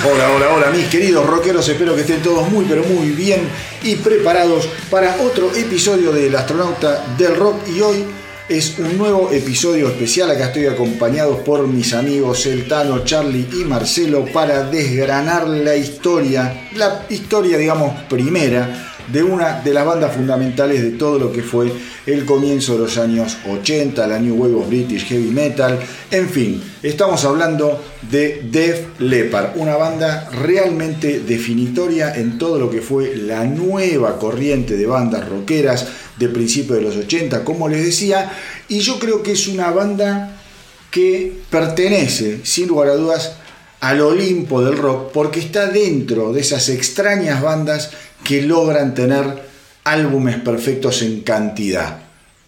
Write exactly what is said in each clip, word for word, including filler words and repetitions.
Hola, hola, hola, mis queridos rockeros, espero que estén todos muy, pero muy bien y preparados para otro episodio del Astronauta del Rock. Y hoy es un nuevo episodio especial. Acá estoy acompañado por mis amigos El Tano, Charlie y Marcelo para desgranar la historia, la historia, digamos, primera de una de las bandas fundamentales de todo lo que fue el comienzo de los años ochenta, la New Wave of British Heavy Metal. En fin, estamos hablando de Def Leppard, una banda realmente definitoria en todo lo que fue la nueva corriente de bandas rockeras de principios de los ochenta, como les decía, y yo creo que es una banda que pertenece, sin lugar a dudas, al Olimpo del rock, porque está dentro de esas extrañas bandas que logran tener álbumes perfectos en cantidad.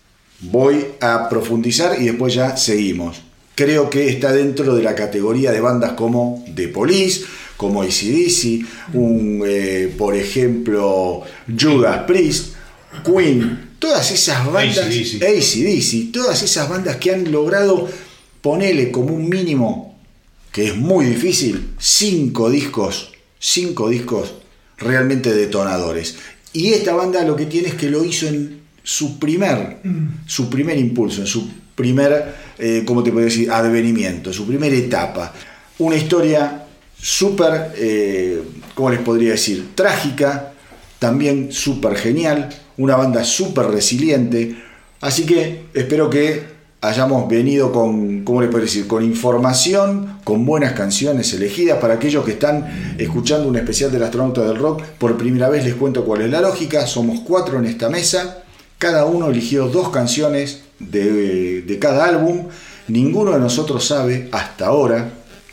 Voy a profundizar y después ya seguimos. Creo que está dentro de la categoría de bandas como The Police, como A C D C, un, eh, por ejemplo, Judas Priest, Queen, todas esas bandas, A C D C, todas esas bandas que han logrado ponerle como un mínimo, que es muy difícil, cinco discos, cinco discos realmente detonadores. Y esta banda lo que tiene es que lo hizo en su primer, mm. su primer impulso, en su primer, eh, ¿cómo te puedo decir?, advenimiento, su primera etapa. Una historia súper, eh, ¿cómo les podría decir?, trágica, también súper genial, una banda súper resiliente. Así que espero que hayamos venido con, ¿cómo les puedo decir?, con información, con buenas canciones elegidas. Para aquellos que están escuchando un especial del Astronauta del Rock por primera vez, les cuento cuál es la lógica. Somos cuatro en esta mesa, cada uno eligió dos canciones de, de cada álbum. Ninguno de nosotros sabe hasta ahora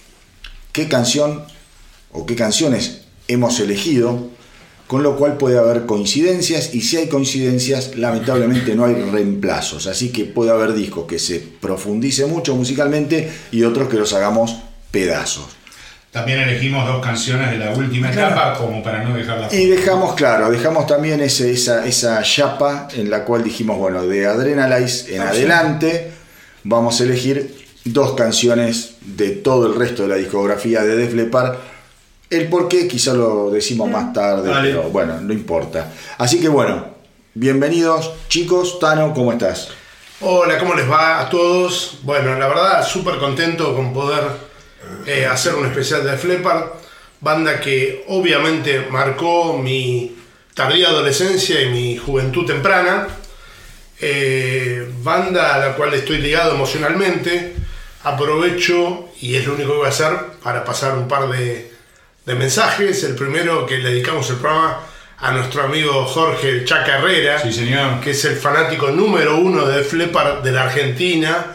qué canción o qué canciones hemos elegido, con lo cual puede haber coincidencias, y si hay coincidencias, lamentablemente no hay reemplazos. Así que puede haber discos que se profundice mucho musicalmente y otros que los hagamos pedazos. También elegimos dos canciones de la última claro. etapa, como para no dejarla fuera. Y dejamos, claro, dejamos también ese, esa, esa chapa en la cual dijimos, bueno, de Adrenalize en ah, adelante sí. vamos a elegir dos canciones de todo el resto de la discografía de Def Leppard. El por qué quizá lo decimos más tarde, vale. Pero bueno, no importa. Así que bueno, bienvenidos chicos. Tano, ¿cómo estás? Hola, ¿cómo les va a todos? Bueno, la verdad, súper contento con poder eh, hacer un especial de Def Leppard, banda que obviamente marcó mi tardía adolescencia y mi juventud temprana, eh, banda a la cual estoy ligado emocionalmente. Aprovecho, y es lo único que voy a hacer, para pasar un par de de mensajes. El primero, que le dedicamos el programa a nuestro amigo Jorge el Chaca Herrera, sí, señor. Que es el fanático número uno de Def Leppard de la Argentina,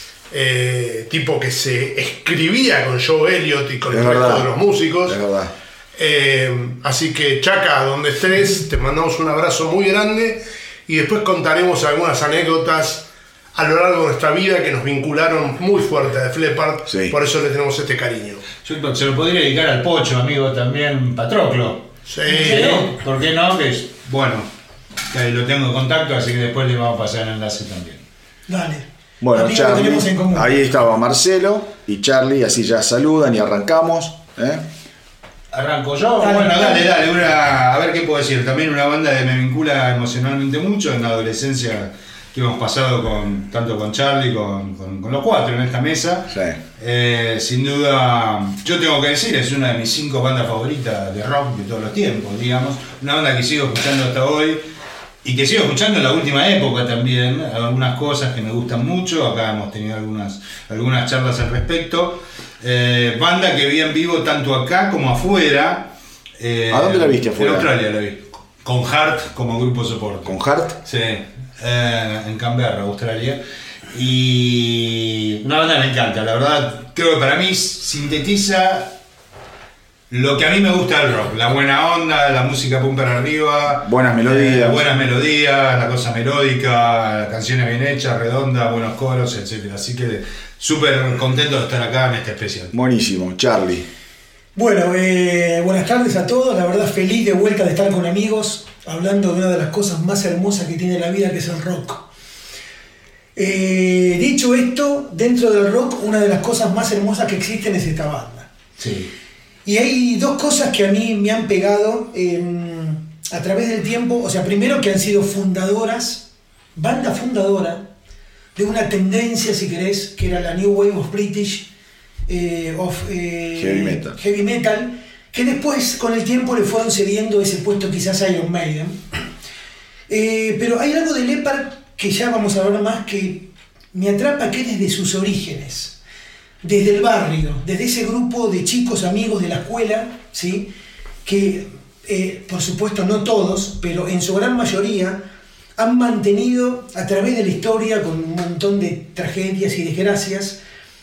eh, tipo que se escribía con Joe Elliott y con es el verdad. resto de los músicos. Es verdad. Eh, así que Chaca, donde estés, te mandamos un abrazo muy grande y después contaremos algunas anécdotas a lo largo de nuestra vida que nos vincularon muy fuerte a Def Leppard, sí. Por eso le tenemos este cariño. Yo se lo podría dedicar al Pocho, amigo, también Patroclo. Sí. ¿Sí? ¿Por qué no? Que es, bueno, que lo tengo en contacto, así que después le vamos a pasar el enlace también. Dale. Bueno, Charlie, ahí estaba Marcelo y Charlie, así ya saludan y arrancamos. ¿eh? Arranco yo. Dale, bueno, dale, dale, dale, una, a ver qué puedo decir. También una banda que me vincula emocionalmente mucho en la adolescencia. Que hemos pasado con, tanto con Charlie, con, con, con los cuatro en esta mesa. Sí. Eh, sin duda, yo tengo que decir, es una de mis cinco bandas favoritas de rock de todos los tiempos, digamos. Una banda que sigo escuchando hasta hoy y que sigo escuchando en la última época también. Algunas cosas que me gustan mucho, acá hemos tenido algunas, algunas charlas al respecto. Eh, banda que vi en vivo tanto acá como afuera. Eh, ¿A dónde la viste afuera? En Australia la vi. Con Heart como grupo de soporte. ¿Con Heart? Sí. Eh, en Canberra, Australia, y una banda que me encanta, la verdad. Creo que para mí sintetiza lo que a mí me gusta del rock: la buena onda, la música pum para arriba, buenas melodías, eh, buenas melodías, la cosa melódica, canciones bien hechas, redondas, buenos coros, etcétera. Así que súper contento de estar acá en este especial. Buenísimo, Charlie. Bueno, eh, buenas tardes a todos. La verdad, feliz de vuelta de estar con amigos, hablando de una de las cosas más hermosas que tiene la vida, que es el rock. Eh, dicho esto, dentro del rock, una de las cosas más hermosas que existen es esta banda. Sí. Y hay dos cosas que a mí me han pegado eh, a través del tiempo. O sea, primero que han sido fundadoras, banda fundadora de una tendencia, si querés, que era la New Wave of British eh, of eh, Heavy Metal. Heavy Metal, que después con el tiempo le fueron cediendo ese puesto quizás a Iron Maiden. Eh, pero hay algo de Leppard que ya vamos a hablar más, que me atrapa, que es desde sus orígenes. Desde el barrio, desde ese grupo de chicos amigos de la escuela, ¿sí? Que eh, por supuesto no todos, pero en su gran mayoría han mantenido a través de la historia, con un montón de tragedias y desgracias,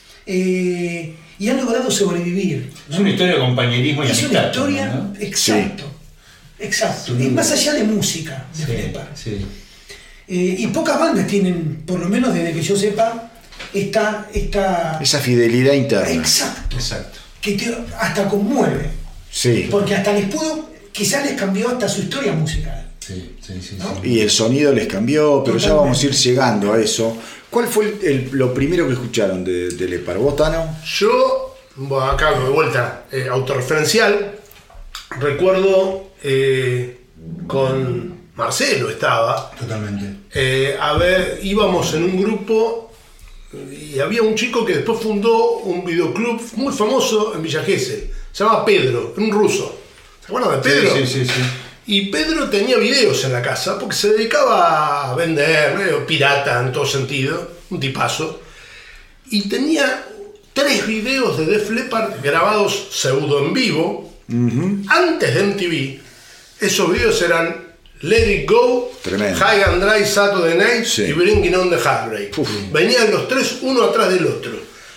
eh, y han logrado sobrevivir, ¿no? Es una historia de compañerismo y es amistad. una historia, ¿no? exacto, sí. exacto, es más allá de música, de Sí, Leppard. sí. Eh, y pocas bandas tienen, por lo menos desde que yo sepa, esta, esta Esa fidelidad interna. exacto, Exacto. que te, hasta conmueve, Sí. porque hasta les pudo, quizás les cambió hasta su historia musical. Sí, sí, sí, ¿No? sí. Y el sonido les cambió, pero ya Totalmente. vamos a ir llegando a eso. ¿Cuál fue el, el- lo primero que escucharon de, de Leppard? ¿Vos, Tano? Yo, bueno, acá de vuelta, eh, autorreferencial, recuerdo eh, con Marcelo estaba, Totalmente. eh, a ver, íbamos en un grupo y había un chico que después fundó un videoclub muy famoso en Villa Gesell, se llama Pedro, un ruso. ¿Se acuerdan de Pedro? Sí, sí, sí, sí. Y Pedro tenía videos en la casa porque se dedicaba a vender, medio pirata en todo sentido, un tipazo. Y tenía tres videos de Def Leppard grabados pseudo en vivo, antes de M T V. Esos videos eran Let It Go, Tremendo. High and Dry Saturday Night Sí. y Bringing On the Heartbreak. Uf. Venían los tres uno atrás del otro.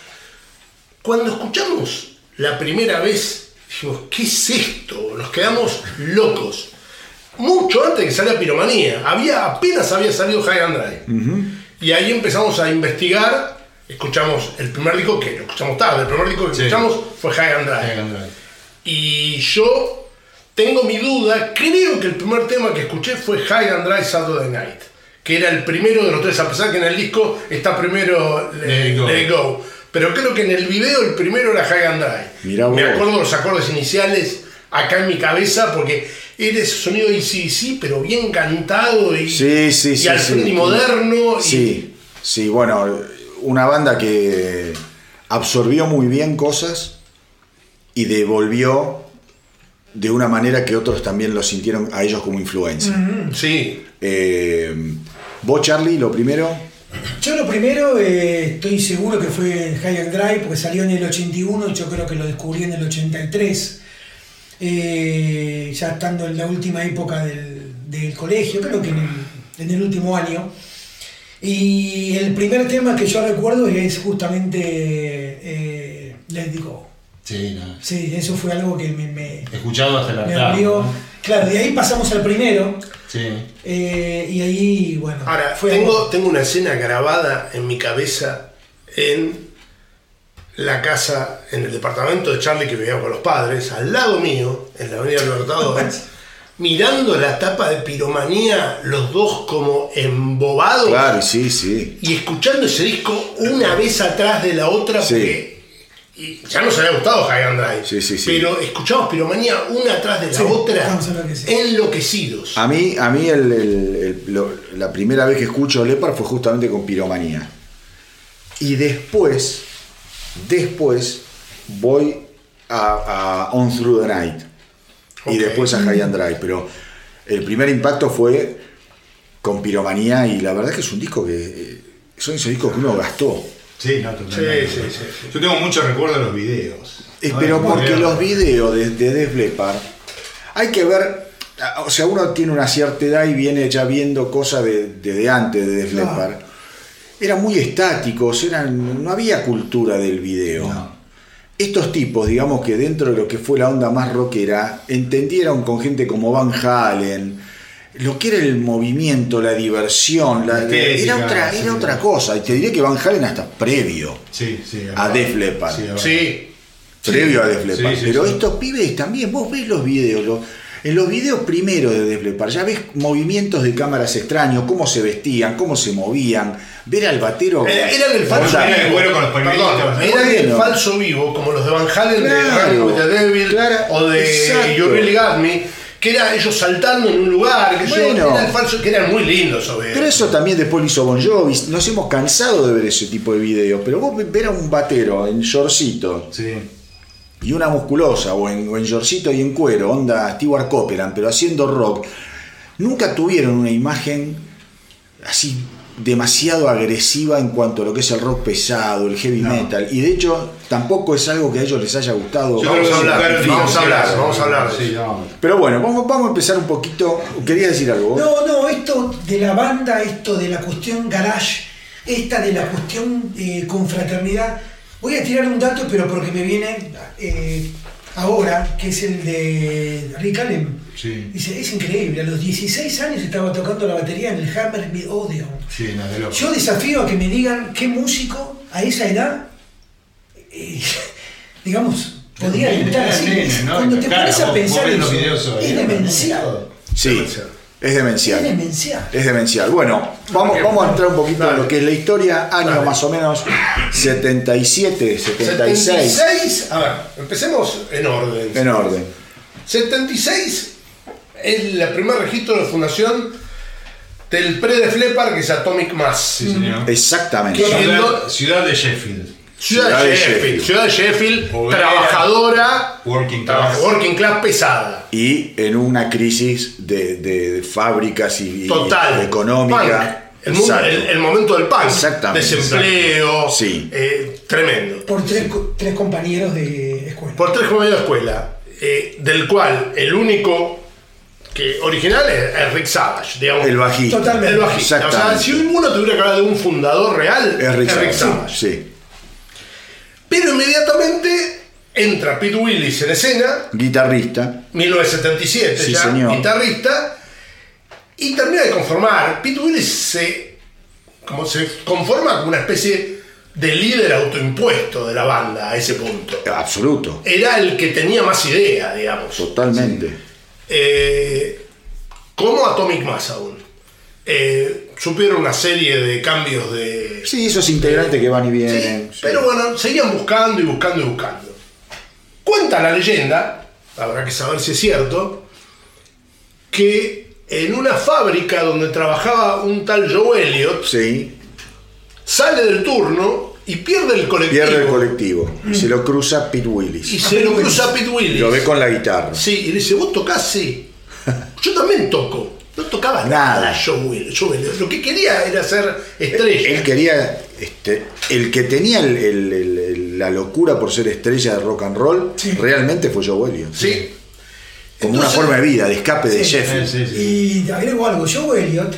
Cuando escuchamos la primera vez, dijimos, ¿qué es esto? Nos quedamos locos. Mucho antes de que saliera Piromanía. Había, apenas había salido High and Dry. Y ahí empezamos a investigar. Escuchamos el primer disco, que lo escuchamos tarde. El primer disco que Sí. escuchamos fue High and Dry. High and Dry. Y yo tengo mi duda. Creo que el primer tema que escuché fue High and Dry Saturday Night, que era el primero de los tres, a pesar que en el disco está primero Let It Go. Let It Go. Pero creo que en el video el primero era High and Dry. Mirá Me vos. acuerdo los acordes iniciales acá en mi cabeza, porque era ese sonido de A C D C, pero bien cantado y, Sí, sí, y sí. al sí. frente y moderno. y- Sí, sí, bueno, una banda que absorbió muy bien cosas y devolvió de una manera que otros también lo sintieron a ellos como influencia. sí. Eh, vos, Charlie, lo primero. Yo lo primero, eh, estoy seguro que fue High and Dry, porque salió en el ochenta y uno y yo creo que lo descubrí en el ochenta y tres, eh, ya estando en la última época del, del colegio, creo que en el, en el último año. Y el primer tema que yo recuerdo es justamente eh, Let It Go. Sí, no. Sí, eso fue algo que me, me, Escuchado hasta el me hartazgo, abrió. ¿no? Claro, de ahí pasamos al primero, Sí. eh, y ahí, bueno, Ahora, fue tengo, algo- tengo una escena grabada en mi cabeza en la casa, en el departamento de Charlie que vivía con los padres, al lado mío, en la Avenida Libertadores, mirando la tapa de Piromanía, los dos como embobados, Claro, sí, sí. y escuchando ese disco una vez atrás de la otra, Sí. porque y ya nos había gustado High and Dry, Sí, sí, sí. pero escuchamos Piromanía una atrás de la Sí, otra, vamos a ver que sí. enloquecidos. A mí, a mí el- el- el- lo- la primera vez que escucho Leppard fue justamente con Piromanía. Y después, después voy a, a On Through the Night. Y Ok. después a High and Dry. Pero el primer impacto fue con Piromanía y la verdad que es un disco que... eh, son esos discos que uno gastó. Sí, no, totalmente. Sí, sí, sí, sí. Yo tengo muchos recuerdos de los videos. Eh, ¿no? pero De porque videos. los videos de, de Def Leppard hay que ver, o sea, uno tiene una cierta edad y viene ya viendo cosas de, de, de antes de Def Claro. Leppard. Eran muy estáticos, eran, no había cultura del video. No. Estos tipos, digamos que dentro de lo que fue la onda más rockera, entendieron con gente como Van Halen, lo que era el movimiento, la diversión, la, Estética, era, otra, sí. era otra cosa. Y te diría que Van Halen hasta previo. Sí, sí. A Def Leppard. Sí, a ver. Sí. Previo a Def Leppard. sí, sí, pero sí. estos pibes también, vos ves los videos, lo- En los videos primeros de Def Leppard ya ves movimientos de cámaras extraños, cómo se vestían, cómo se movían, ver al batero. Era, era el falso Onda, vivo. el cuero con los pañuelitos. Perdón, Era era el bueno. falso vivo, como los de Van Halen Claro, de Running with the Devil claro, o de exacto. You Really Got Me, que era ellos saltando en un lugar, que Bueno. yo, era el falso, que eran muy lindos esos videos. Pero eso también después lo hizo Bon Jovi. Nos hemos cansado de ver ese tipo de videos. Pero vos ver a un batero en shortcito Sí. y una musculosa, o en, o en shortcito y en cuero, onda Stewart Copeland, pero haciendo rock, nunca tuvieron una imagen así demasiado agresiva en cuanto a lo que es el rock pesado, el heavy No. metal. Y de hecho, tampoco es algo que a ellos les haya gustado. Yo Vamos creo a que hablar, buscaron vamos a hablar, diferencias. vamos a hablar. Sí, no. Pero bueno, vamos, vamos a empezar un poquito. ¿Querías decir algo vos? No, no, esto de la banda, esto de la cuestión garage, esta de la cuestión eh, confraternidad. Voy a tirar un dato, pero porque me viene eh, ahora, que es el de Rick Allen. Sí. Dice, es increíble, a los dieciséis años estaba tocando la batería en el Hammer Odeon. Sí, no, de loco. Yo desafío a que me digan qué músico a esa edad, eh, digamos, podría Nene, entrar así. nene, ¿no? Cuando te Claro, pones a vos- vos pensar ves los eso, videos hoy, es ¿no? demencial. Sí, Demencial. es demencial. Es demencial. Es demencial. Bueno, vamos, vamos a entrar un poquito en lo que es la historia. Año Dale. más o menos setenta y siete, setenta y seis. setenta y seis, a ver, empecemos en orden. En orden. setenta y seis es el primer registro de fundación del pre-Def Leppard, que es Atomic Mass. Sí, señor. Exactamente. ¿Qué? Ciudad, ciudad de Sheffield. Ciudad, Ciudad de de Sheffield, Sheffield. ciudad de Sheffield, Obrera, trabajadora, working trabaja- class. working class pesada. Y en una crisis de, de- de fábricas y, y Total. económica. Punk. El, mundo- Exacto. el- el momento del punk. Exactamente. Desempleo. Sí. eh, tremendo. Por tres, co- tres compañeros de escuela. Por tres compañeros de escuela, eh, del cual el único que original es, es Rick Savage, digamos. El bajista. Totalmente. El bajista. O sea, Exactamente. si uno tuviera que hablar de un fundador real, Es Rick Savage. Savage. Sí. Pero inmediatamente entra Pete Willis en escena, Guitarrista. mil novecientos setenta y siete, Sí, ya señor. guitarrista, y termina de conformar. Pete Willis se, como se conforma como una especie de líder autoimpuesto de la banda a ese punto. Absoluto. Era el que tenía más idea, digamos. Totalmente. Eh, como Atomic Mass aún. Eh, supieron una serie de cambios de... Sí, esos integrantes que van y Sí, vienen. sí. pero bueno, seguían buscando y buscando y buscando. Cuenta la leyenda, habrá que saber si es cierto, que en una fábrica donde trabajaba un tal Joe Elliott, Sí, sale del turno y pierde el colectivo. pierde el colectivo. Se lo cruza Pete Willis. Y se lo cruza Pete Willis. Lo ve con la guitarra. Sí, y le dice, ¿vos tocás? Sí. Yo también toco. No tocaba Nada. nada, Joe Willis. Joe Elliott. Lo que quería era ser estrella. Él quería, este, el que tenía el- el- el- el- la locura por ser estrella de rock and roll, Sí. realmente fue Joe Elliott. Sí. Como Entonces- una forma de vida, de escape de Sí. Sheffield. Sí, sí. Y agrego algo, Joe Elliott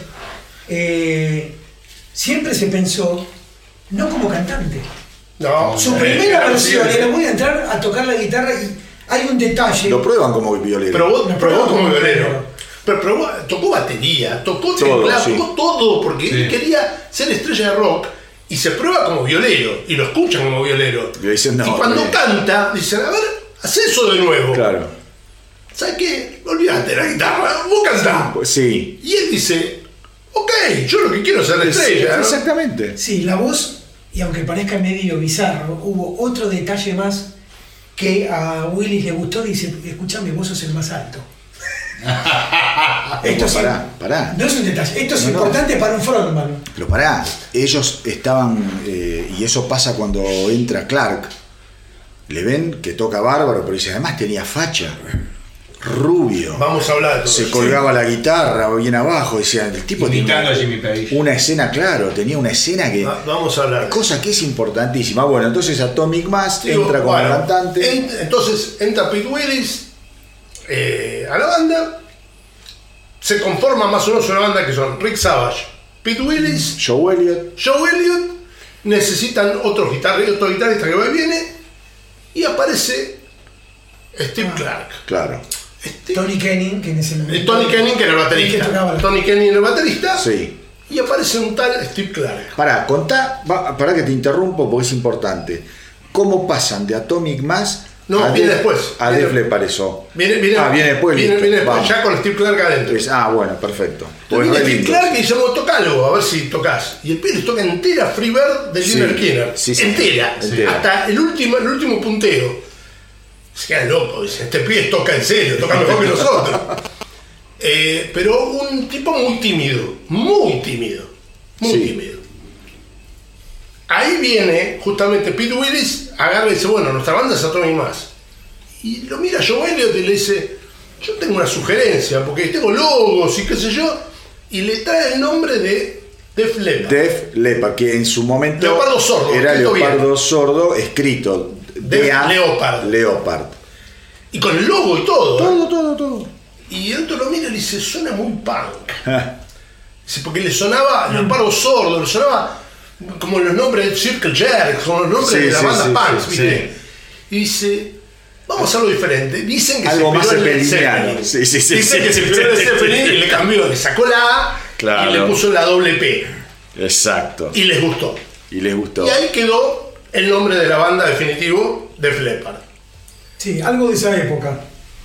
eh, siempre se pensó no como cantante. No, Su eh, primera era versión posible. era voy a entrar a tocar la guitarra y hay un detalle. Lo prueban como violero. Pero vos No, probó pero- como violero. Pero probó, tocó batería, tocó Todo, teclado, sí. tocó todo, porque Sí. él quería ser estrella de rock y se prueba como violero y lo escuchan como violero. Le dicen, no, y cuando eh. canta, dicen, a ver, haz eso de nuevo. Claro. ¿Sabes qué? Olvídate de la guitarra, vos cantá. Pues sí. Y él dice, ok, yo lo que quiero es ser la estrella. ¿no? Exactamente. Sí, la voz, y aunque parezca medio bizarro, hubo otro detalle más que a Willis le gustó. Dice, escúchame, vos sos el más alto. Esto sí, pará, pará. no es un detalle, esto es No, no. importante para un frontman. Pero pará, ellos estaban, eh, y eso pasa cuando entra Clark, le ven que toca bárbaro, pero dice, además tenía facha, rubio, Vamos a hablar de todo se eso. colgaba la guitarra bien abajo, decía, el tipo Imitando a tenía Jimmy Page. una escena, claro, tenía una escena que, Va- Vamos a hablar. cosa que es importantísima. Bueno, entonces Atomic Mass Digo, entra como bueno, cantante. en- entonces entra Pete Willis eh, a la banda. Se conforma más o menos una banda que son Rick Savage, Pete Willis, Joe Elliott, Joe Elliott. Necesitan otro guitarrista, otro guitarrista que va y viene. Y aparece Steve Clark. claro, Steve- Tony Kenning, que en ese eh, momento. Tony Kenning, que era el el que baterista. tocaba la- Tony Kenning era el baterista. sí. Y aparece un tal Steve Clark. Pará, contá, va- pará que te interrumpo porque es importante. ¿Cómo pasan de Atomic Mass No, a viene Def- después. A Viene- Def Leppard eso. Viene, viene, ah, viene después. Viene, listo, viene después, vamos. ya con Steve Clark adentro. Es- ah, bueno, perfecto. Pues Viene re Steve lindo. Clark y dice, bueno, tocalo, a ver si tocas. Y el pibe les toca entera Freebird de Sí, Lynyrd Skynyrd. sí, sí. entera. Entera. Hasta el último, el último punteo. Se queda loco, dice, este pibe toca en serio, toca mejor que nosotros. Eh, pero un tipo muy tímido, muy tímido, muy Sí. tímido. Ahí viene justamente Pete Willis, agarra y dice, bueno, nuestra banda es Atomic Mass. Y lo mira Joe Elliott y le dice, yo tengo una sugerencia, porque tengo logos y qué sé yo, y le trae el nombre de Def Leppard. Def Leppard, que en su momento Leopardo sordo, era escrito Leopardo bien. Sordo, escrito Def D A Leopard. Leopard. Y con el logo y todo. ¿eh? Todo, todo, todo. Y el otro lo mira y le dice, suena muy punk. Dice, porque le sonaba Leopardo Sordo, le sonaba como los nombres de Circle Jerks, como los nombres Sí, de las sí, bandas sí, punks, sí, ¿viste? Y dice, vamos a hacerlo diferente. Dicen que Algo se más inspiró en Led zeppeliniano. Zeppelin. Sí, sí, sí, Dicen sí, que se sí, inspiró en sí, Led Zeppelin sí. y le cambió, le sacó la A Claro. y le puso la doble P. Exacto. Y les gustó. Y les gustó. Y ahí quedó el nombre de la banda definitivo, Def Leppard. Sí, algo de esa época.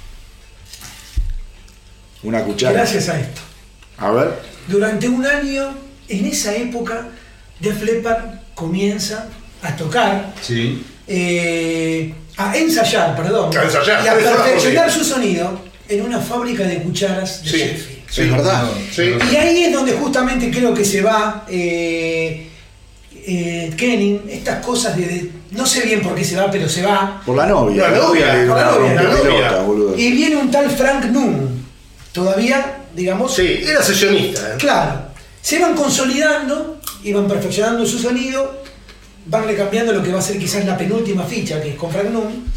Una cuchara. Gracias a esto. A ver. Durante un año, en esa época, Def Leppard comienza a tocar, Sí. eh, a ensayar, perdón, A ensayar, y a tres horas por perfeccionar día. su sonido en una fábrica de cucharas de Sí. Sheffield. Sí, es verdad. Sí. Y ahí es donde justamente creo que se va eh, eh, Kenning, estas cosas de, de- no sé bien por qué se va, pero se va. Por la novia. La novia, le dio por la una novia, la rompepelota, novia. boludo. Y viene un tal Frank Noon, todavía, digamos, Sí, era sesionista. ¿eh? claro, se van consolidando, iban perfeccionando su sonido, van recambiando lo que va a ser quizás la penúltima ficha, que es con Frank Noon.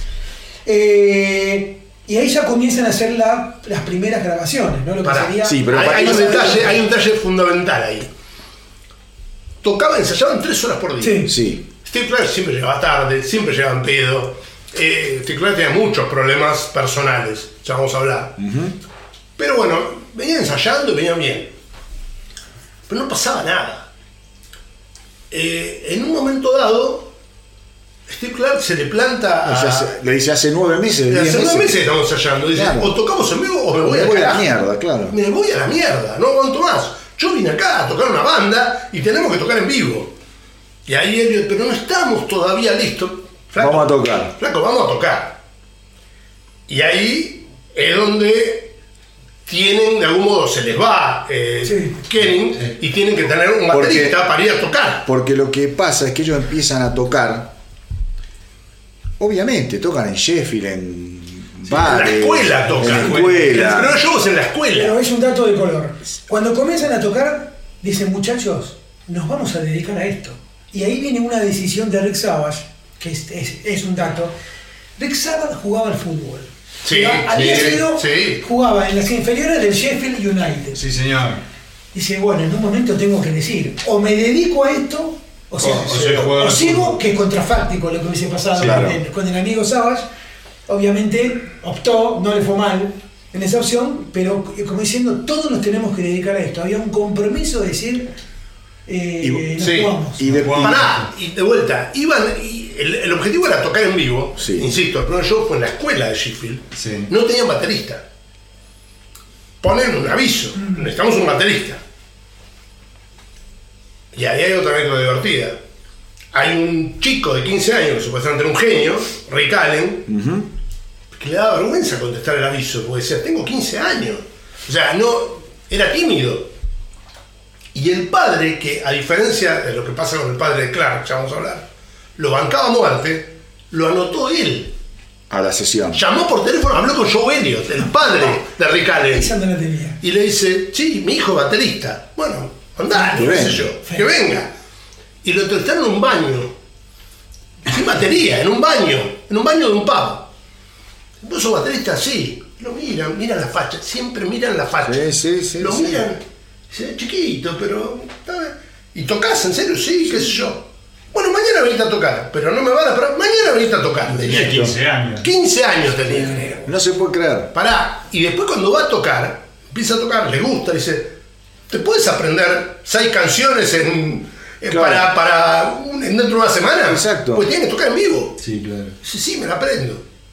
Eh, y ahí ya comienzan a hacer la- las primeras grabaciones, ¿no? Lo que Pará. sería. Sí, pero hay, para- hay un detalle, hay un detalle fundamental ahí. Tocaban, ensayaban tres horas por día. Sí. Sí. Steve Clark siempre llegaba tarde, siempre llegaba en pedo. Eh, Steve Clark tenía muchos problemas personales, ya vamos a hablar. Pero bueno, venían ensayando y venían bien. Pero no pasaba nada. Eh, en un momento dado, Steve Clark se le planta a... O sea, se- le dice hace nueve meses. Hace diez nueve meses que estamos ensayando. Dice, Claro. o tocamos en vivo o me voy, Me a voy a la carajo. mierda, claro. Me voy a la mierda, no aguanto más. Yo vine acá a tocar una banda y tenemos que tocar en vivo. Y ahí Elliot, pero no estamos todavía listos. Flaco, Vamos a tocar. Flaco, vamos a tocar. Y ahí es donde tienen, de algún modo, se les va eh, Sí. Kenning y tienen que tener un Porque- baterista para ir a tocar. Porque lo que pasa es que ellos empiezan a tocar. Obviamente, tocan en Sheffield, en bares. en la escuela tocan. En la escuela. Pero shows en la escuela. Pero es un dato de color. Cuando comienzan a tocar, dicen, muchachos, nos vamos a dedicar a esto. Y ahí viene una decisión de Rick Savage, que es, es- es un dato. Rick Savage jugaba al fútbol. Sí, Había sí, sido, sí. jugaba en las inferiores del Sheffield United. Sí, señor. Dice, bueno, en un momento tengo que decir, o me dedico a esto, o sea, O- o soy jugador o de sigo, fútbol. que es contrafáctico lo que hubiese pasado Claro. con, el, con el amigo Savage. Obviamente optó, no le fue mal en esa opción, pero como diciendo, todos nos tenemos que dedicar a esto. Había un compromiso de decir, eh, Y- nos sí. jugamos. Y de, Pará, y de vuelta, iban, y el, el objetivo era tocar en vivo, Sí. insisto, el primer show fue en la escuela de Sheffield, Sí. no tenían baterista. Ponen un aviso, necesitamos un baterista. Y ahí hay otra anécdota divertida. Hay un chico de quince años, que supuestamente era un genio, Rick Allen, que le daba vergüenza contestar el aviso, porque decía, tengo quince años. O sea, no, era tímido. Y el padre, que a diferencia de lo que pasa con el padre de Clark, ya vamos a hablar, lo bancaba a muerte, lo anotó él. a la sesión. Llamó por teléfono, habló con Joe Elliott, el padre de Rick Allen. Esa no la tenía. Y le dice, sí, mi hijo es baterista. Bueno, andá, Que qué sé venga. yo, que venga. Y lo entrevistaron en un baño, sin batería, en un baño, en un baño de un pub. ¿Vos sos baterista? Sí. Lo miran, miran la facha, siempre miran la facha. Sí, sí, sí, Lo sí. miran, dice, chiquito, pero... está bien. ¿Y tocás en serio? Sí, qué sé yo. Bueno, mañana venite a tocar, pero no me van a parar. Mañana venite a tocar. le Tenía dije. quince años. quince años tenía. No se puede creer. Pará, y después cuando va a tocar, empieza a tocar, le gusta, dice, ¿te puedes aprender seis canciones en, en- Claro. para, para un- en dentro de una semana? Exacto. Pues tiene que tocar en vivo. Sí, claro. Dice, sí, me la aprendo.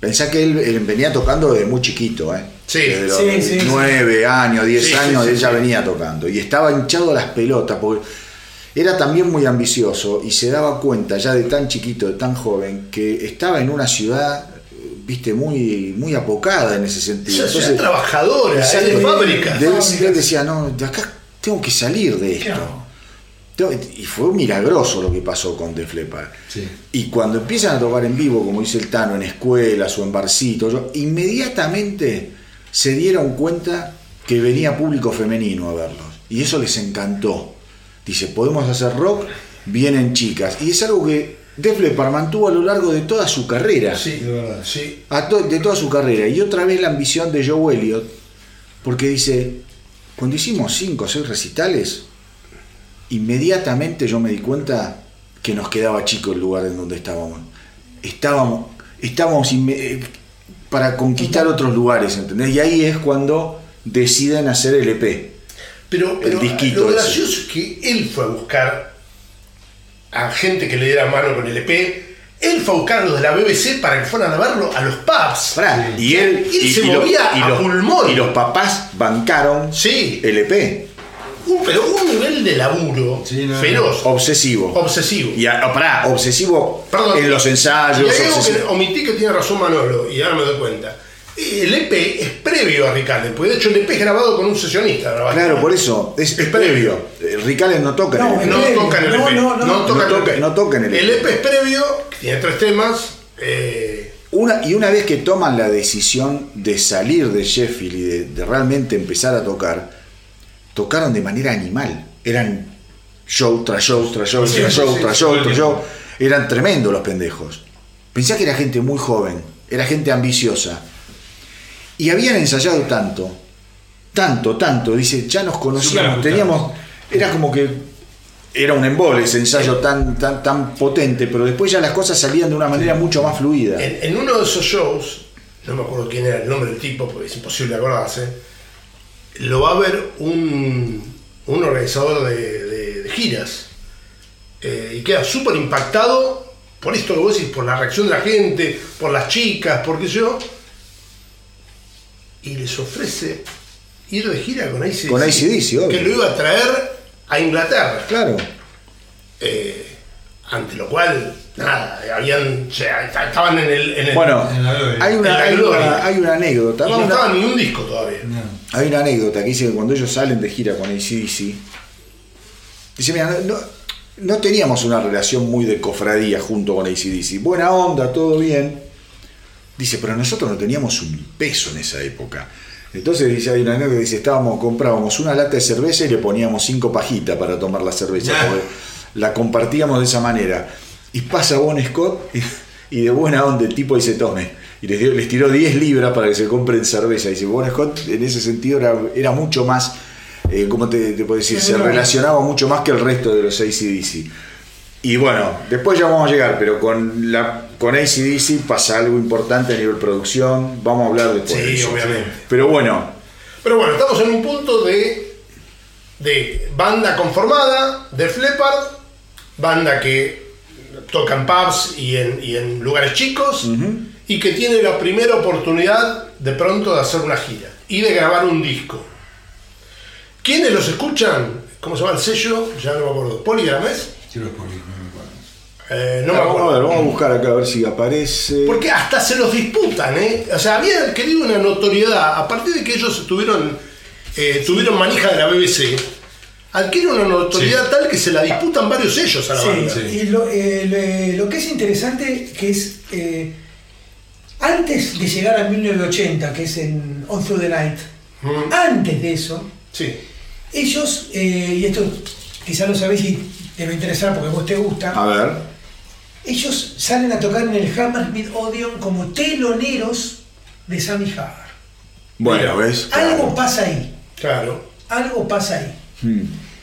Pensá que él, él venía tocando desde muy chiquito, ¿eh? Sí, desde los sí, sí, nueve sí. años, diez Sí, años, sí, él sí, ya sí. venía tocando. Y estaba hinchado a las pelotas, porque era también muy ambicioso y se daba cuenta ya de tan chiquito, de tan joven, que estaba en una ciudad, viste, muy, muy apocada en ese sentido. Esa ciudad trabajadora, exacto, de fábrica. de él, él decía, no, de acá tengo que salir de esto. Claro. Y fue milagroso lo que pasó con Def Leppard. Sí. Y cuando empiezan a tocar en vivo, como dice el Tano, en escuelas o en barcitos, yo- inmediatamente se dieron cuenta que venía público femenino a verlos. Y eso les encantó. Dice, podemos hacer rock, vienen chicas. Y es algo que Def Leppard mantuvo a lo largo de toda su carrera. Sí, De verdad. sí. A to- de toda su carrera. Y otra vez la ambición de Joe Elliott, porque dice, cuando hicimos cinco o seis recitales, inmediatamente yo me di cuenta que nos quedaba chico el lugar en donde estábamos. Estábamos, estábamos inme- eh, para conquistar otros lugares, ¿entendés? Y ahí es cuando deciden hacer el E P. Pero, pero disquito lo ese. gracioso es que él fue a buscar a gente que le diera mano con el E P. Él fue a buscar a los de la B B C para que fueran a verlo a los pubs. Pará, y él, Él y, se y lo- movía y a los, pulmón. y los papás bancaron Sí, el E P. un- pero un nivel de laburo Sí, no, feroz, Obsesivo. obsesivo. Y a- pará, obsesivo Perdón, en los ensayos. Y hay algo obsesivo. que omití que tiene razón Manolo, y ahora me doy cuenta. El E P es previo a Rick Allen, porque de hecho el E P es grabado con un sesionista. ¿Verdad? Claro, por eso, es, es previo. Eh, Rick Allen no toca No, en el E P. No previo. toca en el No, E P. no, no. No toca en No el toca- E P. no toca en el E P. El E P es previo, tiene tres temas. eh, Una, y una vez que toman la decisión de salir de Sheffield y de, de realmente empezar a tocar, tocaron de manera animal. Eran show tras show, tras show, Sí, tras sí, show, sí, tras sí, show, todo el tras tiempo. show. Eran tremendos los pendejos. Pensá que era gente muy joven, era gente ambiciosa. Y habían ensayado tanto, tanto, tanto. Dice, ya nos conocíamos, Súper teníamos. Era como que era un embole ese ensayo tan, tan, tan potente, pero después ya las cosas salían de una manera mucho más fluida. en, en uno de esos shows, no me acuerdo quién era el nombre del tipo, porque es imposible acordarse, lo va a ver un, un organizador de, de- de giras. Eh, y queda súper impactado por esto que vos decís, por la reacción de la gente, por las chicas, por qué sé yo. Y les ofrece ir de gira con A C D C. Con A C D C, obvio. Que lo iba a traer a Inglaterra. Claro. Eh, ante lo cual, nada, habían, o sea, estaban en el. En el Bueno, En la gloria. hay En una, la hay gloria. una, hay una anécdota. y Va no una- estaba ni un disco todavía. No. hay una anécdota que dice que cuando ellos salen de gira con A C D C, dice, mira, no, no teníamos una relación muy de cofradía junto con A C D C. Buena onda, todo bien. Dice, pero nosotros no teníamos un peso en esa época. Entonces dice, hay una anécdota que dice, estábamos, comprábamos una lata de cerveza y le poníamos cinco pajitas para tomar la cerveza. Ah. Porque la compartíamos de esa manera. Y pasa Bon Scott y, y de buena onda el tipo dice, tome. Y les, dio- les tiró diez libras para que se compren cerveza. Dice, Bon Scott en ese sentido era, era mucho más, eh, ¿cómo te, te puedo decir? Sí, Se bueno. relacionaba mucho más que el resto de los A C D C. Y bueno, después ya vamos a llegar, pero con la con A C D C pasa algo importante a nivel producción. Vamos a hablar después Sí, de eso. obviamente. Pero bueno, Pero bueno, estamos en un punto de, de banda conformada, de Def Leppard, banda que toca en pubs y en, y en lugares chicos, y que tiene la primera oportunidad de pronto de hacer una gira y de grabar un disco. ¿Quiénes los escuchan? ¿Cómo se llama el sello? Ya no me acuerdo. ¿Polygram es? Quiero por ahí, no me acuerdo. Eh, no me vamos, a acuerdo. ver, vamos a buscar acá a ver si aparece. Porque hasta se los disputan, ¿eh? O sea, habían adquirido una notoriedad a partir de que ellos tuvieron, eh, tuvieron manija de la B B C. Adquieren una notoriedad tal que se la disputan varios sellos a la Sí, banda. Sí. y lo, eh, lo- lo que es interesante que es eh, antes de llegar a mil novecientos ochenta, que es en On Through the Night, Mm. antes de eso, Sí. ellos, eh, y esto quizás lo sabéis y te va a interesar porque a vos te gusta, A ver. ellos salen a tocar en el Hammersmith Odeon como teloneros de Sammy Hagar. Bueno, ¿ves? Algo Claro. pasa ahí, Claro. algo pasa ahí, Hmm.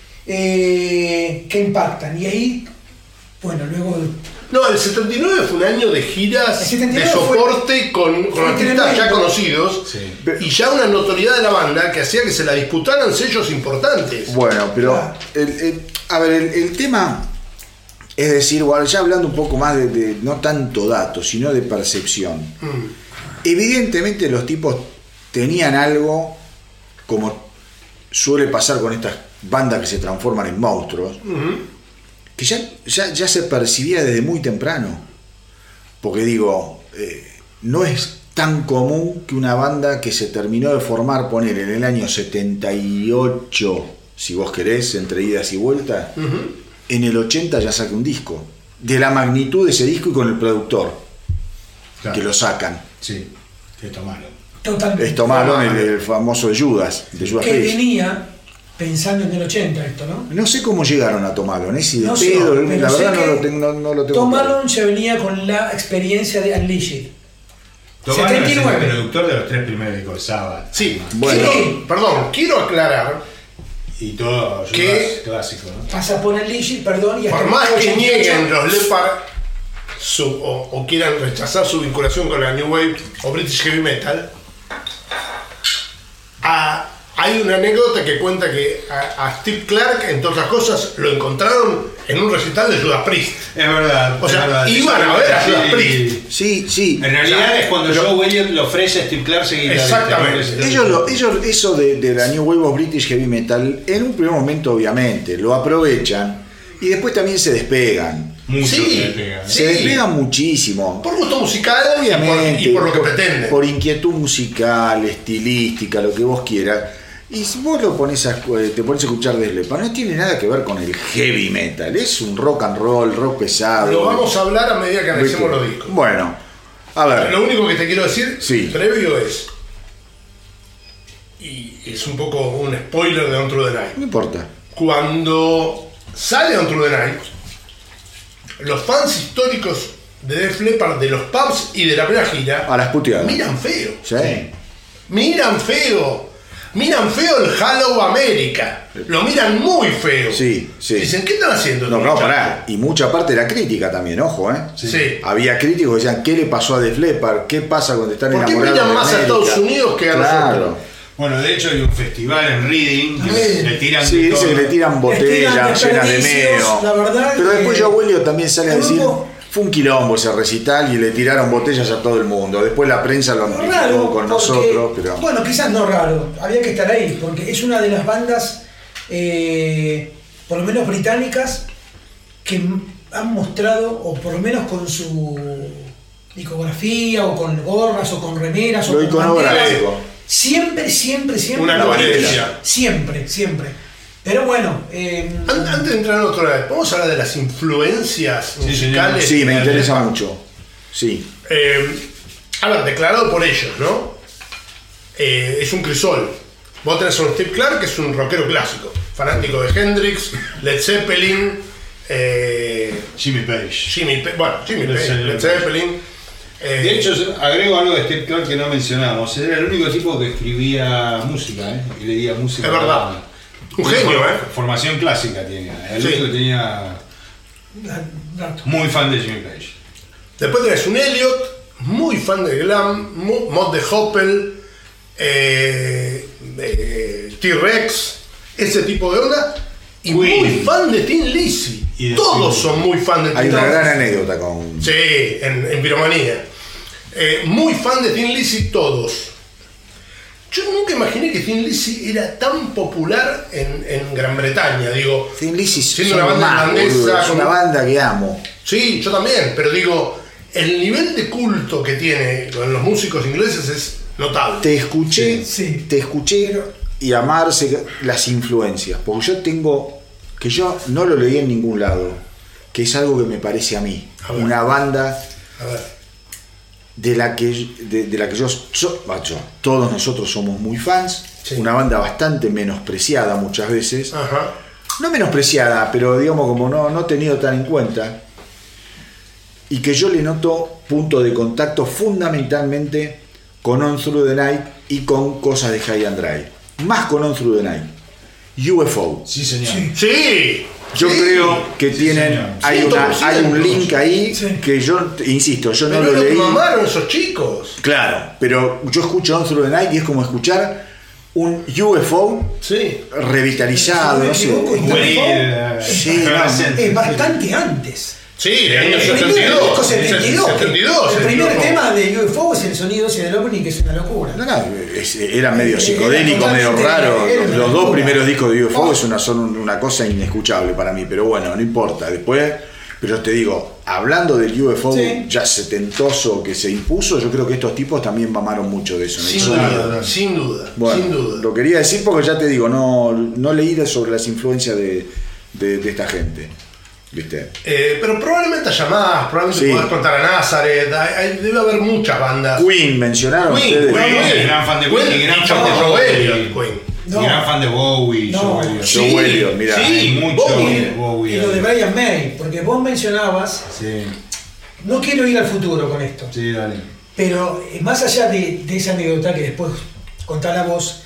eh, que impactan. Y ahí, bueno, luego No, el setenta y nueve fue un año de giras El setenta y de nueve fue- soporte con, con fue artistas ya tremendo. conocidos Sí. y ya una notoriedad de la banda que hacía que se la disputaran sellos importantes. Bueno, pero Claro. el, el- a ver, el, el tema es decir, bueno, ya hablando un poco más de, de no tanto datos, sino de percepción. Mm. Evidentemente los tipos tenían algo, como suele pasar con estas bandas que se transforman en monstruos, uh-huh. que ya, ya, ya se percibía desde muy temprano. Porque digo, eh, no es tan común que una banda que se terminó de formar, poner en el año setenta y ocho, si vos querés, entre idas y vueltas, uh-huh. en el ochenta ya saque un disco. De la magnitud de ese disco y con el productor. Claro. Que lo sacan. Sí, que tomaron. Totalmente. Es tomaron el, el famoso Judas, de Judas que Priest. venía pensando en el ochenta esto, ¿no? No sé cómo llegaron a Tom Allon, ¿eh? Si de no pedo, sé, la verdad no lo, tengo, no, no lo tengo. Tom Allon ya venía con la experiencia de Unleashed. Tom Allon es el productor de los tres primeros discos de Sabbath. Sí, bueno. Quiero, perdón, quiero aclarar. Y todo que clásico, ¿no? Pasa por Unleashed, perdón, y por más que nieguen los Leppard su, o, o quieran rechazar su vinculación con la New Wave o British Heavy Metal, a, hay una anécdota que cuenta que a, a Steve Clark, entre otras cosas, lo encontraron en un recital de Judas Priest. Es verdad. O sea, es verdad. iban a ver a Judas sí, Priest. Sí, sí. En realidad o sea, es cuando pero, Joe Williams le ofrece a Steve Clark seguir. Exactamente. Ellos, lo, ellos eso de, de la New Wave of British Heavy Metal, en un primer momento obviamente lo aprovechan y después también se despegan. Mucho sí, se despegan. Se sí. despegan muchísimo. Por gusto musical, obviamente, y por, y por lo que por, pretenden. Por inquietud musical, estilística, lo que vos quieras. Y si vos lo pones a, te pones a escuchar Def Leppard, no tiene nada que ver con el heavy metal, es un rock and roll, rock pesado. Lo vamos a hablar a medida que analicemos los discos. Bueno, a ver. Lo único que te quiero decir sí. previo es, y es un poco un spoiler de On Through the Night. No importa. Cuando sale On Through the Night, los fans históricos de Def Leppard, de los pubs y de la primera gira, a las puteadas. Miran feo. Sí. Miran feo. Miran feo el Hello America. Lo miran muy feo. Sí, sí. Dicen, ¿qué están haciendo? No, no, pará. Y mucha parte era crítica también, ojo, ¿eh? Sí. sí. Había críticos que decían, ¿qué le pasó a Def Leppard? ¿Qué pasa cuando están enamorados de América? ¿Por qué miran más América? a Estados Unidos que a claro. nosotros? Bueno, de hecho hay un festival en Reading que sí. le tiran sí, de dice todo. que le tiran botellas llenas de medio. La verdad Pero después que... Joe Williams también sale a decir, grupo... fue un quilombo ese recital y le tiraron botellas a todo el mundo. Después la prensa lo amplificó raro, con porque, nosotros. Pero... Bueno, quizás no raro, había que estar ahí, porque es una de las bandas, eh, por lo menos británicas, que han mostrado, o por lo menos con su discografía, o con gorras, o con remeras, lo o con banderas, Siempre, siempre, siempre. Una coherencia. Siempre, siempre. Pero bueno. Eh, Antes de entrar en otra vez, ¿podemos hablar de las influencias sí, musicales? Sí, me interesa mucho. Sí. Eh, a ver, declarado por ellos, ¿no? Eh, es un crisol. Vos tenés a un Steve Clark, que es un rockero clásico, fanático de Hendrix, Led Zeppelin, eh, Jimmy Page. Jimmy Page, bueno, Jimmy Led Page, Zeppelin. Led Zeppelin. Eh, De hecho, agrego algo de Steve Clark que no mencionamos. Era el único tipo que escribía música, ¿eh? Y leía música. Es verdad. Un genio, ¿eh? Formación clásica tenía. El Sí. único que tenía. Muy fan de Jimmy Page. Después tenés un Elliot, muy fan de glam, mu- Mod de Hoppel, eh, eh, T-Rex, ese tipo de onda, y Queen. muy fan de Tin Lizzy. Y de Todos Queen. son muy fan de Tin Hay una Lizzy. gran anécdota con... Sí, en, en Piromanía. Eh, muy fan de Tin Lizzy todos. Yo nunca imaginé que Tin Lizzy era tan popular en, en Gran Bretaña, digo. Thin Lizzy Siendo son una banda más, irlandesa, boludo, es con- una banda que amo. Sí, yo también, pero digo, el nivel de culto que tiene con los músicos ingleses es notable. Te escuché, Sí. te escuché y amarse las influencias, porque yo tengo, que yo no lo leí en ningún lado, que es algo que me parece a mí, A ver. una banda A ver. de la que de, de la que yo, yo, bah, yo, todos nosotros somos muy fans, Sí. una banda bastante menospreciada muchas veces, Ajá. no menospreciada, pero digamos como no, no tenido tan en cuenta, y que yo le noto punto de contacto fundamentalmente con On Through the Night y con cosas de High and Dry, más con On Through the Night. U F O. Sí, señor. Sí. Sí. Yo sí. creo que Sí, tienen, señor. hay, cien una, por ciento. hay un link ahí Sí. que yo, insisto, yo Pero no es lo lo que leí. mamaron esos chicos. Claro, pero yo escucho On Through the Night y es como escuchar un U F O Sí. revitalizado, Si no me no sé. equivoco, Muy, eh, Sí, no, adolescente. Es bastante antes. Sí, el año El setenta y primer dos. disco setenta y dos. setenta y dos, El el primer loco. tema de U F O es el el sonido ese del opening, que es una locura. No, no, es- era medio Era psicodélico, medio totalmente- raro. era una Los dos locura. primeros discos de U F O Oh. es una, son una cosa inescuchable para mí, pero bueno, no importa. Después, pero te digo, hablando del U F O Sí. ya setentoso que se impuso, yo creo que estos tipos también mamaron mucho de eso. en el Sin sonido. duda, sin duda, Bueno, sin duda. lo quería decir porque ya te digo, no, no leí de- sobre las influencias de, de, de esta gente. ¿Viste? Eh, pero probablemente haya más, probablemente Sí. podés contar a Nazareth, hay- hay- debe haber muchas bandas. Queen, mencionaron Queen, ustedes. Queen. Queen, gran fan de Queen, y gran dicho fan de por Joe Bowie. Elliott, Queen. No. Y gran fan de Bowie, No. Joe Elliott. Sí. Joe Elliott, mirá. Sí, mucho Bowie. de Bowie. Y lo de Brian May, porque vos mencionabas, Sí, no quiero ir al futuro con esto, sí, dale. pero eh, más allá de, de esa anécdota que después contá la voz,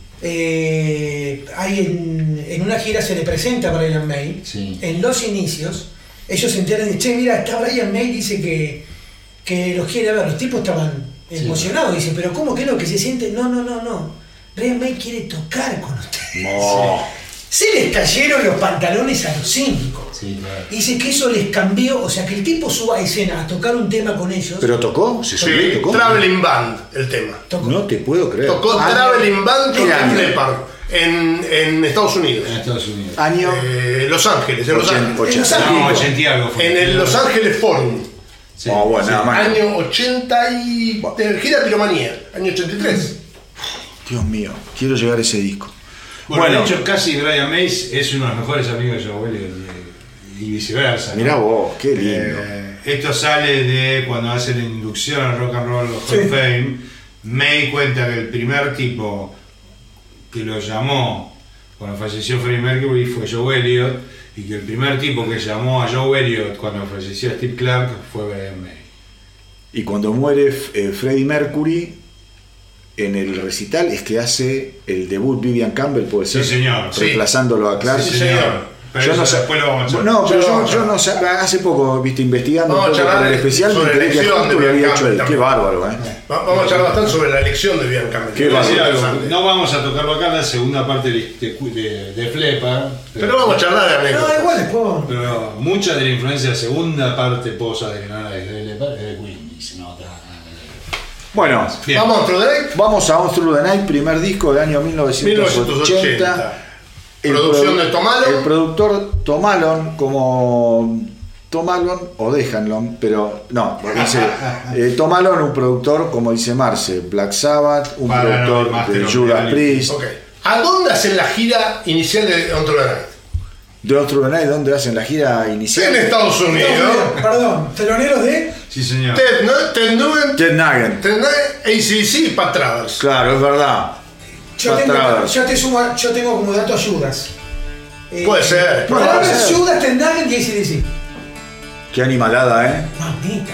eh, hay en, en una gira se le presenta a Brian May, Sí. en los inicios, ellos se enteran de, che, mira, está Brian May, dice que, que los quiere ver, los tipos estaban Sí. emocionados, dicen, pero ¿cómo que es lo que se siente? No, no, no, no, Brian May quiere tocar con ustedes. No. Se les cayeron los pantalones a los cinco. Sí, claro. Y dice que eso les cambió, o sea, que el tipo suba a escena a tocar un tema con ellos. ¿Pero tocó? ¿Se subió y Sí, tocó? Traveling Band, el tema. tocó. No te puedo creer. Tocó Año- Traveling Band con ¿Qué año? Def Leppard en, en Estados Unidos. En Estados Unidos. Año Eh, Los Ángeles, en Los ochenta, Ángeles. En Los ochenta. No, Ángeles. ochenta y algo fue. En el Los Ángeles Forum. Sí, Oh, bueno, sí. nada más. Año ochenta y... de gira Piromanía, año ochenta y tres. Dios mío, quiero llegar a ese disco. Bueno, Bueno. de hecho, casi Brian Mays es uno de los mejores amigos de Joe Elliott y, y viceversa. ¿no? Mirá vos, qué lindo. Eh, esto sale de cuando hace la inducción al Rock and Roll Hall Sí. of Fame. May cuenta que el primer tipo que lo llamó cuando falleció Freddie Mercury fue Joe Elliott, y que el primer tipo que llamó a Joe Elliott cuando falleció Steve Clark fue Brian May. Y cuando muere eh, Freddie Mercury, en el recital es que hace el debut Vivian Campbell, puede Sí, ser. señor. Sí. Reemplazándolo a Clark. Sí, señor. Pero Yo eso no sé- después lo vamos a hacer. No, pero Ya lo yo, vamos a yo ver. no sé, hace poco, viste, investigando Vamos un a poco charlar por el especial, me sobre enteré que elección justo de lo había Bian hecho él. Campbell Qué también. bárbaro, ¿eh? Va- Vamos a charlar bastante sobre la elección de Bian Campbell. Qué Quiero decir bárbaro. algo, Interesante. no vamos a tocar acá la segunda parte de, de, de, de Flepa, Pero vamos a charlar de No, anécdotas. igual después. pero mucha de la influencia de la segunda parte posa de Granada de Flepa es de Queen, y se nota. Bueno, Bien. Vamos a Through the Night. vamos a On Through the Night, primer disco del año mil novecientos ochenta. mil novecientos ochenta. El Producción produ- de Tom Allon. El productor Tom Allon, como Tom Allon o déjanlo, pero no, porque dice eh, Tom Allon, un productor, como dice Marce, Black Sabbath, un Para, no, productor Master de of Judas Reality. Priest. Ok. ¿A dónde hacen la gira inicial de On Through the Night? De On Through the Night, ¿dónde hacen la gira inicial? En Estados Unidos. Perdón, teloneros de. Sí, señor. Ted, ¿no? Ted Nugent, Ted Nugent. Ted Nugent, A C D C y Pat Travers. Claro, es verdad. Yo Pat tengo, Travers. yo, te sumo, yo tengo como dato Judas. Eh, Puede ser. Puede Travers, ser. Judas, Ted Nugent y A C D C. Qué animalada, ¿eh? Mamita.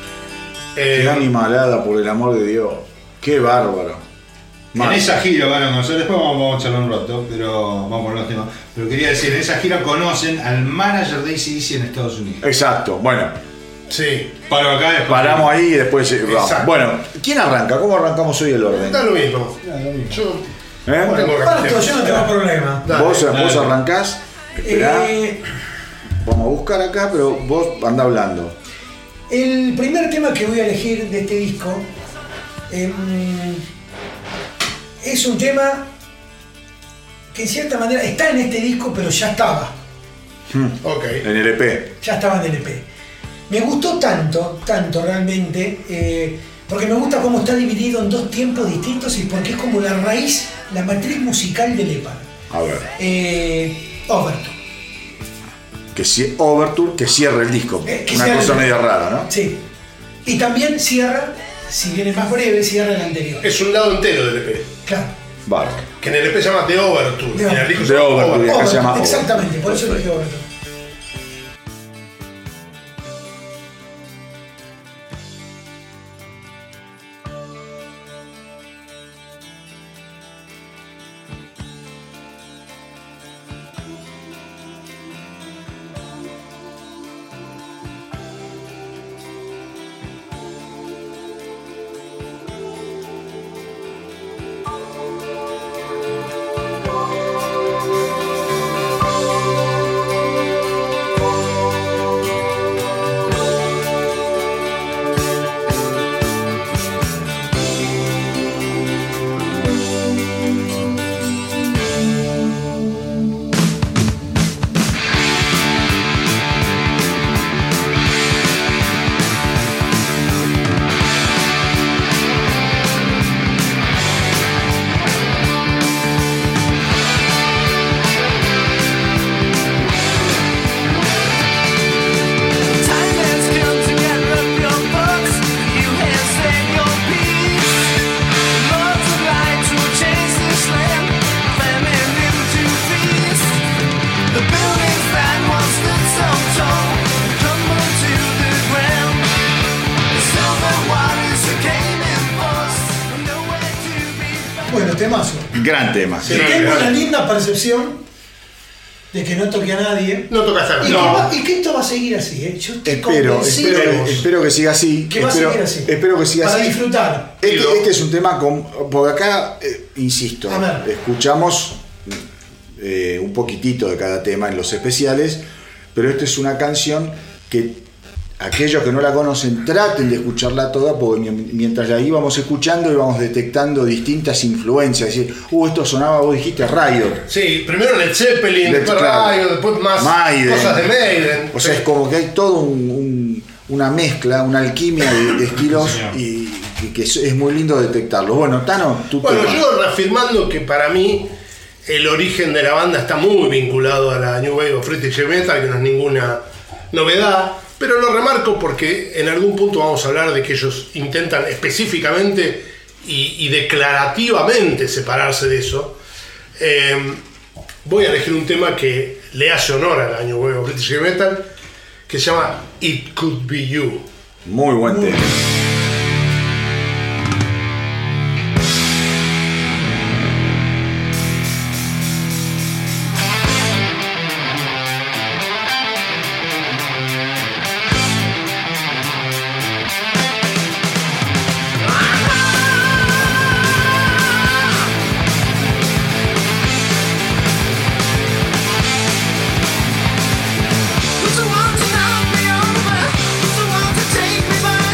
Eh, Qué animalada, por el amor de Dios. Qué bárbaro. En Mal. esa gira van a conocer, después vamos, vamos a charlar un rato, pero vamos a poner los temas. Pero quería decir, en esa gira conocen al manager de A C D C en Estados Unidos. Exacto, bueno, sí. Paro acá, después. paramos ahí y después eh, vamos. Exacto. Bueno, ¿quién arranca? ¿Cómo arrancamos hoy el orden? Da lo mismo. Yo ¿Eh? no tengo Parto, respeto. yo no tengo problema. Dale, Vos, dale. vos arrancás, esperá, Eh, vamos a buscar acá, pero vos anda hablando. el primer tema que voy a elegir de este disco em, es un tema que en cierta manera está en este disco, pero ya estaba. Ok. En el E P. Ya estaba en el E P. Me gustó tanto, tanto realmente, eh, porque me gusta cómo está dividido en dos tiempos distintos y porque es como la raíz, la matriz musical del E P A. A ver. Eh, Overture. Que cie- Overture, que cierra el disco. Eh, que Una cierra cosa el- media rara, ¿no? Sí. Y también cierra, si bien es más breve, cierra el anterior. Es un lado entero del E P. Claro. Bárbaro. Que en el E P se llama The Overture. The En el disco The se llama Overture. Overture. acá se llama Overture, exactamente, por eso Perfecto. elegí Overture. Thank temazo. Gran tema. Sí. Tengo una linda percepción de que no toque a nadie. No toca estar. Y, No. que va- y que esto va a seguir así, ¿eh? Yo estoy Espero, convencido espero, espero que siga así. que va espero, a seguir así. espero que siga para así. disfrutar. Este, Digo- este es un tema con. Porque acá, eh, insisto, A ver. escuchamos eh, un poquitito de cada tema en los especiales, pero esta es una canción que aquellos que no la conocen traten de escucharla toda, porque mi- mientras la íbamos escuchando íbamos detectando distintas influencias. Es decir, uh, esto sonaba, vos dijiste Riot. Sí, primero Led Zeppelin, Led- después claro. Rayo, después más Maiden. cosas de Maiden. O sea, Sí. es como que hay todo un, un- una mezcla, una alquimia de, de estilos Sí, señor. y, y que es, es muy lindo detectarlo. Bueno, Tano, tú Bueno, te- yo reafirmando que para mí el origen de la banda está muy vinculado a la New Wave of British Metal, que no es ninguna novedad, pero lo remarco porque en algún punto vamos a hablar de que ellos intentan específicamente y, y declarativamente separarse de eso. Eh, voy a elegir un tema que le hace honor a la New Wave of British Metal, que se llama It Could Be You. muy buen tema. Who's the one to knock me over? Who's the one to take me by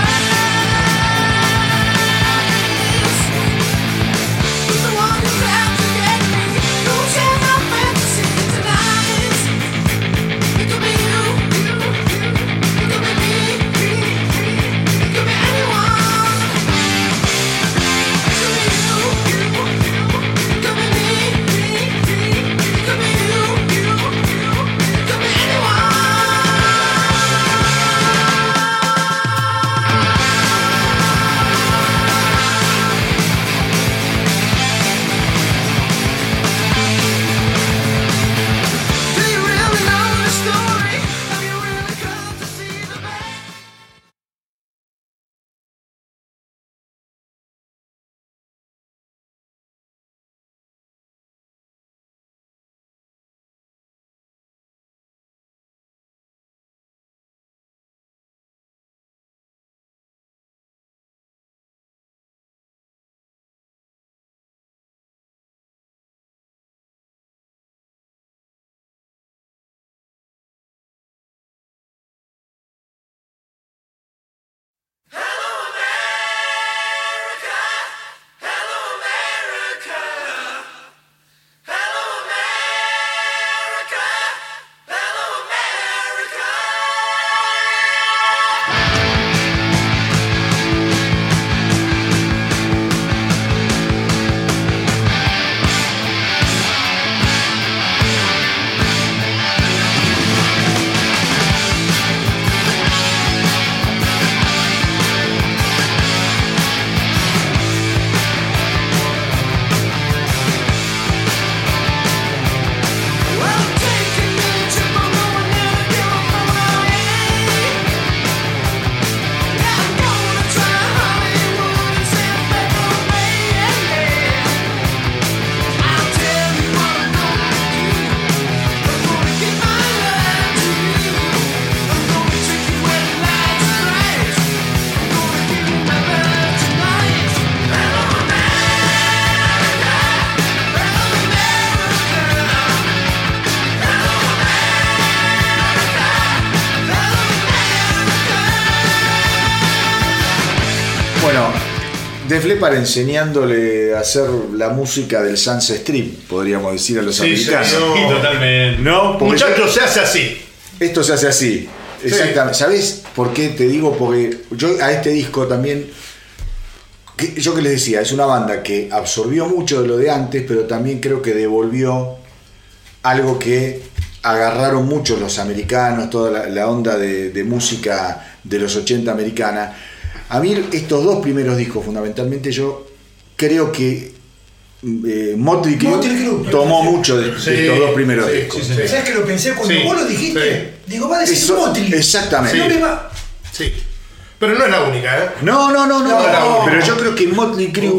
surprise? Who's the one who's out to get me? Who shares our fantasy tonight? It could be you, you, you. It could be me, me, me. It could be anyone. It could be you, you, you. It could be me, me, me. It could be you, you, you. It could be anyone. Do you really know the story? Have you really come to see the best? Hello America, hello America, hello America, hello America. Well, I'm taking a trip, I'm going down to California. Yeah, I'm gonna try Hollywood and San Francisco. I'll tell you what I'm gonna do. I'm gonna give my love to you. I'm gonna take you where the lights are bright. I'm gonna give you my love tonight. Hello America, hello America. Bueno, Def Leppard enseñándole a hacer la música del Sunset Strip, podríamos decir a los Sí, americanos. señor. Sí, totalmente. No, porque Muchachos, se hace así. esto se hace así. Exactamente. ¿Sabés por qué te digo? Porque yo a este disco también, que- yo que les decía, es una banda que absorbió mucho de lo de antes, pero también creo que devolvió algo que agarraron mucho los americanos, toda la, la onda de, de música de los ochenta americana. A mí estos dos primeros discos, fundamentalmente, yo creo que eh, Motley Crue Motley Crue, tomó sí. mucho de, de Sí, estos dos primeros sí, discos. sí, sí. ¿Sabes que lo pensé cuando Sí, vos lo dijiste? sí. Digo, va a decir Eso- Motley. exactamente. No me va. Sí. Pero no es la única, ¿eh? No, no, no, no, No, no, no. pero yo creo que Motley Crue,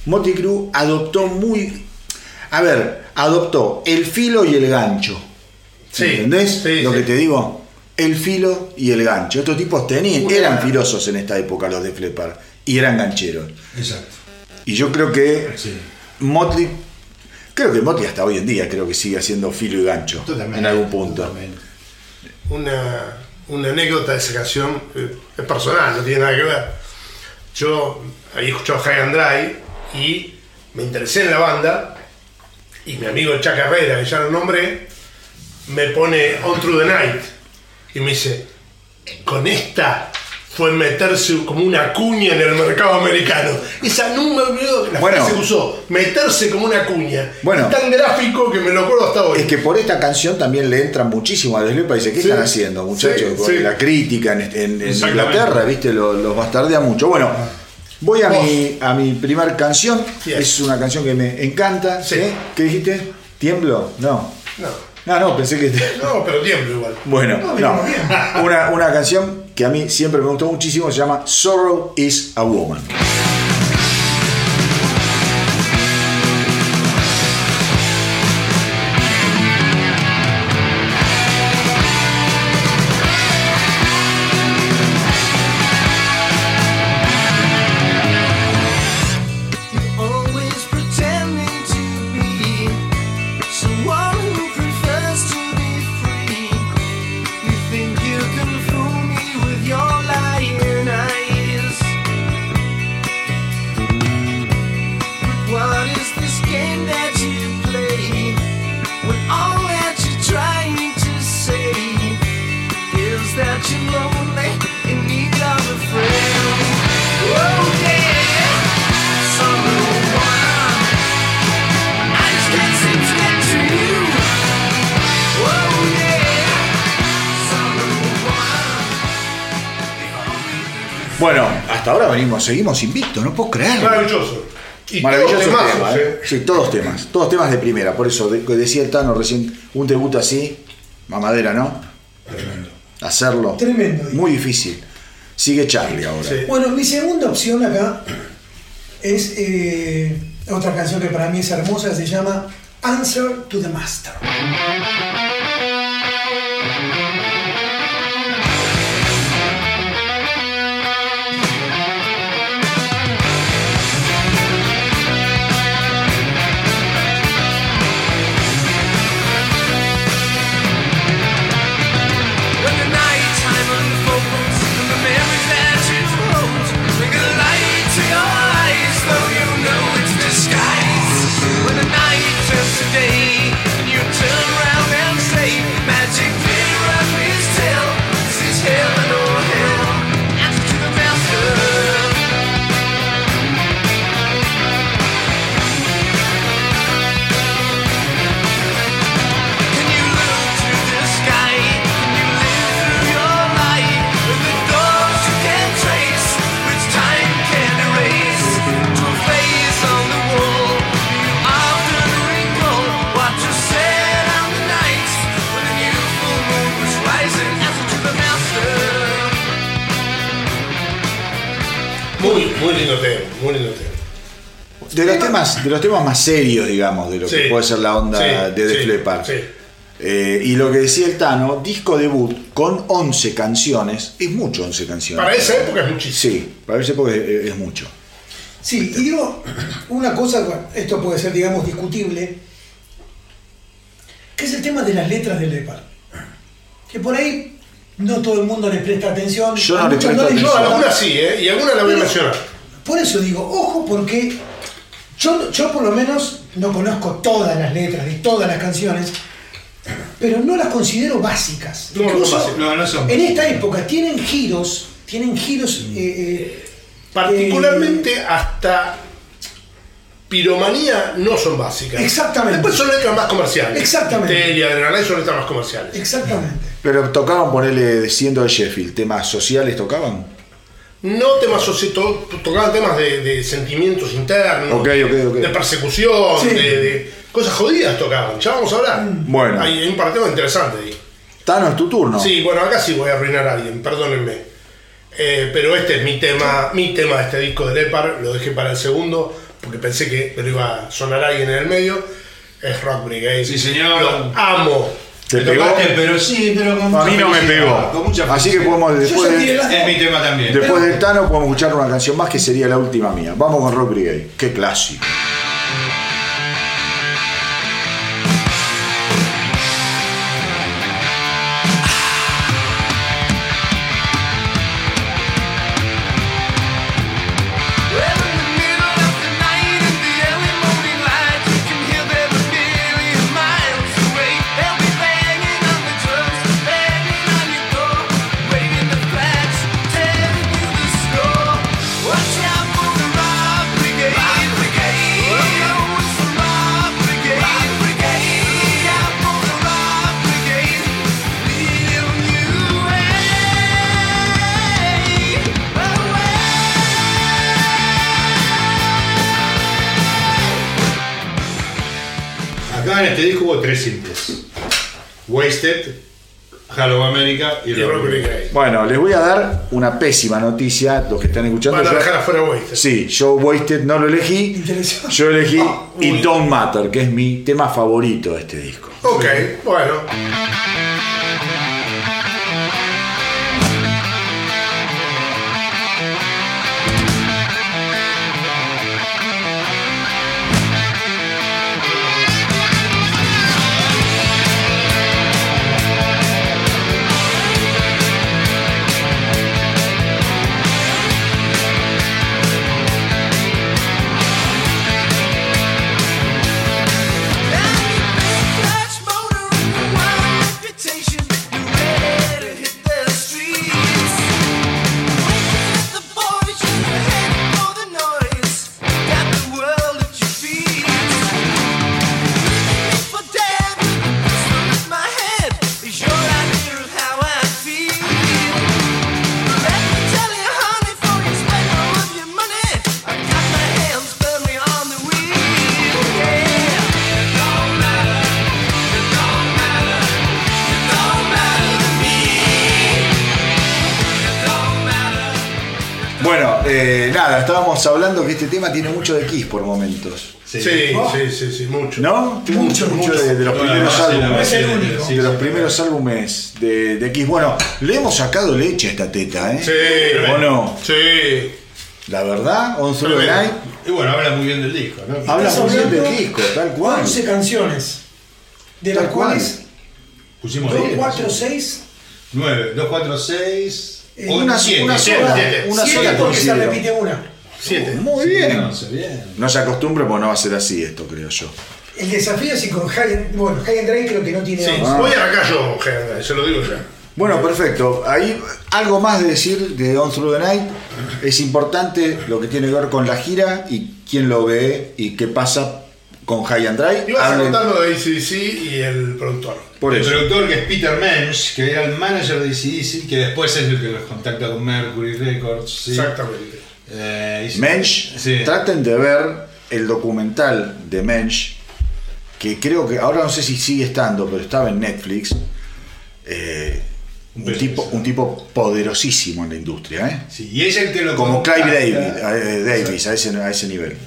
Motley Crue adoptó muy... A ver, adoptó el filo y el gancho. Sí, ¿Entendés sí, lo sí. que te digo? El filo y el gancho. Estos tipos tenían, Una- eran filosos en esta época los de Def Leppard y eran gancheros. Exacto. Y yo creo que Sí. Motley, creo que Motley hasta hoy en día creo que sigue haciendo filo y gancho Totalmente, en algún punto. totalmente. Una, una anécdota de esa canción eh, es personal, no tiene nada que ver. Yo había escuchado High and Dry y me interesé en la banda y mi amigo Chuck Herrera, que ya lo nombré, me pone On Through the Night y me dice, con esta fue meterse como una cuña en el mercado americano. Esa no me olvidó la Bueno. frase que usó, meterse como una cuña. Bueno. Es tan gráfico que me lo acuerdo hasta hoy. Es que por esta canción también le entra muchísimo a Def Leppard y dice, ¿qué Sí. están haciendo, muchachos? Sí, Con sí. la crítica en, en- en Exactamente. Inglaterra, ¿viste? Los, los bastardea mucho. Bueno, voy a mi, a mi primer canción. Bien. Es una canción que me encanta. Sí. ¿eh? ¿Qué dijiste? ¿Tiemblo? No. No, No, no, pensé que... no, pero tiemblo igual. Bueno, No, no. bien. Una, una canción que a mí siempre me gustó muchísimo, se llama Sorrow is a Woman. Always pretending to be someone who prefers to be free. You think you can fool me with your lying eyes. What is this game that you play? When all that you're trying to say is that you're lonely in need of a friend. Oh yeah. Bueno, hasta ahora venimos, seguimos invictos, no puedo creer. Maravilloso. Y Maravilloso todos temazos, tema, ¿eh? ¿eh? Sí, todos temas, todos temas de primera. Por eso de- decía el Tano recién, un debut así, mamadera, ¿no? Hacerlo. Tremendo. Muy difícil. Sigue Charlie ahora. Sí. Bueno, mi segunda opción acá es eh, otra canción que para mí es hermosa, se llama Answer to the Master. When the nighttime unfolds and the memories that you hold bring a light to your eyes, though you know it's disguise. When the night turns to day and you turn around and say, magic figure up his tail. This is heaven or hell. Answer to the master. Can you look to the sky? Can you live through your life with the doors you can't trace, which time can erase? To a face on the wall, you often recall what you said on the night when the new full moon was rising. Answer to the master. Muy, muy lindo tema, muy lindo tema. De los temas, de los temas más serios, digamos, de lo que Sí. puede ser la onda Sí, de Def sí, Leppard. sí. Eh, y lo que decía el Tano, disco debut con once canciones, es mucho once canciones. Para esa época es muchísimo. Sí, para esa época es, es mucho. Sí, y digo, una cosa, bueno, esto puede ser, digamos, discutible, que es el tema de las letras del Leppard. Que por ahí no todo el mundo le presta atención. Yo a no le muchos presto les No, atención. importa. algunas sí, ¿eh? Y algunas la voy a Pero- mencionar. Por eso digo, ojo, porque yo, yo por lo menos no conozco todas las letras de todas las canciones, pero no las considero básicas. No, no son Incluso básicas. No, no son en básicas. esta época tienen giros, tienen giros. eh, eh, Particularmente hasta Piromanía no son básicas. Exactamente. Después son letras más comerciales. Exactamente. Telia, Adrenalina son letras más comerciales. exactamente. Pero tocaban, ponerle siendo de Sheffield, temas sociales tocaban. No temas soci- to- tocaban temas de, de sentimientos internos, Ok, ok, ok. de persecución, Sí. de, de cosas jodidas tocaban. Ya vamos a hablar. Bueno. Hay, hay un par de temas interesantes ahí. Tano, es tu turno. Sí, bueno, acá sí voy a arruinar a alguien, perdónenme. Eh, pero este es mi tema, mi tema de este disco de Leppard, lo dejé para el segundo, porque pensé que pero iba a sonar alguien en el medio, es Rock Brigade. Sí, señor. Lo amo. ¿Te Me pegó? tocaste, pero sí, pero con A mucha mí no me felicidad, pegó. Con mucha Así que felicidad. podemos, después, sentí de- el- Es mi tema también. después del Tano, podemos escuchar una canción más que sería la última mía. Vamos con Rock Brigade. Qué clásico. Well, in the middle of the night, in the early morning light, you can hear them a million miles away. They'll be banging on the drums, banging on your door, waving the flags, telling you the score. Watch out for the Rock Brigade. Rock Brigade. Oh, no, it's the Rock Brigade. Rock Brigade. Look out for the Rock Brigade, leading you away, away. Acá en este disco hubo tres singles: Wasted, Hello America y Y Rock Rock Brigade. Brigade. Bueno, les voy a dar una pésima noticia, los que están escuchando. Van a Yo- dejar afuera Wasted. Sí, yo Wasted no lo elegí. Interesante. Yo elegí Ah, It uy. Don't Matter, que es mi tema favorito de este disco. Ok, bueno. Clutch motor and a wild reputation. You ready to hit the streets? Waking up the boys, you're heading for the noise. Got the world at your feet. Leaving me for dead with a pistol in my head is your idea of how I feel. Let me tell you, honey, before you spend all of your money, I got my hands firmly on the wheel. Yeah. It don't matter. It don't matter. It don't matter to me. It don't matter. Bueno, eh, nada, estábamos hablando que este tema tiene mucho de Kiss por momentos. Sí, sí, sí, sí, mucho. ¿No? Tiene Mucho, mucho, mucho. de, de los Bueno, primeros la base, la álbumes. base Es el de- único. sí, de los sí, primeros álbumes de, de Kiss. Bueno, le hemos sacado leche a esta teta, ¿eh? Sí. ¿O no? Sí. La verdad, On Through the Tremendo. Night Y bueno, habla muy bien del disco, ¿no? habla Estás muy bien hablando del disco, tal cual. once canciones, de Tal las cual. cuales Pusimos dos, diez, cuatro, ¿sí? seis, nueve, dos, cuatro, seis, Eh, Una, siete, una siete, sola, siete. una siete sola porque se considero. repite una. Siete. Muy Sí, bien. no, se bien. No se acostumbre porque no va a ser así esto, creo yo. El desafío es si con High, bueno, High and Dry creo que no tiene Sí, once. voy a arrancar yo, Gerda, se lo digo ya. Bueno, perfecto. Ahí algo más de decir de On Through the Night. Es importante lo que tiene que ver con la gira y quién lo ve y qué pasa con High and Dry. Ibas a Hablen- contar lo de A C D C y el productor. por el eso. productor, que es Peter Mensch, que era el manager de A C D C, que después es el que los contacta con Mercury Records. ¿sí? Exactamente. Eh, y- Mensch, Sí. traten de ver el documental de Mensch, que creo que ahora no sé si sigue estando, pero estaba en Netflix. Eh, un, beso, tipo, sí. un tipo poderosísimo en la industria, ¿eh? Sí, y es el que lo Como contacta Clive David, eh, Davis, a ese, a ese nivel.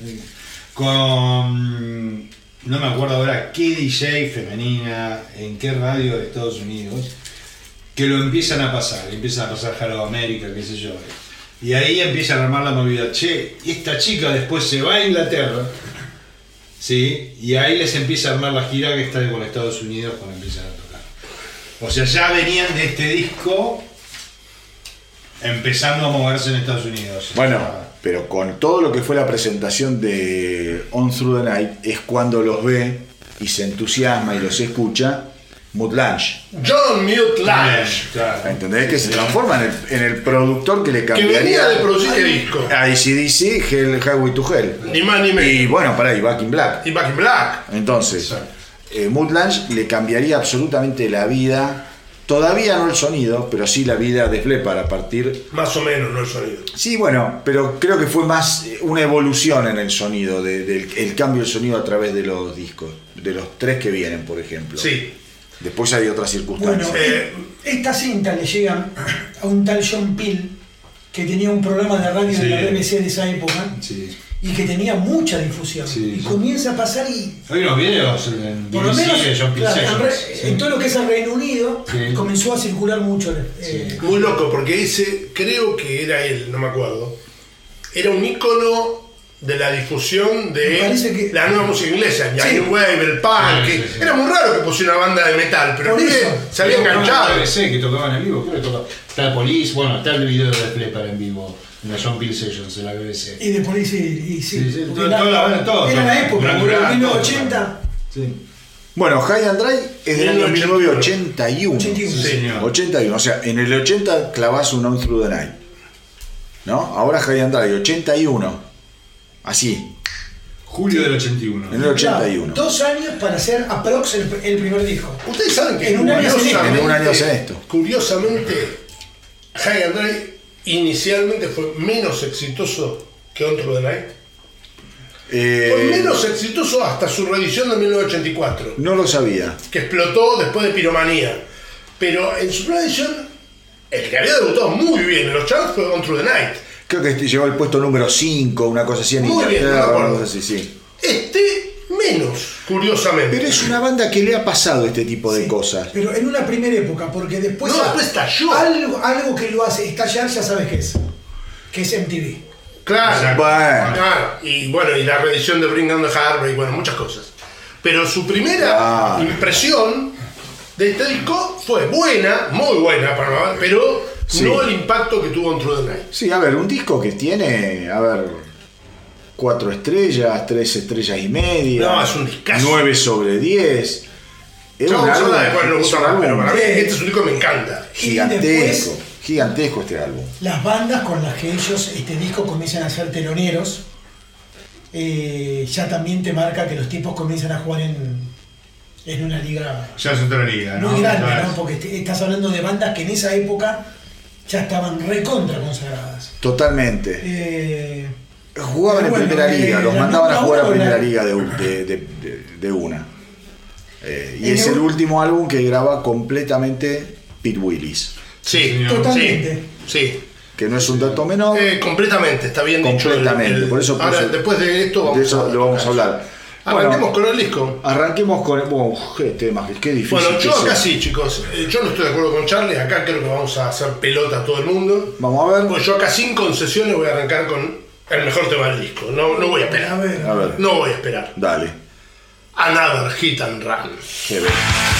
con, no me acuerdo ahora qué D J femenina, en qué radio de Estados Unidos, que lo empiezan a pasar, empiezan a pasar Hello America, qué sé yo. Y ahí empiezan a armar la movida. Che, y esta chica después se va a Inglaterra, ¿sí? Y ahí les empieza a armar la gira que está con Estados Unidos cuando empiezan a tocar. O sea, ya venían de este disco empezando a moverse en Estados Unidos. Bueno, pero con todo lo que fue la presentación de On Through the Night, es cuando los ve y se entusiasma y los escucha Mutt Lange. John Mute Lange, Claro. ¿Entendés? Que se transforma en el, en el productor que le que cambiaría venía de producir este disco. a A C D C, Hell, Highway to Hell. Ni más ni menos. Y bueno, pará, y Back in Black. Y Back in Black. Entonces, Exacto. eh, Mutt Lange le cambiaría absolutamente la vida, todavía no el sonido, pero sí la vida de Flepar a partir... Más o menos, no el sonido. Sí, bueno, pero creo que fue más una evolución en el sonido, de- del el cambio del sonido a través de los discos, de los tres que vienen, por ejemplo. Sí. Después hay otras circunstancias. Bueno, Eh, esta cinta le llega a un tal John Peel que tenía un programa de radio Sí. de la B B C de esa época Sí. y que tenía mucha difusión. Sí, y sí. comienza a pasar y Hay unos videos en por lo B B C menos de John claro, en, Sessions. re- Sí. en todo lo que es el Reino Unido Sí. comenzó a circular mucho. eh, Muy loco, porque ese, creo que era él, no me acuerdo. Era un ícono de la difusión Me de parece que- la nueva música inglesa, el Sí. New Wave, el punk. Ah, que sí, sí. Era muy raro que pusiera una banda de metal, pero Por el pibe eso. se había Tocaban en enganchado. la B B C que tocaban en vivo, creo que toca. Está el Police, bueno, está el video de Flepper en vivo, en la John Peel Sessions en la B B C. y de Police y, y sí, Sí, sí, porque todo- la- toda la banda, todo, era todo. la época, Gran boludo, Duran, mil todo, novecientos ochenta. Sí. Bueno, High and Dry es del año mil novecientos ochenta y uno. ochenta y uno. Sí, señor. ochenta y uno, o sea, en el ochenta clavás un On Through the Night. ¿No? Ahora High and Dry, ochenta y uno. Así, Julio del ochenta y uno. en el ochenta y uno. Claro, dos años para hacer aprox el, el primer disco. Ustedes saben que En un año hacen esto. curiosamente- En un año hacen esto. Curiosamente, High and Dry inicialmente fue menos exitoso que On Through the Night. Eh, Fue menos exitoso hasta su reedición de mil novecientos ochenta y cuatro, no lo sabía. que explotó después de Piromanía. Pero en su primera edición, el que había debutado muy bien en los charts fue On Through the Night. Creo que llegó al puesto número cinco, una cosa así en Muy bien, Inglaterra, no me una acuerdo. cosa así, sí. Este, menos, curiosamente. Pero es una banda que le ha pasado este tipo de Sí, cosas. Pero en una primera época, porque después. No, después estalló. Algo, algo que lo hace estallar, ya sabes qué es. Que es M T V. Claro. Exacto. Bueno. Claro, y bueno, y la reedición de Bring Down the Heartbreak, bueno, muchas cosas. Pero su primera Claro. impresión de este disco fue buena, muy buena, para pero Sí. no el impacto que tuvo en Through the Night. Sí, a ver, un disco que tiene, a ver, cuatro estrellas, tres estrellas y media. No, es un discazo. nueve sobre diez. Es Ya un vamos a álbum, hablar de cuál nos es gusta un más, pero álbum para mí Sí. este es un disco que me encanta. gigantesco. Y después- Gigantesco este álbum. Las bandas con las que ellos, este disco, comienzan a ser teloneros, eh, ya también te marca que los tipos comienzan a jugar en, en una liga Ya es otra liga, ¿no? muy grande, Ya ¿no? es- Porque te- estás hablando de bandas que en esa época ya estaban recontra consagradas. Totalmente. Eh, Jugaban en bueno, primera eh, liga, los la mandaban a número jugar a uno, primera la- liga de, de, de- de- de una. Eh, y En es el- el último álbum que graba completamente Pete Willis, Sí, señor. Totalmente. sí, sí. que no es un dato menor. Eh, completamente, está bien dicho. el- Completamente, el- por eso ahora, puse- después de esto, vamos de eso a, lo vamos a hablar. Arranquemos Bueno, con el disco. arranquemos con el. Bueno, qué tema, qué difícil. Bueno, que yo es acá esto. sí, chicos. Eh, Yo no estoy de acuerdo con Charlie. Acá creo que vamos a hacer pelota a todo el mundo. Vamos a ver. Pues yo acá sin concesiones voy a arrancar con el mejor tema del disco. No, no voy a a esperar. ver, A ver, No voy a esperar. dale. Another Hit and Run. Qué bien.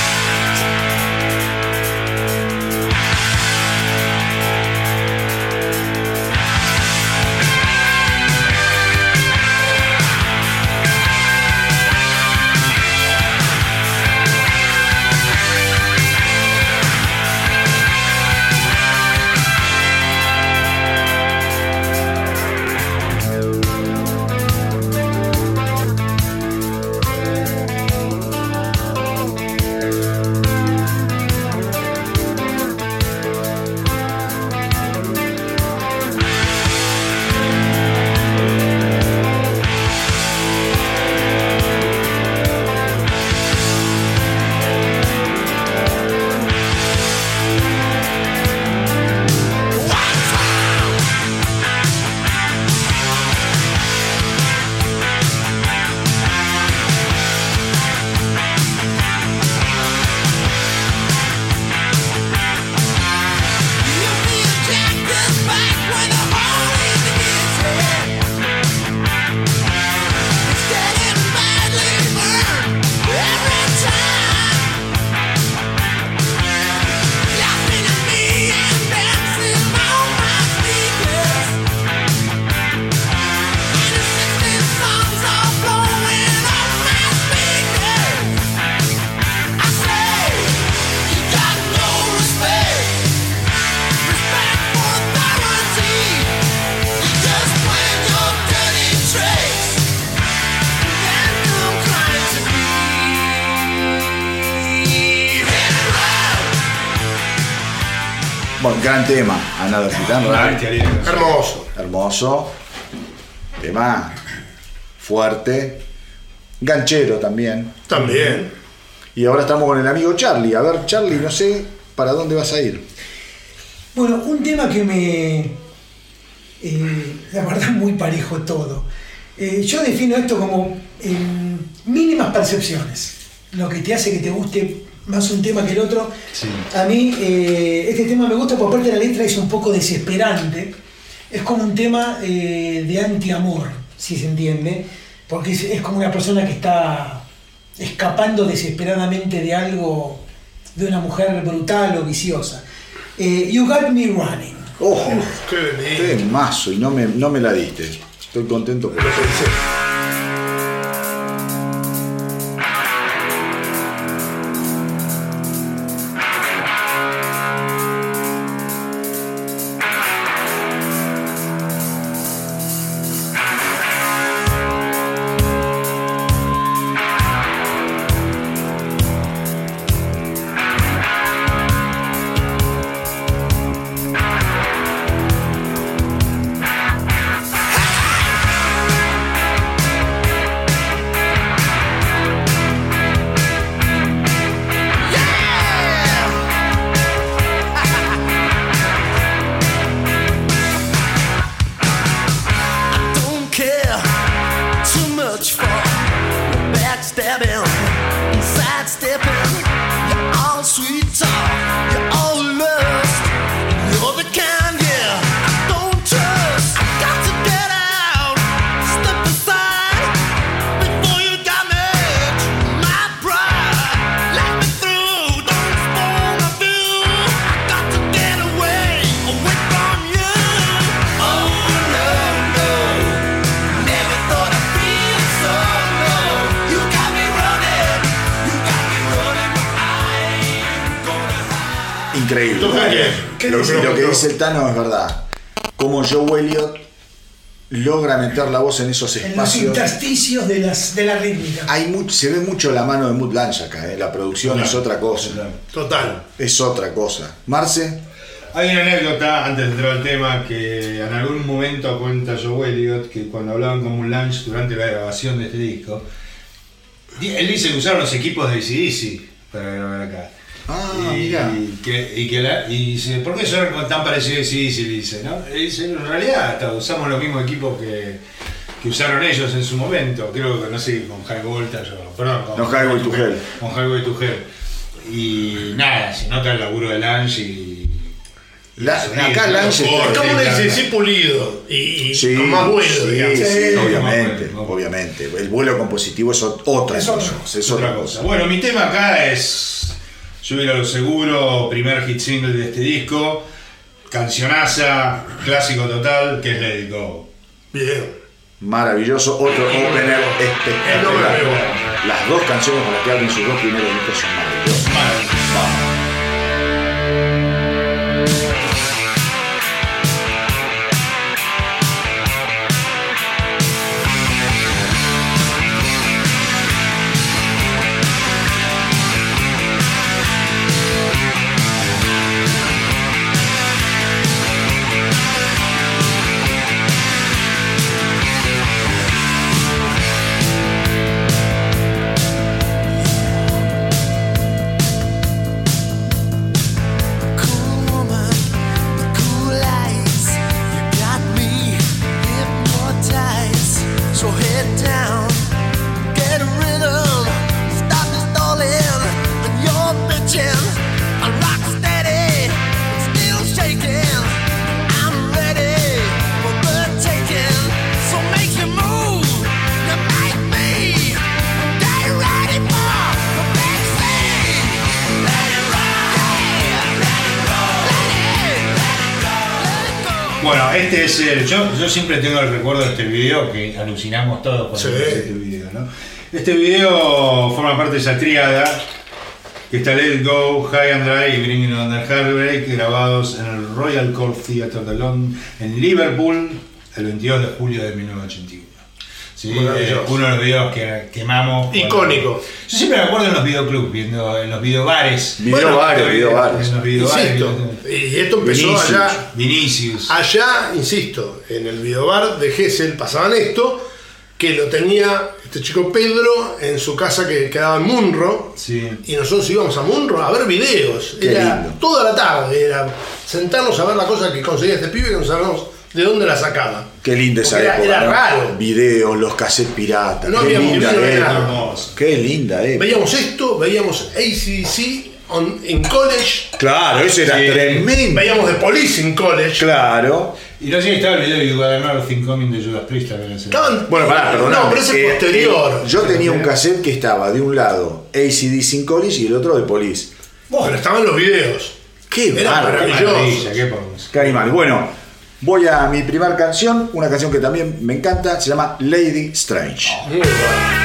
Bueno, gran tema, Another Hit and Una Run. bestia libre. Hermoso. Hermoso. Tema fuerte. Ganchero también. También. Y ahora estamos con el amigo Charlie. A ver, Charlie, no sé para dónde vas a ir. Bueno, un tema que me. eh, la verdad, muy parejo todo. Eh, yo defino esto como eh, mínimas percepciones. Lo que te hace que te guste más un tema que el otro. Sí. A mí eh, este tema me gusta porque aparte la letra es un poco desesperante. Es como un tema eh, de anti-amor, si se entiende. Porque es, es como una persona que está escapando desesperadamente de algo, de una mujer brutal o viciosa. Eh, You Got Me Running. Ojo, Qué qué lindo. mazo y no me, no me la diste. Estoy contento por Lo eso. pensé. Don't care too much for backstabbing, sidestepping. You're all sweet talk, you're all lust. You're the kind, yeah, I don't trust. I got to get out, step aside before you damage my pride. Let me through, don't spoil my view. I got to get away, away from you. Oh no, no, never thought I'd feel so low. You got me running, you got me running, but I ain't gonna hide. Increíble. ¿Tú qué? ¿Qué Lo, dice? lo que dice el Tano es verdad. Como Joe Elliott logra meter la voz en esos En los espacios. intersticios de, las, de la rítmica. Hay mucho, se ve mucho la mano de Mutt Lange acá, ¿eh? La producción Claro, es otra cosa. claro. Total. Es otra cosa. Marce, Hay una anécdota, antes de entrar al tema, que en algún momento cuenta Joe Elliott que cuando hablaban con Mutt Lange durante la grabación de este disco, di- él dice que usaron los equipos de A C D C para grabar acá. Ah, y, mirá. y que, y que la, y dice, ¿por qué son tan parecidos a A C D C? Le dice, ¿no? Y dice, en realidad hasta usamos los mismos equipos que, que usaron ellos en su momento, creo que no sé, con High Voltage o perdón, con No, Highway to Hell. Con Highway to Hell. Y nada, se nota el laburo de Lange y la- Sí, acá sí, Lange sí, Es está- como un claro. A C D C pulido y, y Sí, con más vuelo, sí, digamos. sí, Sí, obviamente, vamos, vamos. obviamente. El vuelo compositivo es ot- otra Es cosa. otra Es es otra otra cosa. cosa. Bueno, mi tema acá es Subir a lo seguro, primer hit single de este disco, cancionaza, clásico total, que es Let It Go. Bien. Maravilloso, otro opener El espectacular. nombre es bueno. Las dos canciones con las que abren sus dos primeros discos son maravillosas. Maravilloso. Bueno, este es el. Yo, yo siempre tengo el recuerdo de este video que alucinamos todos cuando Sí. vimos este video, ¿no? Este video forma parte de esa tríada que está Let It Go, High and Dry y Bringing On the Heartbreak, grabados en el Royal Court Theatre de Londres, en Liverpool, el veintidós de julio de mil novecientos ochenta y uno. ¿Sí? Maravilloso. Eh, uno de los videos que quemamos. Icónico. Bueno, yo siempre me acuerdo en los videoclubs, viendo en los videobares. Video bares, video bares. En los videobares. Insisto, y esto empezó Vinicius. allá. Vinicius. Allá, insisto, en el videobar de Gesell pasaban esto, que lo tenía este chico Pedro en su casa que quedaba en Munro. Sí. Y nosotros íbamos a Munro a ver videos. Qué Era lindo. toda la tarde, era sentarnos a ver la cosa que conseguía este pibe, que nos sacamos de dónde la sacaba. Qué linda esa Porque era- época. era ¿no? raro. Videos, los cassettes piratas. No Qué había linda video, época. nada. Hermoso. Qué linda época. Veíamos esto, veíamos A C D C on- en college, Claro, eso era Sí. tremendo. veíamos The Police en college. Claro. Y no sé si estaba el video de You Gotta Know Thing Coming de Judas Priest también. ese. Estaban- Bueno, pará, perdón. No, pero ese es posterior. yo tenía un cassette que estaba de un lado A C D C College y el otro de Police. Pero estaban los videos. Qué Era bárbaro. Qué maravilloso. maravilla, qué podemos. Qué animal. Bueno, voy a mi primera canción, una canción que también me encanta, se llama Lady Strange. Muy bueno.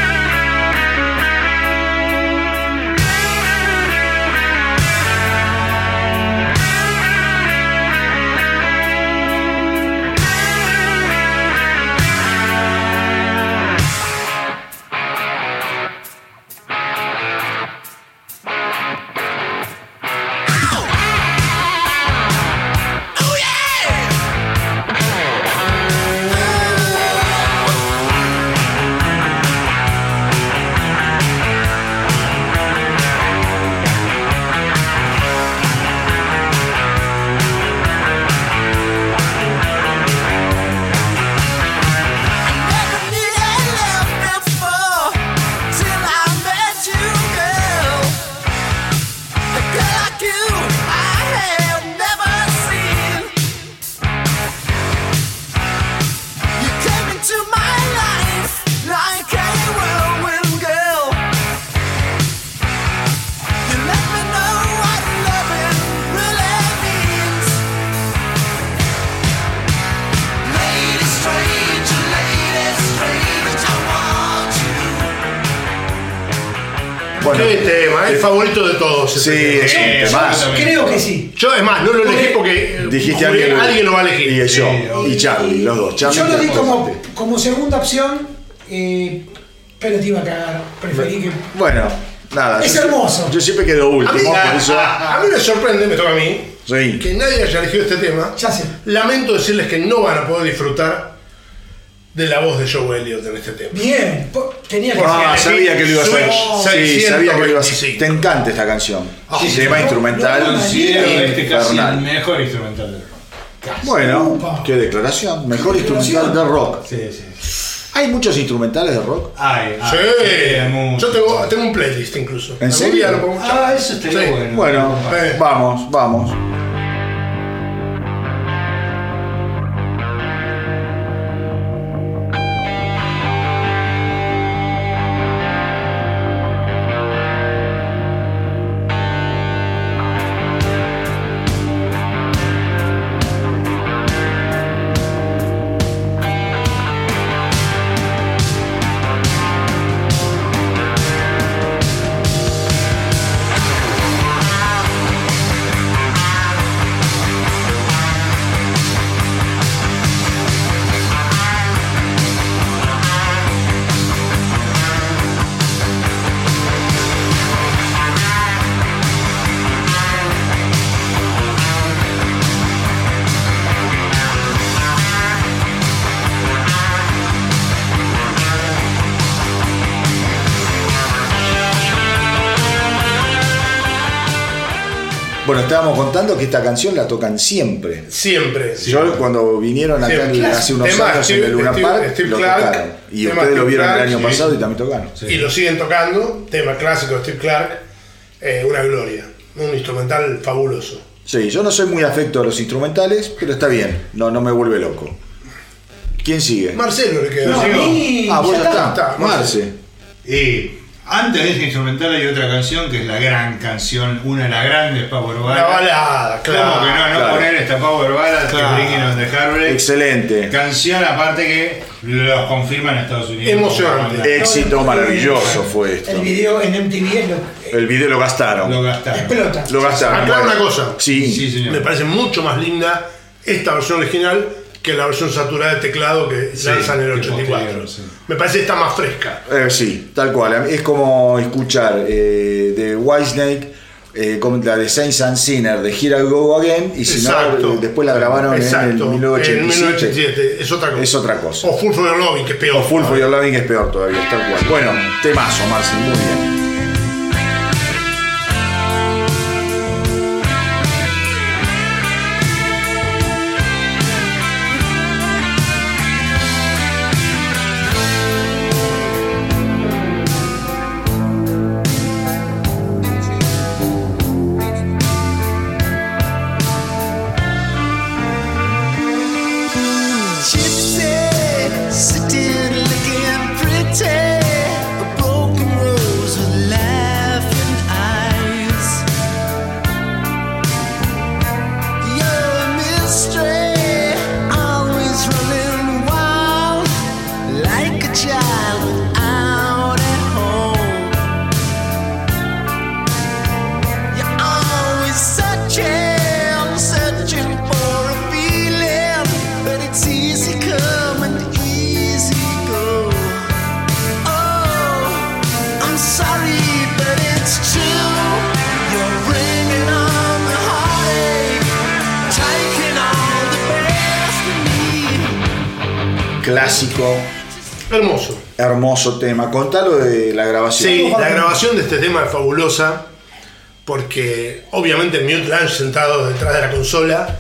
Bueno, Qué tema, el favorito de todos. sí, ese es tema. un Eh, temazo. absolutamente. Creo que sí. Yo, es más, no lo elegí porque Dijiste juré, alguien, alguien lo va a elegir. Y yo, Sí, y Charlie, los dos. Charlie Yo lo di y como, José. como segunda opción, eh, pero te iba a cagar. Preferí que. Bueno, nada. Es yo- hermoso. Yo siempre quedo A mí, último, por eso. a mí me sorprende, me toca a mí, Sí. que nadie haya elegido este tema. Ya sé. Lamento decirles que no van a poder disfrutar de la voz de Joe Elliott en este tema. Bien, po- tenía que Ah, ser. sabía que lo iba a hacer. Sí, sabía que lo iba a hacer. seiscientos veinticinco. Te encanta esta canción. Sí, sí, Tema no, instrumental. no, no, Considero este casi infernal. el mejor instrumental del rock. Casi. Bueno, Upa. qué declaración. Mejor Qué instrumental declaración. de rock. Sí, sí. ¿Hay muchos instrumentales de rock? Ay, ah, Sí, sí, mucho. yo tengo, tengo un playlist incluso. ¿En Algún serio? día lo podemos Ah, escuchar. eso estaría Sí. bueno. Bueno, Eh. vamos, vamos. Bueno, estábamos contando que esta canción la tocan siempre. Siempre. Yo cuando vinieron acá Siempre. el- hace unos Tema años en Steve- el Luna Steve- Park, Steve lo Clark, tocaron. Y tema ustedes lo Steve vieron el Clark, año sí. pasado y también tocaron. Sí. Y lo siguen tocando. Tema clásico de Steve Clark. eh, una gloria. Un instrumental fabuloso. Sí, yo no soy muy afecto a los instrumentales, pero está bien, no, no me vuelve loco. ¿Quién sigue? Marcelo le quedó. No, a ¿sí? mí, Ah, vos ya está. está, Marce. Y antes de este instrumental hay otra canción que es la gran canción, una de las grandes Power La Ballads. balada, ¿Cómo claro. que no? No claro. poner esta Power Ballad Claro. que Bringing on the Heartbreak. Excelente. Canción aparte que los confirma en Estados Unidos. Emocionante. Éxito maravilloso fue esto. El video en M T V es lo, El video lo gastaron. Lo gastaron. explota. Lo gastaron. Aclaro Bueno, una cosa. Sí. Sí, señor. Me parece mucho más linda esta versión original que la versión saturada de teclado que Sí, lanzan en el que ochenta y cuatro. posterior, sí. Me parece esta más fresca. Eh, sí, tal cual. Es como escuchar eh, de Whitesnake, eh, como la de Saints and Sinners, de Here I Go Again, y si Exacto. no, eh, después la grabaron Exacto. en el mil novecientos En ochenta y siete. mil novecientos ochenta y siete. Es otra cosa. Es otra cosa. O Full for Your Loving, que es peor. O Full for Your Loving es peor todavía, tal cual. Bueno, temazo, Marcel, muy bien. Thank clásico, Hermoso. hermoso tema. Contalo de la grabación. Sí, la grabación de este tema es fabulosa porque obviamente Mutt Lange sentado detrás de la consola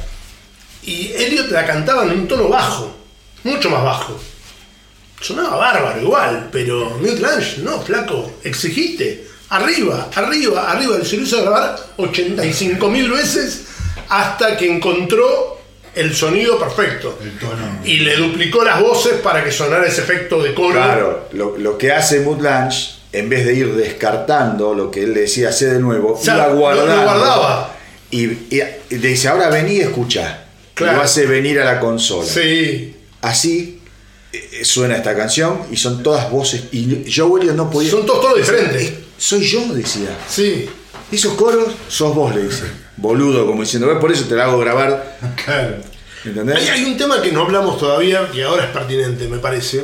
y Elliot la cantaba en un tono bajo, mucho más bajo. Sonaba bárbaro igual, pero Mutt Lange, no, flaco, exigiste, arriba, arriba, arriba. Se lo hizo grabar ochenta y cinco mil veces hasta que encontró el sonido perfecto. El tono. Y le duplicó las voces para que sonara ese efecto de coro. Claro, lo, lo que hace Mutt Lange, en vez de ir descartando lo que él decía hacer de nuevo, O sea, iba lo- guardando. lo guardaba. Y, y- y le dice, ahora vení y escuchá. Claro. Lo hace venir a la consola. Sí. Así eh, suena esta canción y son todas voces. Y Joe Elliott no podía. Son todos tonos diferentes. Eh, Soy yo, decía. Sí. Esos coros sos vos, le dice. Boludo, como diciendo, "Ves, por eso te la hago grabar". Claro. ¿Entendés? Hay, hay un tema que no hablamos todavía, que ahora es pertinente, me parece,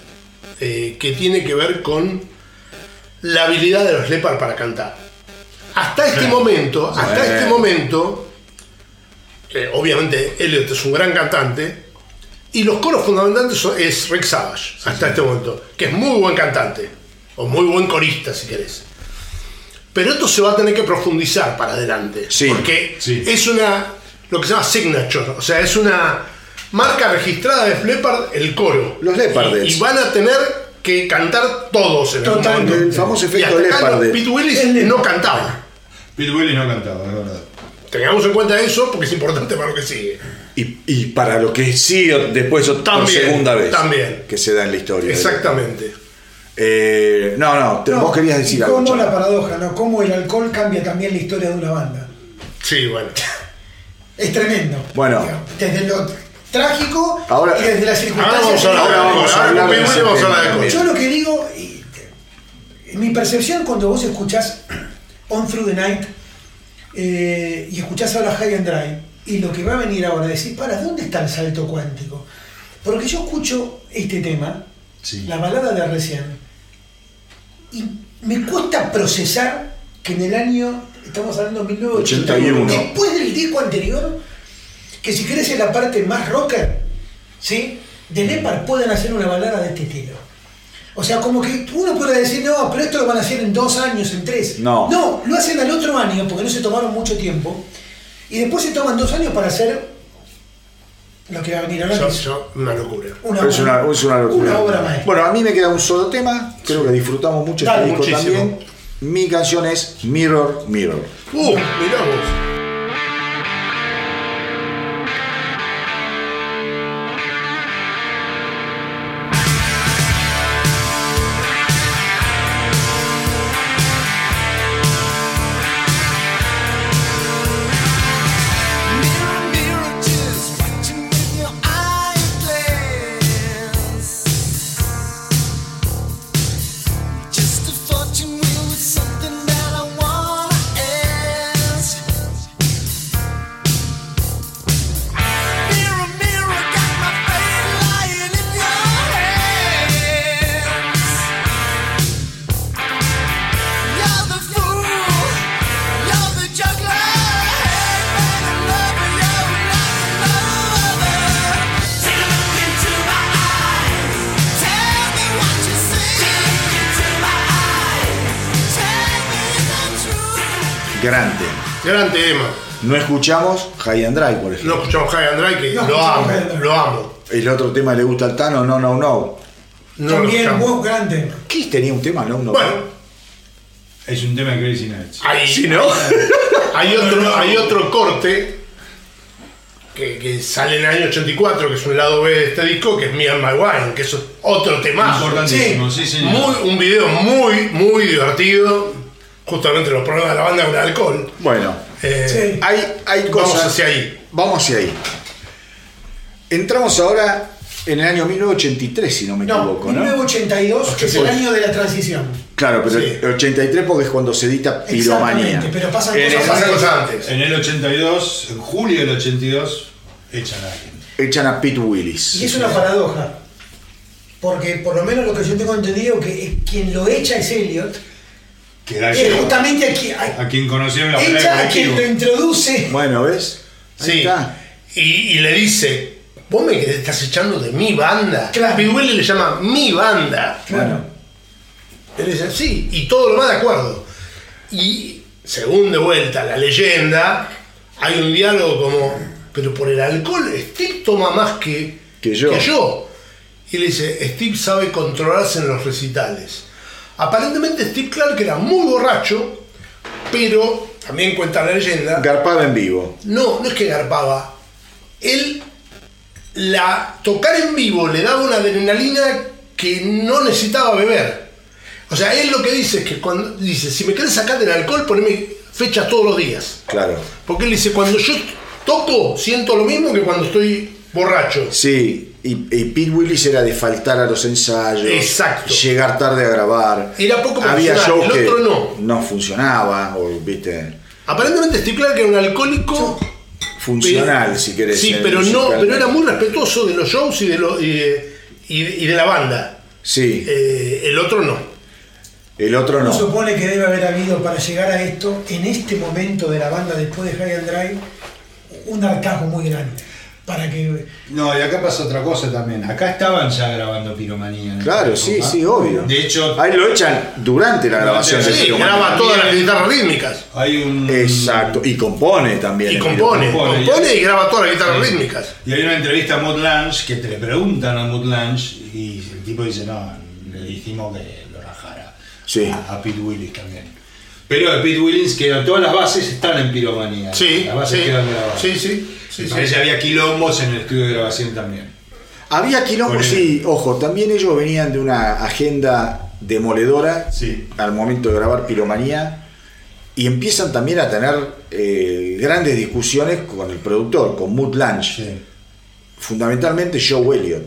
eh, que tiene que ver con la habilidad de los Leppard para cantar. Hasta este Claro. momento, hasta Bueno. este momento, eh, obviamente Elliot es un gran cantante, y los coros fundamentales son- es Rick Savage, hasta este momento, que es muy buen cantante, o muy buen corista si querés. Pero esto se va a tener que profundizar para adelante, Sí, porque sí. es una, lo que se llama signature, o sea, es una marca registrada de Leppard el coro. Los Leopards. Y, y van a tener que cantar todos en algún Totalmente. momento. El famoso Y efecto hasta acá Leopard. Pete Willis no cantaba. Pete Willis no cantaba, es verdad. Tengamos en cuenta eso porque es importante para lo que sigue. Y, y para lo que sí, después por También, segunda vez también. que se da en la historia. Exactamente. Eh, no, no, te- No, vos querías decir y algo. cómo Chano. la paradoja, ¿no? Cómo el alcohol cambia también la historia de una banda. Sí, bueno. Es tremendo. Bueno. Digamos, desde lo trágico Ahora- y desde las Ahora vamos circunstancias. a hablar, Ahora vamos a ahora hablar con de Pete ese Willis vamos a tema hablar de también. cosas. Yo lo que digo, y, en mi percepción cuando vos escuchás On Through the Night eh, y escuchás ahora High and Dry y lo que va a venir ahora, decir, para, ¿dónde está el salto cuántico? Porque yo escucho este tema, Sí. la balada de recién, y me cuesta procesar que en el año, estamos hablando de mil novecientos ochenta y uno, ochenta y uno. después del disco anterior, que si querés en la parte más rocker, ¿sí? De Leppard pueden hacer una balada de este estilo. O sea, como que uno puede decir, no, pero esto lo van a hacer en dos años, en tres. No. No, lo hacen al otro año porque no se tomaron mucho tiempo. Y después se toman dos años para hacer lo que va a venir ahora. Yo- que es yo- una locura. una, Es una, es una locura. una obra maestra. Bueno, a mí me queda un solo tema. Creo que disfrutamos mucho Dale, este disco muchísimo. también. Mi canción es Mirror, Mirror. Uh, mirá vos. Mirror, mirror, just watching with your eyes glass. Just a fortune wheel with something that I wanna ask. Mirror, mirror, got my fate lying in your hands. You're the fool, you're the juggler. Gran tema. Gran tema. No escuchamos High and Dry, por ejemplo. No escuchamos High and Dry, que No lo escuchamos amo, High and Dry. lo amo. El otro tema le gusta al Tano, No, No, No. No lo También escuchamos. muy grande. Kiss tenía un tema, No, No. Bueno, Es un tema de Crazy Nights. hay, Sí, ¿no? hay, otro, hay otro corte que, que sale en el año ochenta y cuatro, que es un lado B de este disco, que es Me and My Wine, que es otro temazo. Importantísimo, sí, señor. Muy, un video muy, muy divertido. Justamente los problemas de la banda con el alcohol. Bueno, Eh, Sí. hay, hay Vamos cosas. hacia ahí. Vamos hacia ahí. Entramos ahora en el año mil novecientos ochenta y tres, si no me No, equivoco, mil novecientos ¿no? ochenta y dos, que es el año de la transición. Claro, pero Sí. el ochenta y tres porque es cuando se edita Piromanía. Exactamente, pero pasan En cosas el- Pasa antes. cosas antes. En el ochenta y dos, en julio del ochenta y dos, echan a alguien. Echan a Pete Willis. Y es una paradoja. Porque por lo menos lo que yo tengo entendido que quien lo echa es Elliot. Que da Es llevo. justamente a quien, a- A quien conocieron la pelea echa de a quien lo colectivo. introduce. Bueno, ¿ves? Ahí Sí. está. Y, y le dice, vos me estás echando de mi banda. Claro. Pete Willis le llama mi banda. Claro. Él dice, sí, y todo lo más de acuerdo. Y según de vuelta la leyenda, hay un diálogo como, pero por el alcohol Steve toma más que, Que yo. que yo. Y le dice, Steve sabe controlarse en los recitales. Aparentemente Steve Clark era muy borracho, pero también cuenta la leyenda. Garpaba en vivo. No, no es que garpaba. Él, la tocar en vivo le daba una adrenalina que no necesitaba beber. O sea, él lo que dice es que cuando dice, si me querés sacar del alcohol, poneme fechas todos los días. Claro. Porque él dice, cuando yo toco, siento lo mismo que cuando estoy borracho. Sí, y, y Pete Willis era de faltar a los ensayos. Exacto. Llegar tarde a grabar. Era poco Había profesional, shows el que otro no. no funcionaba, o viste, Aparentemente Steve Clark era un alcohólico. funcional, pero- si querés. Sí, eh, pero no, musicalmente. pero era muy respetuoso de los shows y de, lo, y de, y de- y de la banda. Sí, Eh, el otro no. el otro Uno no. supone que debe haber habido para llegar a esto, en este momento de la banda después de High and Dry, un hartazgo muy grande. Para que. No, y acá pasa otra cosa también. Acá estaban ya grabando Piromanía. en Claro, esa sí, época. sí, obvio. De hecho, Ahí lo echan durante la grabación. Sí, de Sí, Piromanía. graba todas las guitarras rítmicas. hay un. Exacto, y compone también. Y el compone, compone, compone y- y graba todas las guitarras Sí. rítmicas. Y hay una entrevista a Mutt Lange que te le preguntan a Mutt Lange y el tipo dice, no, le dijimos que lo rajara. Sí. A, a Pete Willis también. Pero de Pete Willis, que todas las bases están en Piromanía. Sí, Las bases sí, quedan grabadas. sí, sí, sí, Me sí. parece que había quilombos en el estudio de grabación también. Había quilombo, Con él. sí, ojo, también ellos venían de una agenda demoledora Sí. al momento de grabar Piromanía y empiezan también a tener eh, grandes discusiones con el productor, con Mutt Lange, Sí. fundamentalmente Joe Elliott.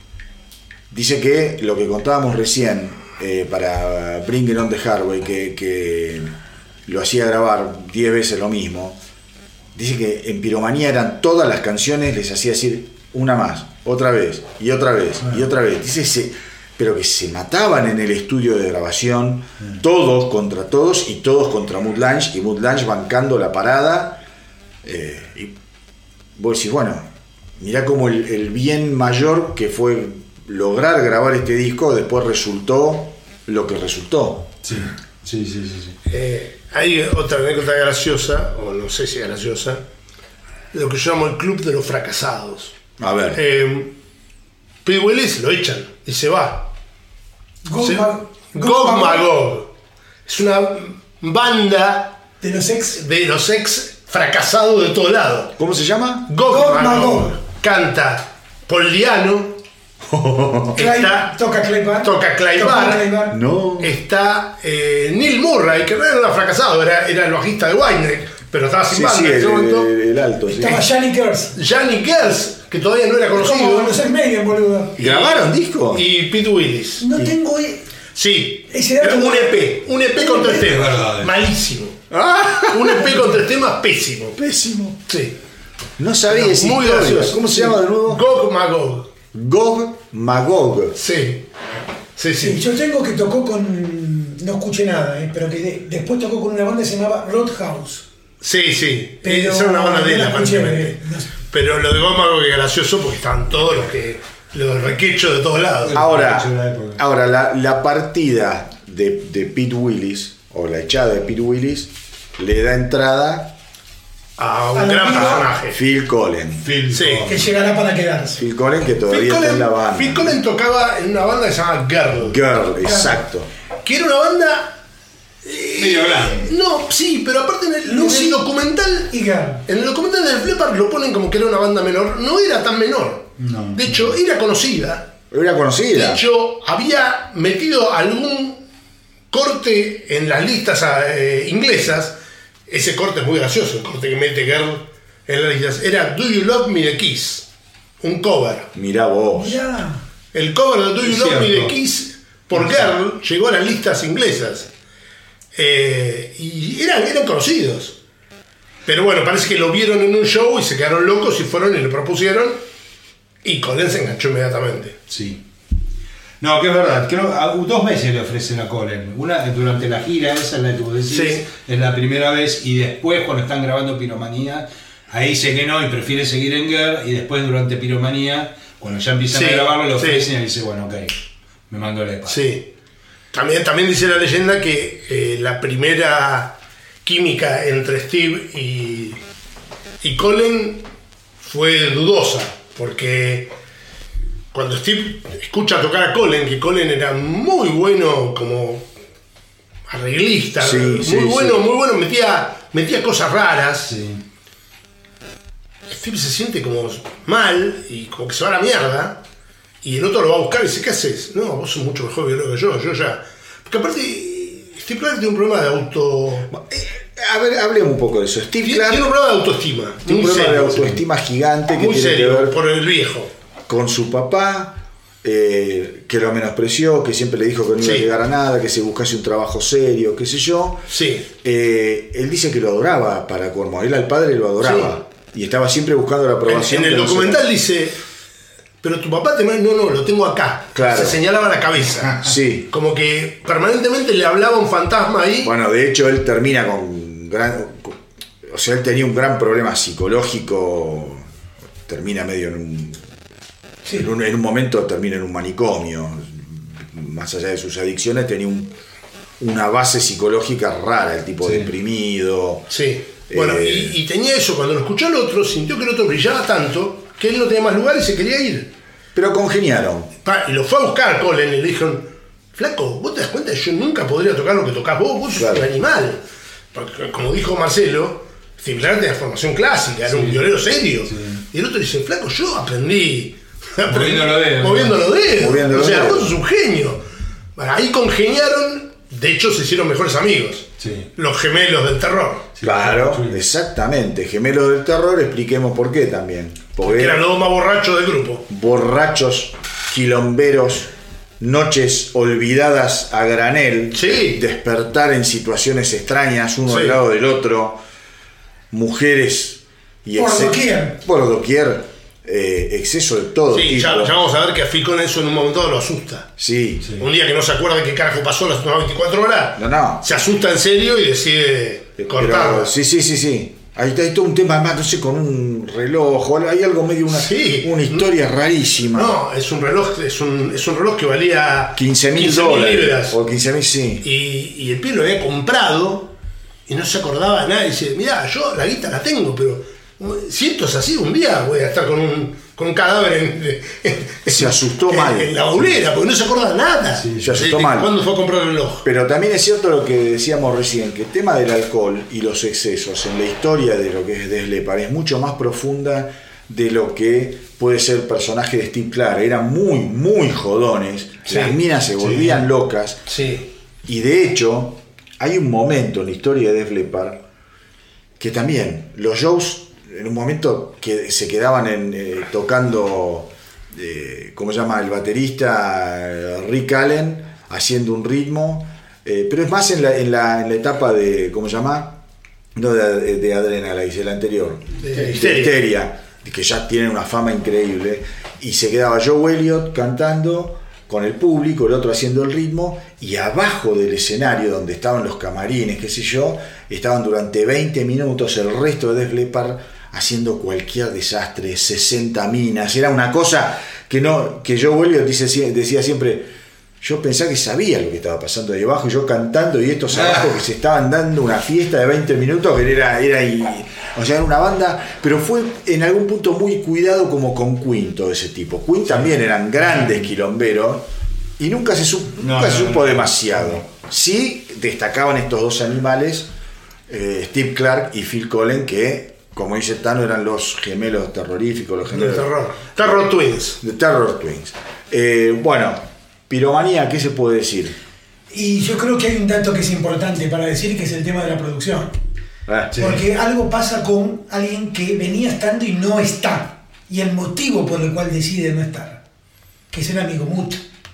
Dice que lo que contábamos recién eh, para Bring It On The Hard Way, que, que lo hacía grabar diez veces lo mismo, dice que en Piromanía eran todas las canciones, les hacía decir una más, otra vez, y otra vez, y otra vez. Dice, se, pero que se mataban en el estudio de grabación, todos contra todos, y todos contra Mutt Lange, y Mutt Lange bancando la parada. Eh, y vos decís, bueno, mirá cómo el, el bien mayor que fue lograr grabar este disco, después resultó lo que resultó. Sí, sí, sí, sí. sí. Eh, hay otra anécdota graciosa, o no sé si graciosa, lo que yo llamo el club de los fracasados. A ver, Eh, Pete Willis lo echan y se va. Gog Se- Ma- Gog Magog. Es una banda De los ex. de los ex fracasados de todo lado. ¿cómo se llama? Gog, Gog Magog. Magog. Canta Paul Diano. Clay- Está- toca Clay Bar. toca Clay Bar. Clay Bar. No. Está eh, Neil Murray, que no era un fracasado, era, era el bajista de Whiteneck, pero estaba sin Sí, banda sí, en el, ese momento. el- el alto. Sí. Estaba Johnny Kers. Johnny Gers, que todavía no era Como conocido. los ex Maiden, boludo. ¿Grabaron disco? Y Pete Willis. No tengo. e- Sí, Ese dato un no- E P, un E P con tres Es temas. verdad. Malísimo. ¡Ah! Un E P con tres temas pésimo. Pésimo. Sí. No sabía esa Muy historia. gracioso. ¿Cómo se Sí. llama de nuevo? Gog Magog. Gog Magog. Sí. Sí, Sí, sí. yo tengo que tocó con. No escuché nada, eh, pero que de- después tocó con una banda que se llamaba Roadhouse. Sí, sí. Pero Esa era una banda de él, no la escuché, aparentemente. eh, no sé. Pero lo de Gog Magog es gracioso porque estaban todos los que. Los del requecho de todos lados. Ahora, de la época. ahora la, la partida de, de Pete Willis, o la echada de Pete Willis, le da entrada A un A la gran vida. personaje. Phil Collins. Phil Sí. Collins. Que llegará para quedarse. Phil Collins que todavía Phil está en Collins, la banda. Phil Collins tocaba en una banda que se llama Girl. Girl, exacto. Que era una banda. Medio grande. No, sí, pero aparte en el, en Lucy. el documental. Y Girl. En el documental del Flepper lo ponen como que era una banda menor. No era tan menor. No. De hecho, era conocida. Era De conocida. hecho, había metido algún corte en las listas eh, inglesas. Ese corte es muy gracioso, el corte que mete Girl en las listas. Era Do You Love Me The Kiss. Un cover. Mirá vos. Mirá. El cover de Do You Es Love Me cierto. The Kiss por Girl llegó a las listas inglesas. Eh, y eran, eran conocidos. Pero bueno, parece que lo vieron en un show y se quedaron locos y fueron y le propusieron. Y Collins se enganchó inmediatamente. Sí. No, que es verdad. Creo a- dos veces le ofrecen a Colin. Una durante la gira, esa es la que tú decís, Sí. es la primera vez, y después cuando están grabando Piromanía, Ahí dice que no y prefiere seguir en Gear, y después durante Piromanía, cuando ya empiezan Sí, a grabarlo, le sí. ofrecen y dice, bueno, ok, me mando el EPA. Sí. También, también dice la leyenda que eh, la primera química entre Steve y, y Colin fue dudosa, porque cuando Steve escucha tocar a Colin, que Colin era muy bueno como arreglista, Sí, muy sí, bueno, sí. muy bueno, metía, metía cosas raras. Sí. Steve se siente como mal y como que se va a la mierda. Y el otro lo va a buscar y dice, ¿qué haces? No, vos sos mucho mejor violero que yo, yo ya. Porque aparte, Steve Clark tiene un problema de auto. Eh, A ver, hablemos un poco de eso. Steve Tiene, Clark tiene un problema de autoestima. tiene un muy problema de serio, autoestima gigante que muy tiene serio, que ver por el viejo. con su papá, eh, que lo menospreció, que siempre le dijo que no iba a Sí. llegar a nada, que se buscase un trabajo serio, qué sé yo. Sí. Eh, él dice que lo adoraba para Cuermo, él al padre lo adoraba y estaba siempre buscando la En, aprobación. en el que no se- documental dice, pero tu papá te manda, no, no, lo tengo acá. Claro. Se señalaba la cabeza. Sí. Como que permanentemente le hablaba un fantasma ahí. Bueno, de hecho él termina con gran, o sea, él tenía un gran problema psicológico, termina medio en un, Sí. en un, en un momento termina en un manicomio, más allá de sus adicciones tenía un- una base psicológica rara, el tipo Sí. deprimido. Sí. Bueno, Eh, y, y tenía eso, cuando lo escuchó al otro, sintió que el otro brillaba tanto que él no tenía más lugar y se quería ir. Pero congeniaron. Pa, y lo fue a buscar Colin y le dijeron, flaco, ¿vos te das cuenta que yo nunca podría tocar lo que tocás vos? Vos sos Claro. un animal. Porque, como dijo Marcelo, Steve Clark tenía formación clásica, era un violero serio. sí. Y el otro dice, flaco, yo aprendí... aprendí Moviendo los dedos. Moviendo los dedos. Moviendo o los sea, dedos. vos sos un genio. Bueno, ahí congeniaron, de hecho se hicieron mejores amigos. Sí. Los gemelos del terror. Claro, sí. exactamente. Gemelos del terror, expliquemos por qué también. Porque Que eran los dos más borrachos del grupo. borrachos, quilomberos, noches olvidadas a granel, Sí. despertar en situaciones extrañas, uno Sí. al lado del otro, mujeres y Por exce- doquier. por doquier, eh, exceso de todo Sí, tipo. ya, ya vamos a ver que a Phil Collins eso en un momento dado lo asusta. Sí. Sí. Un día que no se acuerda de qué carajo pasó las últimas veinticuatro horas, No, no. se asusta en serio y decide Pero- cortarlo. sí, sí, sí, sí. Hay, hay todo un tema además, no sé, con un reloj, o hay algo medio, una, Sí. una historia rarísima. No, es un reloj, es un, es un reloj que valía quince mil quince dólares. libras. O quince mil, sí. Y, y el pibe lo había comprado y no se acordaba de nada. Y dice, mirá, yo la guita la tengo, pero si esto es así, un día voy a estar con un, con un cadáver en, en- Se asustó en- mal. en la baulera, porque no se acuerda de nada. Sí, se asustó De- de mal. ¿Cuándo fue a comprar el reloj? Pero también es cierto lo que decíamos recién, que el tema del alcohol y los excesos en la historia de lo que es Def Leppard es mucho más profunda de lo que puede ser el personaje de Steve Clark. Eran muy, muy jodones, Sí. las minas se volvían locas, Sí. y de hecho hay un momento en la historia de Def Leppard que también los shows en un momento que se quedaban en, eh, tocando, eh, ¿cómo se llama? El baterista eh, Rick Allen haciendo un ritmo, eh, pero es más en la, en, la, en la etapa de, ¿cómo se llama? No de, de Adrenalize, el anterior, De de Histeria. Histeria, que ya tienen una fama increíble, y se quedaba Joe Elliott cantando con el público, el otro haciendo el ritmo, y abajo del escenario donde estaban los camarines, qué sé yo, estaban durante veinte minutos el resto de Def Leppard haciendo cualquier desastre, sesenta minas, era una cosa que no, que Joe Elliott dice, decía siempre, yo pensaba que sabía lo que estaba pasando ahí abajo, y yo cantando, y estos abajo que se estaban dando una fiesta de veinte minutos, que era, era, y, o sea, era una banda, pero fue en algún punto muy cuidado como con Queen, todo ese tipo. Queen también eran grandes quilomberos, y nunca se, supo, No, nunca no, se supo no. demasiado. Sí destacaban estos dos animales, eh, Steve Clark y Phil Collins, que, como dice Tano, eran los gemelos terroríficos, los Del gemelos terror. Terror Twins. de Terror Twins. Eh, bueno, Piromanía, ¿qué se puede decir? Y yo creo que hay un dato que es importante para decir, que es el tema de la producción. Ah, Sí. Porque algo pasa con alguien que venía estando y no está. Y el motivo por el cual decide no estar. Que es el amigo Moot.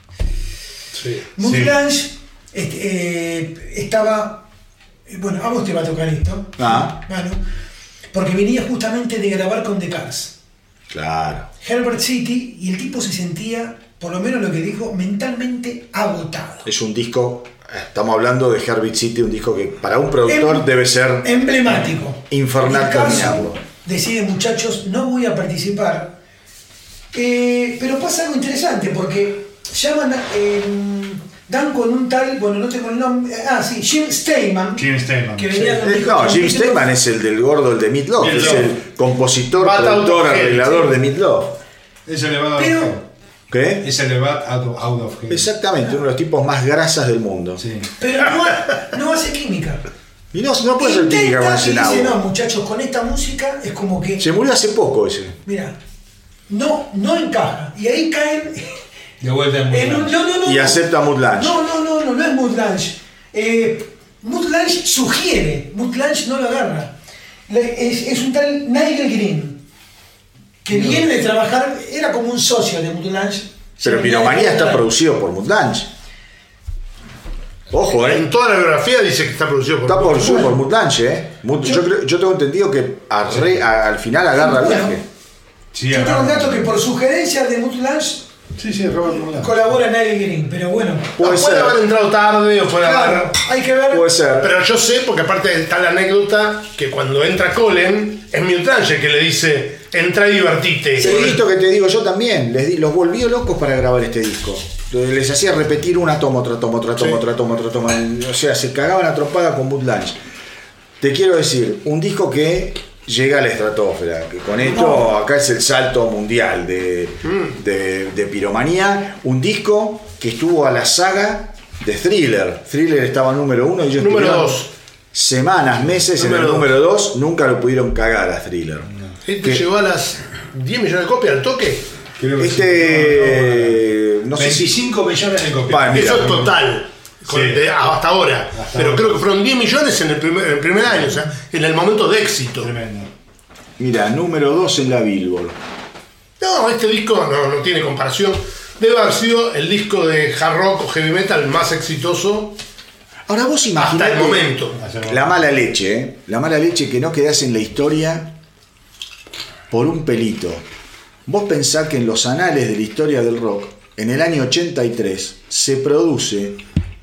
Sí. Moot Sí. Lange este, eh, estaba... Bueno, a vos te va a tocar esto. Ah. Bueno, porque venía justamente de grabar con The Cars. Claro. Herbert City, y el tipo se sentía, por lo menos lo que dijo, mentalmente agotado. Es un disco, estamos hablando de Herbert City, un disco que para un productor Em- debe ser Emblemático. infernal En el caso terminarlo. decide, muchachos, no voy a participar. Eh, pero pasa algo interesante porque llaman, eh, dan con un tal, bueno, no tengo el nombre, ah, sí, Jim Steinman. Jim Steinman. Que venía con- Eh, No, con- Jim Steinman es el del gordo, el de Meat Loaf, Meat es Loaf. el compositor, Bat Out productor, of Hell, arreglador sí. de Meat Loaf. Es elevado Pero- out of ¿Qué? Es elevado out of, out of hell. Exactamente, uno de los tipos más grasas del mundo. Sí. Pero no, no hace química. Y no, no puede ser química con Intenta ese y dice, no, nabo. muchachos, con esta música es como que, Se murió hace poco ese. mira, no, no encaja. Y ahí caen De vuelta en en un, Mulan. no, no, no. Y no. acepta Mutt Lange. No, no, no, no, no es Mutt Lange. Eh, Mutt Lange sugiere, Mutt Lange no lo agarra. Le- Es, es un tal Nigel Green, que viene de trabajar, era como un socio de Mutt Lange. Pero Se Piromanía venía de está trabajar. producido por Mutt Lange. Ojo, En eh. toda la biografía dice que está producido por Está Mutt. producido por Mutt Lange, eh. Mutt- yo, creo- yo tengo entendido que a re- a- al final agarra el Bueno. viaje. Sí, Yo tengo un agarra. dato que por sugerencia de Mutt Lange Sí, sí, Robert Mulan. colabora Nigel Green, pero bueno, Puede puede ser. haber entrado tarde o puede claro, haber. hay que ver. Puede ser. Pero yo sé, porque aparte está la anécdota que cuando entra Colin, es Mutt Lange que le dice: entra y divertite. El disco que te digo yo también, les di- los volvió locos para grabar este disco. Les hacía repetir una toma, otra toma, otra toma, Sí. otra toma, otra toma. O sea, se cagaban a trompada con Mutt Lange. Te quiero decir, un disco que llega a la estratosfera. Que con esto, acá es el salto mundial de, de, de Piromanía. Un disco que estuvo a la saga de Thriller. Thriller estaba número uno y ellos Número estuvieron dos. semanas, meses en Número el dos. número dos. Nunca lo pudieron cagar a Thriller. Este Que- llegó a las diez millones de copias al toque. Creo que Este. No sé si. veinticinco millones de copias. Va, mira. Eso es total. con- Sí. de- hasta ahora. Hasta Pero ahora. creo que fueron diez millones en el primer, en el primer año, o sea, en el momento de éxito. Tremendo. Mira, número dos en la Billboard. No, este disco no, no tiene comparación. Debe haber sido el disco de hard rock o heavy metal más exitoso Ahora vos hasta imaginate el momento. la mala leche, ¿eh? La mala leche que no quedás en la historia por un pelito. Vos pensás que en los anales de la historia del rock, en el año ochenta y tres, se produce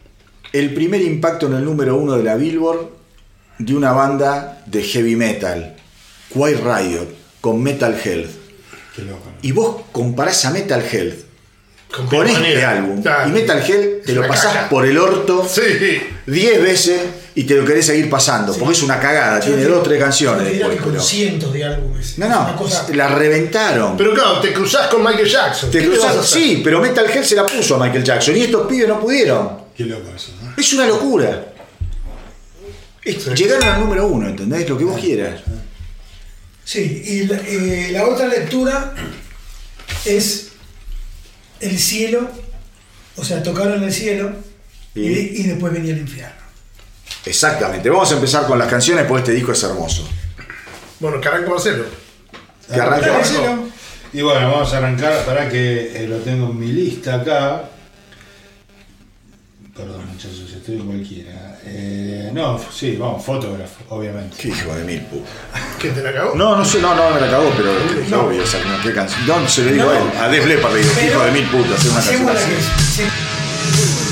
el primer impacto en el número uno de la Billboard de una banda de heavy metal, Quiet Riot, con Metal Health. Qué loco, ¿no? Y vos comparás a Metal Health Con con Piromanía. este álbum, Claro. y Metal Health te Es lo una pasás caca. por el orto Sí. diez veces y te lo querés seguir pasando, porque es una cagada, Yo tiene te- dos, tres canciones yo te diría después. que con pero- cientos de álbumes. No, Es una no, cosa- la reventaron. Pero claro, te cruzás con Michael Jackson. Te ¿Qué le cruzás- vas a hacer? sí, pero Metal Health se la puso a Michael Jackson y estos pibes no pudieron. Qué loco eso, ¿no? Es una locura. Es- Llegaron al número uno, ¿entendés? Lo que vos quieras. Sí, y la, eh, la otra lectura es el cielo, o sea, tocaron el cielo y, Y- y después venía el infierno. Exactamente. Vamos a empezar con las canciones porque este disco es hermoso. Bueno, que arranque Marcelo. Que arranque Dale, Marcelo. Marcelo. Y bueno, vamos a arrancar para que eh, lo tengo en mi lista acá. Perdón, muchachos, estoy en cualquiera. Eh, no, f- sí, vamos, fotógrafo, obviamente. Qué hijo de mil puta. ¿Quién te la cagó? No, no sé, no, no me la cagó, pero es obvio, o sea, no, qué canción. No, se le digo No. a él, a Def Leppard le digo, Pero hijo de mil putas, hacer una canción hacemos la así. que- sí.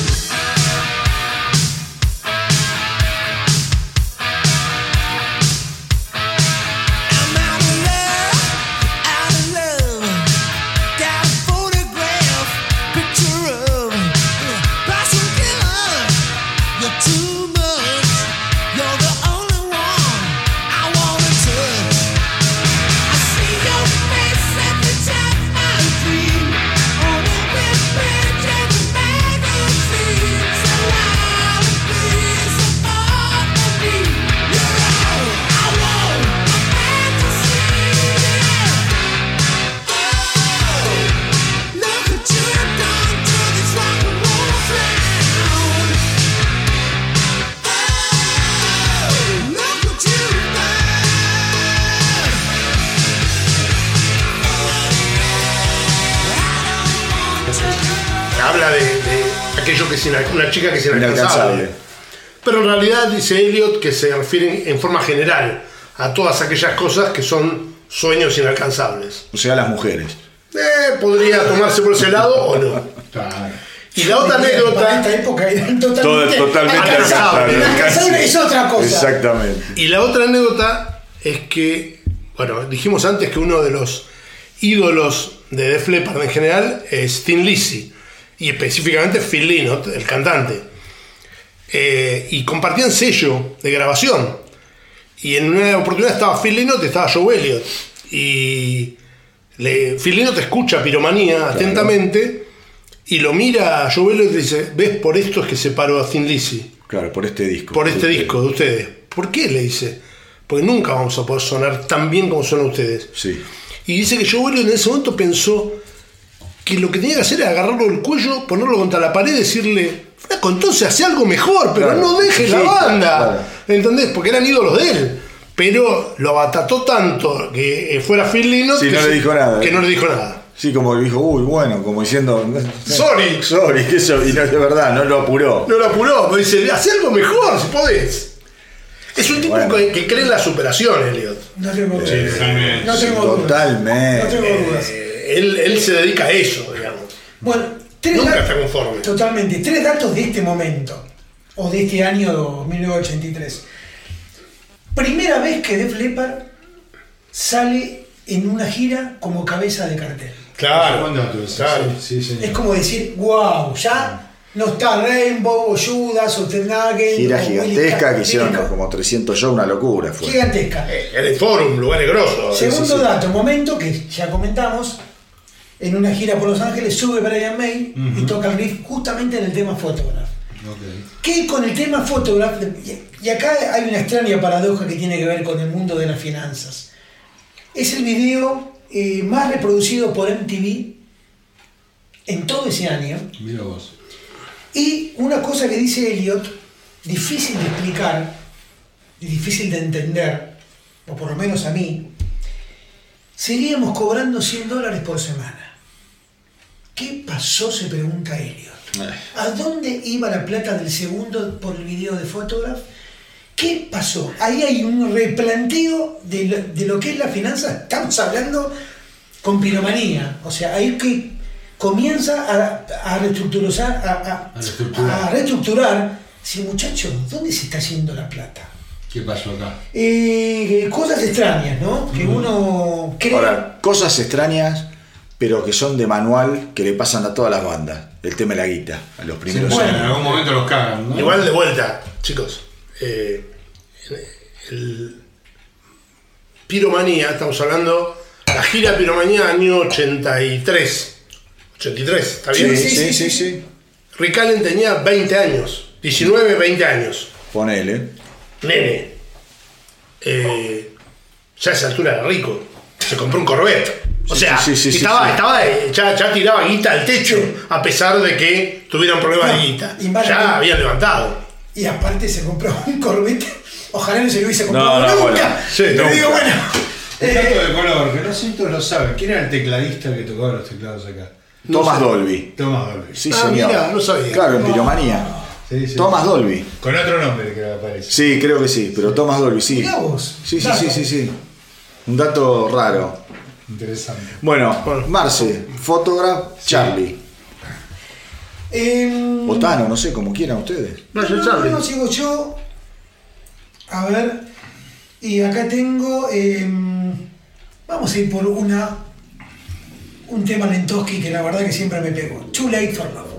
I'm out of love, out of love. Got a photograph, picture of passion killer. You're too much. You're the only one I wanna touch. I see your face every time I dream. On every page of the magazine. So loud and please, so far from me. You're all I want. Look what you have done to this rock and roll town. Oh, look what you've Habla de, de aquello que es ina- una chica que es inalcanzable. Inalcanzable. Pero en realidad dice Elliot que se refieren en forma general a todas aquellas cosas que son sueños inalcanzables. O sea, las mujeres. Eh, podría tomarse por ese lado o no. Claro. Y la otra Para anécdota, esta época eran totalmente, Todo- totalmente alcanzable. Inalcanzable es otra cosa. Exactamente. y la otra anécdota es que Bueno, dijimos antes que uno de los ídolos de Def Leppard en general es Thin Lizzy, y específicamente Phil Lynott, el cantante. Eh, y compartían sello de grabación. Y en una oportunidad estaba Phil Lynott y estaba Joe Elliott. Y le, Phil Lynott escucha Piromanía claro. atentamente y lo mira a Joe Elliott y dice: ¿ves? Por esto es que separó a Thin Lizzy. Claro, por este disco. Por este disco de ustedes. ¿Por qué? Le dice. Porque nunca vamos a poder sonar tan bien como suenan ustedes. Sí. Y dice que Joe Elliott en ese momento pensó que lo que tenía que hacer era agarrarlo del cuello, ponerlo contra la pared y decirle: Flaco, entonces hace algo mejor, pero claro. no dejes sí, la banda. Claro. ¿Entendés? Porque eran ídolos de él. Pero lo abatató tanto que fuera Phil Lynott sí, que, no le dijo nada. que no le dijo nada. Sí, como dijo, uy, bueno, como diciendo... Sorry. Sorry, que eso, y no es de verdad, no lo apuró. No lo apuró, pero dice: hace algo mejor, si podés. Es un tipo bueno. que, que cree en la superación, Elliot. No tengo dudas. Sí, también. No tengo dudas. Totalmente. No tengo dudas. Eh, él, él se dedica a eso, digamos. Bueno, tres nunca datos, está conforme. Totalmente. Tres datos de este momento, o de este año mil novecientos ochenta y tres. Primera vez que Def Leppard sale en una gira como cabeza de cartel. Claro, claro. Sí, sí, es como decir, wow, ya no está Rainbow, o Judas, o Ted Nugent. Gira o gigantesca que hicieron Willy como trescientos shows, una locura fue. Gigantesca. Eh, en el Forum, lugares grosos. Segundo sí, sí. dato, momento que ya comentamos, en una gira por Los Ángeles sube Brian May uh-huh. y toca el riff justamente en el tema Photograph. Okay. Que con el tema Photograph, y acá hay una extraña paradoja que tiene que ver con el mundo de las finanzas. Es el video eh, más reproducido por M T V en todo ese año. Mira vos. Y una cosa que dice Elliot, difícil de explicar y difícil de entender, o por lo menos a mí, seguíamos cobrando cien dólares por semana. ¿Qué pasó? Se pregunta Elliot. ¿A dónde iba la plata del segundo por el video de Photograph? ¿Qué pasó? Ahí hay un replanteo de lo, de lo que es la finanza. Estamos hablando con Piromanía. O sea, ahí que comienza a, a reestructurar, a, a, a reestructurar. A reestructurar. Sí, muchachos, ¿dónde se está yendo la plata? ¿Qué pasó acá? Eh, cosas extrañas, ¿no? Que uno cree... Ahora, cosas extrañas, pero que son de manual, que le pasan a todas las bandas. El tema de la guita, a los primeros sí, bueno, años. en algún momento los cagan, ¿no? Igual de vuelta, chicos. Eh, el Piromanía, estamos hablando, la gira Piromanía año ochenta y tres. ochenta y tres, ¿está bien? Sí, sí, sí, sí. Rick Allen tenía veinte años, diecinueve, veinte años. Ponele. Nene. Eh, ya a esa altura era rico. Se compró un Corvette. O Sí, sea, sí, sí, sí, estaba, sí. estaba ya, ya tiraba guita al techo, a pesar de que tuvieran problemas No, de guita. y más Ya que- habían levantado. Y aparte se compró un Corvette. Ojalá no se lo hubiese comprado No, no, nunca. bueno. Sí, Pero nunca. digo, bueno. Un eh, dato de color, que no sé si todos lo saben. ¿Quién era el tecladista que tocaba los teclados acá? No Thomas sé. Dolby. Thomas Dolby. Sí, Ah, señor. mira, no sabía. Claro, en Piromanía. Sí, sí. Thomas Dolby. Con otro nombre que aparece. Sí, creo que sí, pero Thomas Dolby, sí. Mirá vos. Sí, sí, Dato. sí, sí, sí. Un dato raro. Interesante. Bueno, Bueno. Marce, Photograph, Charlie. Eh, Botano, no sé, como quieran ustedes. No, No, yo no, Charlie. no, sigo yo. A ver. Y acá tengo. eh, vamos a ir por una. Un tema Lentoski que la verdad que siempre me pegó. Too Late for Love.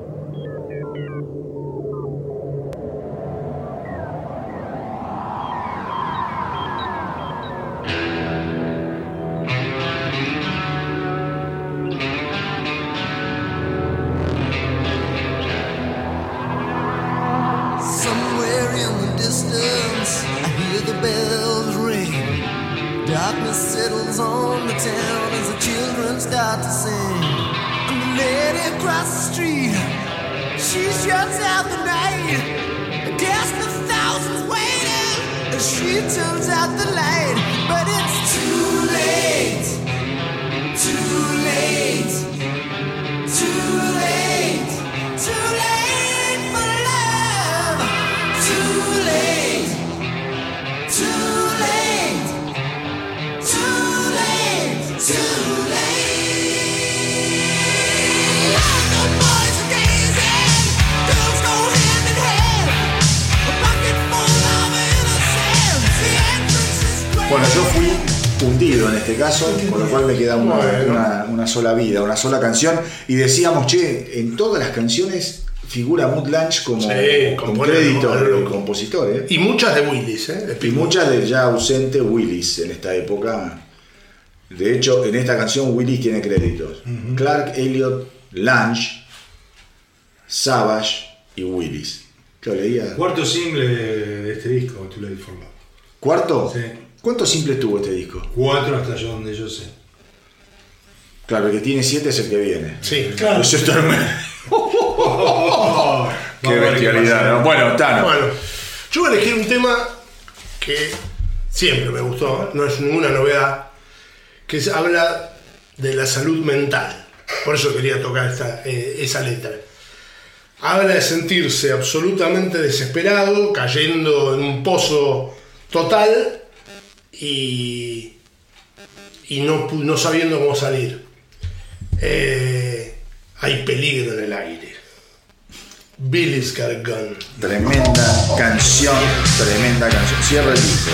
Somewhere in the distance, I hear the bells ring. Darkness settles on the town as the children start to sing. And the lady across the street, she shuts out the night. Against the thousands waiting, as she turns out the light. But it's too late, too late, too late, too late for love. Too late, too late, too late, too late. The boys are gazing, girls go hand in hand. A bucket full of innocence. The entrance is great. Bueno, yo fui hundido en este caso, con lo cual me queda una, Bueno. una, una sola vida, una sola canción. Y decíamos, che, en todas las canciones figura Mutt Lange como Sí, con compone crédito a lo de loco. compositor, ¿eh? Y muchas de Willis, ¿eh? De Y Pitbull. muchas del ya ausente Willis en esta época. De hecho, en esta canción Willis tiene créditos. Clark, Elliot, Lange, Savage y Willis. Yo leía. Cuarto single de este disco, Too Late for Love. ¿Cuarto? Sí. ¿Cuántos simples tuvo este disco? Cuatro hasta yo donde yo sé. Claro, el que tiene siete es el que viene. Sí. Claro. Eso está tremendo. Qué Vamos a ver qué bestialidad, pasa. ¿no? Bueno, Tano. Bueno, yo voy a elegir un tema que siempre me gustó, no es ninguna novedad, que es- habla de la salud mental. Por eso quería tocar esta, eh, esa letra. Habla de sentirse absolutamente desesperado, cayendo en un pozo total y, y no, pu- no sabiendo cómo salir. Eh, hay peligro en el aire. Billy's Got a Gun. Tremenda canción, tremenda canción. Cierra el disco.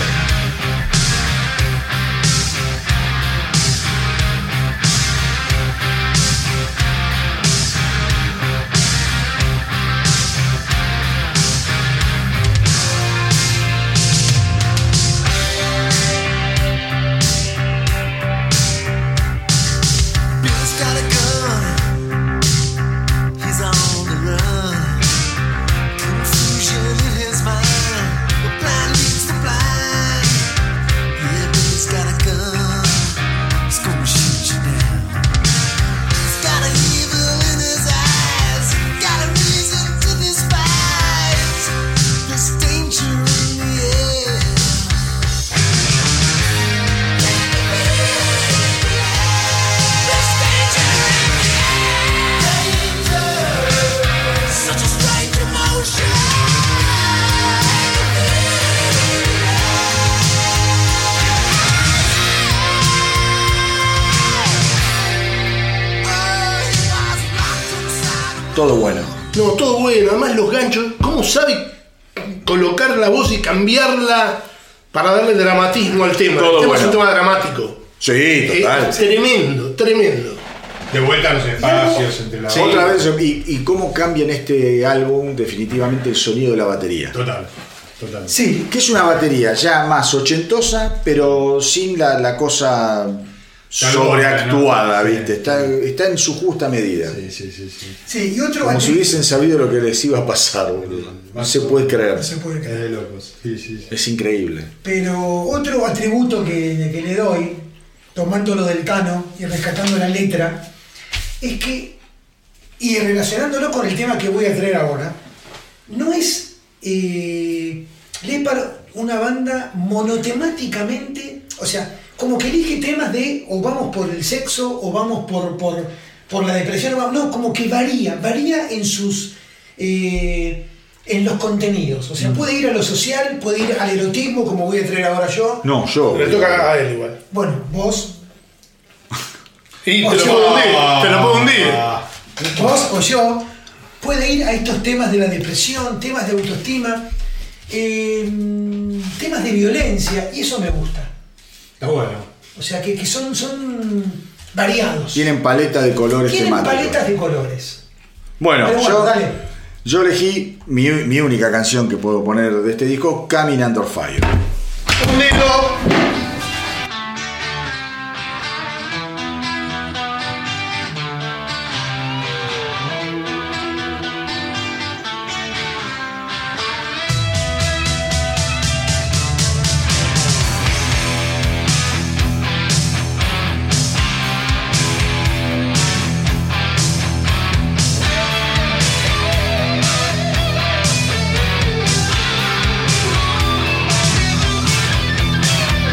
Bill's got a gun. He's on the run. Confusion in his mind. The blind leads the blind. Yeah, Bill's got a gun. He's gonna shoot you down. He's got an evil in his eyes. Got a reason to despise. There's danger in the air. There's danger in the air. Danger. Such a strange emotion. Oh, he was locked inside. Todo bueno. No, todo bueno. Además los ganchos, ¿cómo sabe colocar la voz y cambiarla para darle dramatismo al tema? Todo el tema bueno. es un tema dramático. Sí, total. Es tremendo, tremendo. De vuelta a los espacios entre la Sí. Otra vez, y, y cómo cambia en este álbum definitivamente el sonido de la batería. Total, total. Sí, Que es una batería ya más ochentosa, pero sin la, la cosa sobreactuada, ¿no? ¿viste? Está, está en su justa medida. Sí, sí, sí, sí. sí, y otro Como si atributo- hubiesen sabido lo que les iba a pasar, boludo. No se puede creer. no se puede Es creer. de locos. Sí, sí, sí. Es increíble. Pero otro atributo que, que le doy, tomándolo del Tano y rescatando la letra, es que, y relacionándolo con el tema que voy a traer ahora, no es eh, Leppard una banda monotemáticamente, o sea, como que elige temas de o vamos por el sexo o vamos por, por, por la depresión, o vamos- no, como que varía, varía en sus... eh, en los contenidos, o sea, puede ir a lo social, puede ir al erotismo, como voy a traer ahora yo. No, yo. Le toca a él igual. Bueno, vos, Y Oh, te lo sí. puedo hundir, te lo puedo hundir. Ah, vos o yo, puede ir a estos temas de la depresión, temas de autoestima, eh, temas de violencia, y eso me gusta. está bueno. O sea, que, que son, son variados. Tienen paleta de colores Tienen temáticos. paletas de colores. Bueno, Pero bueno, yo, dale. yo elegí mi, mi única canción que puedo poner de este disco, Coming Under Fire. Hundido. Thank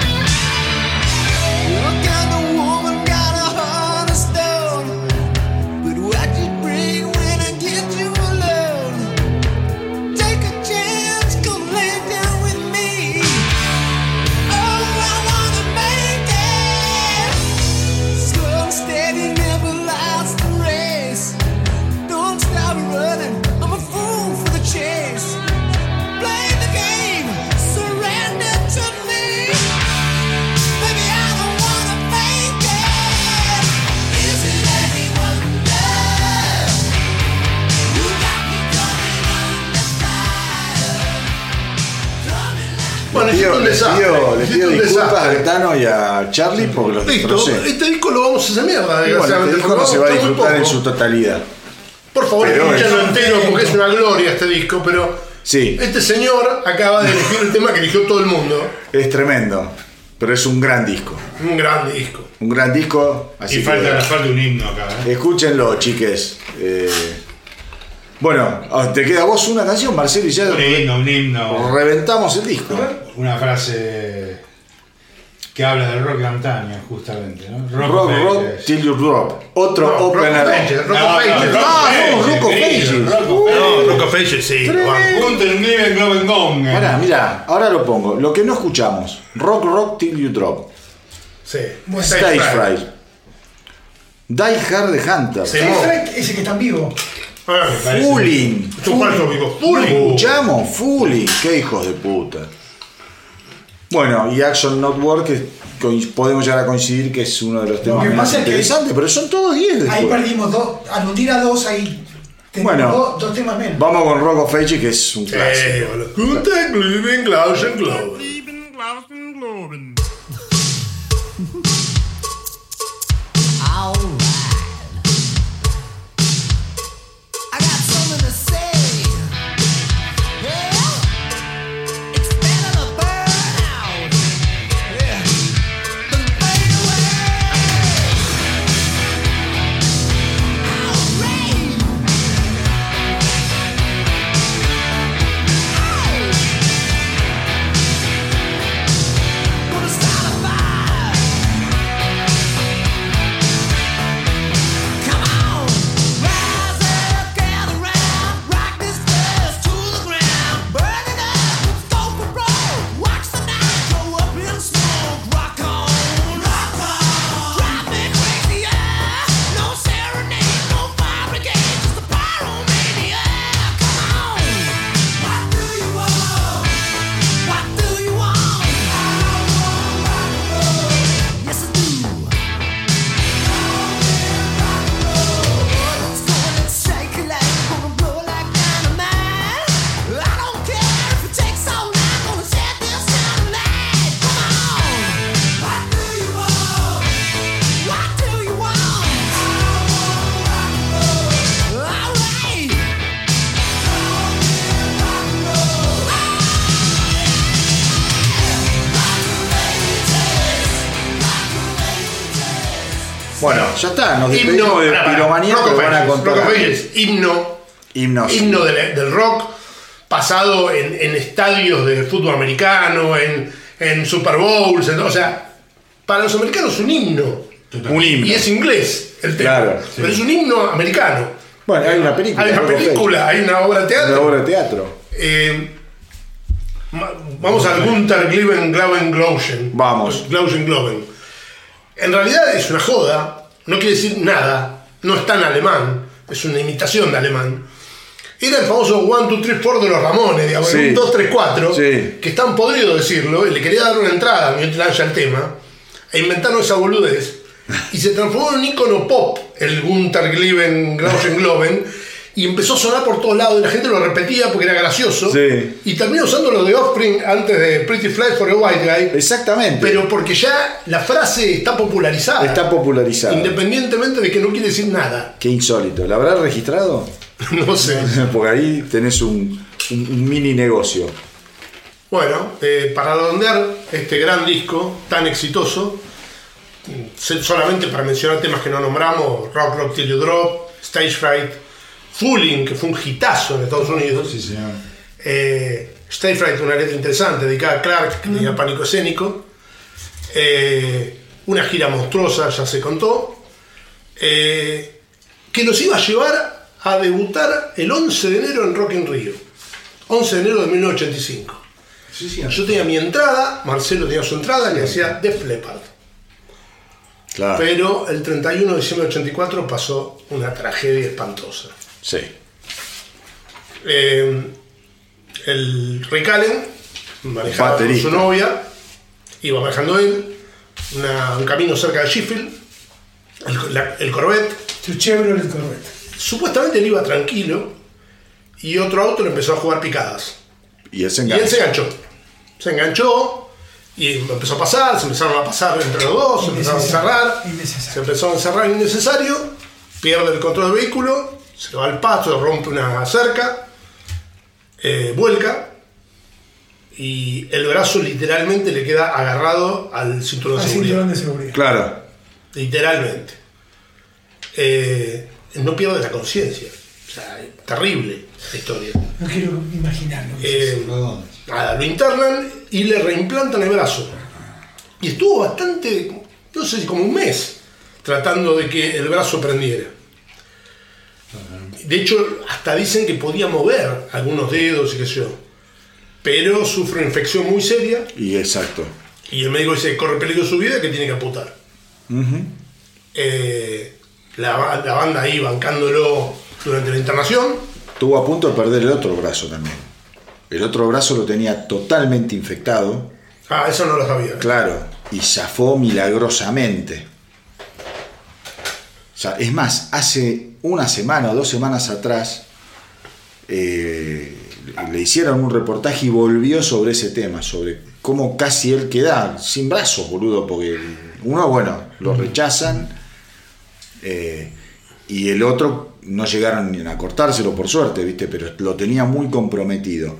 les hiciste pido, un les desastre. pido, les Hiciste pido un disculpas desastre. a Tano y a Charlie porque los Listo, destrocé. este disco lo vamos a hacer mierda, Y bueno, desgraciadamente. este disco no porque se va a vamos a disfrutar muy en poco. su totalidad. Por favor, Pero escúchenlo es- entero porque es una gloria este disco, pero Sí. este señor acaba de elegir el tema que eligió todo el mundo. Es tremendo, pero es un gran disco. Un gran disco. Un gran disco, así Y que falta, falta un himno acá. ¿eh? escúchenlo, chiques. Eh, bueno, te queda a vos una canción, Marcelo, y ya Un himno, un himno. reventamos el disco. Una frase que habla del rock de antaño, justamente, ¿no? Rock, of rock, Ages. till you drop. Otro No, Rock opener. of Ages, Rock No, of no, Ages. Rock Ah, of no, Ages, Rock of querido, Ages. Rock of No, Ages. Rock of Ages, sí. lo banco. Punto en Nivel Globen Gong. Pará, mirá, ahora lo pongo. Lo que no escuchamos. Rock, rock, till you drop. Sí. Bueno, Stage Fright. Die Hard de Hunter. Sí. Stage Fright, ese que está en vivo. Ah, parece- Fooling. Es un falso amigo. ¿No Fooling. escuchamos? Fooling. Qué hijos de puta. Bueno, y Action Not Work, que co- podemos llegar a coincidir que es uno de los temas que más pasa es que- interesantes, pero son todos diez Ahí después. perdimos dos. Al hundir a dos, ahí tenemos Bueno. dos, dos temas menos. Vamos con Rock of Ages, que es un clásico. Eh, boludo. Guten Glühwein, Klausen, Globen. I got something to say. Yeah, it's better to burn out. Yeah, than fade away. Outrage. Gonna start a fire. Come on, rise up, gather round, rock this place to the ground, burn it up, go for broke, watch the night go up in smoke, rock on, rock on, drive me crazy, yeah. No serenade, no fire brigade, just a pyromania. Come on, what do you want? What do you want? I want rock and roll. Yes, I do. It's gonna shake it like, gonna blow like dynamite. I don't care if it takes all night, gonna set this town alight. Come on, what do you want? What do you want? I want rock and roll. All right. Bueno, ya está, nos Himno. despedimos de Pará, pará. Piromanía, Rock pero of van a Ages, contar. Rock of Ages, himno. Himnos. Himno del, del rock, pasado en, en estadios de fútbol americano, en, en Super Bowls, en- o sea, para los americanos es un himno. Un himno. Y es inglés el tema. Claro, pero es un himno americano. Bueno, hay una película. Hay una Rock of película, hay una obra de Ages, teatro. una obra de teatro. Eh, ma- vamos al Gunther Gliven Glauben Glausen. Vamos. Glausen Globen. En realidad es una joda, no quiere decir nada, no está en alemán, es una imitación de alemán. Era el famoso one, two, three, four de los Ramones, digamos, Sí. un dos, tres, cuatro, Sí. que están podridos decirlo, y le quería dar una entrada a mi lancha al tema, e inventaron esa boludez, y se transformó en un icono pop, el Gunther Gliven Glausen Globen, y empezó a sonar por todos lados, y la gente lo repetía porque era gracioso, Sí. y terminó usando lo de Offspring antes de Pretty Fly for a White Guy, Exactamente. pero porque ya la frase está popularizada. Está popularizada. Independientemente de que no quiere decir nada. Qué insólito. ¿La habrá registrado? No sé. Porque ahí tenés un, un- un mini negocio. Bueno, eh, para redondear este gran disco tan exitoso, se- solamente para mencionar temas que no nombramos: Rock, Rock Till You Drop, Stage Fright, Fooling, que fue un hitazo en Estados Unidos. Sí, señor. Eh, Stage Fright, una letra interesante dedicada a Clark, que tenía pánico escénico. Eh, una gira monstruosa, ya se contó. Eh, que los iba a llevar a debutar el once de enero en Rock in Rio. once de enero de mil novecientos ochenta y cinco. Sí, señor. Yo tenía mi entrada, Marcelo tenía su entrada, que decía Def Leppard. Claro. Pero el treinta y uno de diciembre de ochenta y cuatro pasó una tragedia espantosa. Sí. Eh, el Rick Allen, manejado por Baterista. su novia, iba manejando él, una- un camino cerca de Sheffield, el, la- el Corvette. Su Chevrolet Corvette. Supuestamente él iba tranquilo y otro auto le empezó a jugar picadas. Y él se Y él engancha. se enganchó. Se enganchó y empezó a pasar, se empezaron a pasar entre los dos, se empezaron a encerrar, Innecesario. se empezó a encerrar innecesario, pierde el control del vehículo, se va al pasto, rompe una cerca, eh, vuelca y el brazo literalmente le queda agarrado al cinturón de Al seguridad. cinturón de seguridad. Claro. Literalmente. Eh, no pierde la conciencia. O sea, es terrible esta historia. No quiero imaginarlo. Eh, nada, lo internan y le reimplantan el brazo. Y estuvo bastante, no sé, como un mes tratando de que el brazo prendiera. De hecho, hasta dicen que podía mover algunos dedos y qué sé yo. Pero sufre una infección muy seria Y exacto. y el médico dice que corre peligro su vida y que tiene que amputar. Ujú. Eh, la, la banda ahí bancándolo durante la internación. Estuvo a punto de perder el otro brazo también. El otro brazo lo tenía totalmente infectado. Ah, eso no lo sabía. Claro. Y zafó milagrosamente. O sea, es más, hace una semana o dos semanas atrás eh, le hicieron un reportaje y volvió sobre ese tema, sobre cómo casi él queda sin brazos, boludo, porque uno, bueno, lo rechazan eh, y el otro no llegaron ni a cortárselo por suerte, ¿viste? Pero lo tenía muy comprometido.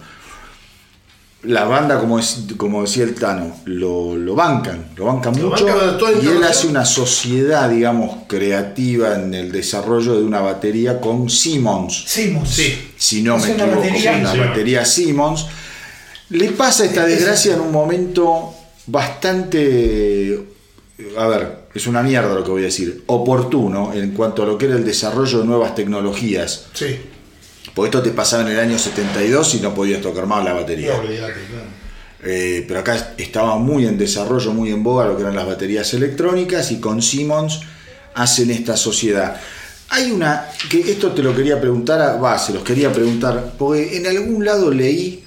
La banda, como, es, como decía el Tano, lo, lo bancan, lo bancan Lo mucho bancan de toda y él internación. hace una sociedad, digamos, creativa en el desarrollo de una batería con Simmons. Simmons. Sí. Si no Es me una equivoco, batería- una Sí, sí. batería Simmons. Le pasa esta desgracia en un momento bastante, a ver, es una mierda lo que voy a decir, oportuno en cuanto a lo que era el desarrollo de nuevas tecnologías. Sí. Porque esto te pasaba en el año setenta y dos y no podías tocar más la batería. No, olvidate, claro. Eh, pero acá estaba muy en desarrollo, muy en boga lo que eran las baterías electrónicas y con Simmons hacen esta sociedad. Hay una, que esto te lo quería preguntar, a, va, se los quería preguntar, porque en algún lado leí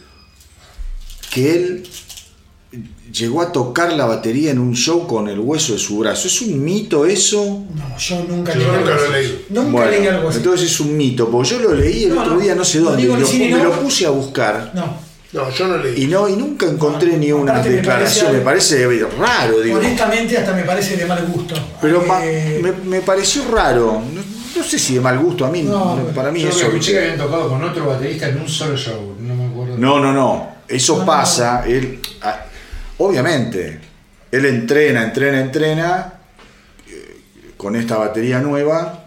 que él llegó a tocar la batería en un show con el hueso de su brazo. ¿Es un mito eso? No, yo nunca Yo leí nunca algo lo he así. leído. Nunca Bueno, leí algo así. entonces es un mito, porque yo lo leí el No, otro no, día, no sé no dónde, digo y ni lo- sí ni me no. lo puse a buscar. No. No, yo no leí. Y no, y nunca encontré ni una Aparte me declaración, parece- me parece raro, digo. Honestamente, hasta me parece de mal gusto. Pero ma- Eh, me, me pareció raro, no, no sé si de mal gusto, a mí, No, no, para mí Yo eso. que escuché que habían tocado con otro baterista en un solo show, no me acuerdo. No, no, no, eso No, pasa, él, ah, obviamente, él entrena, entrena, entrena eh, con esta batería nueva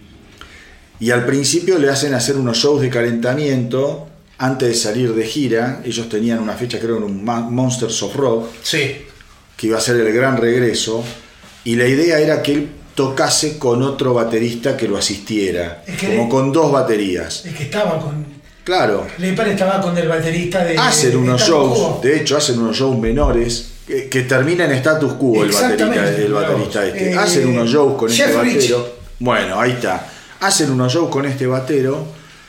y al principio le hacen hacer unos shows de calentamiento antes de salir de gira. Ellos tenían una fecha, creo, en un Ma- Monsters of Rock, Sí. que iba a ser el gran regreso, y la idea era que él tocase con otro baterista que lo asistiera, Es que como le- con dos baterías. Es que estaba con. Claro, Lepar estaba con el baterista de. hacen de unos Status shows, Quo. de hecho hacen unos shows menores que, que terminan en status quo el baterista, Exactamente. el baterista este. Eh, hacen unos shows con Jeff este Rich. batero. Bueno, ahí está. Hacen unos shows con este batero,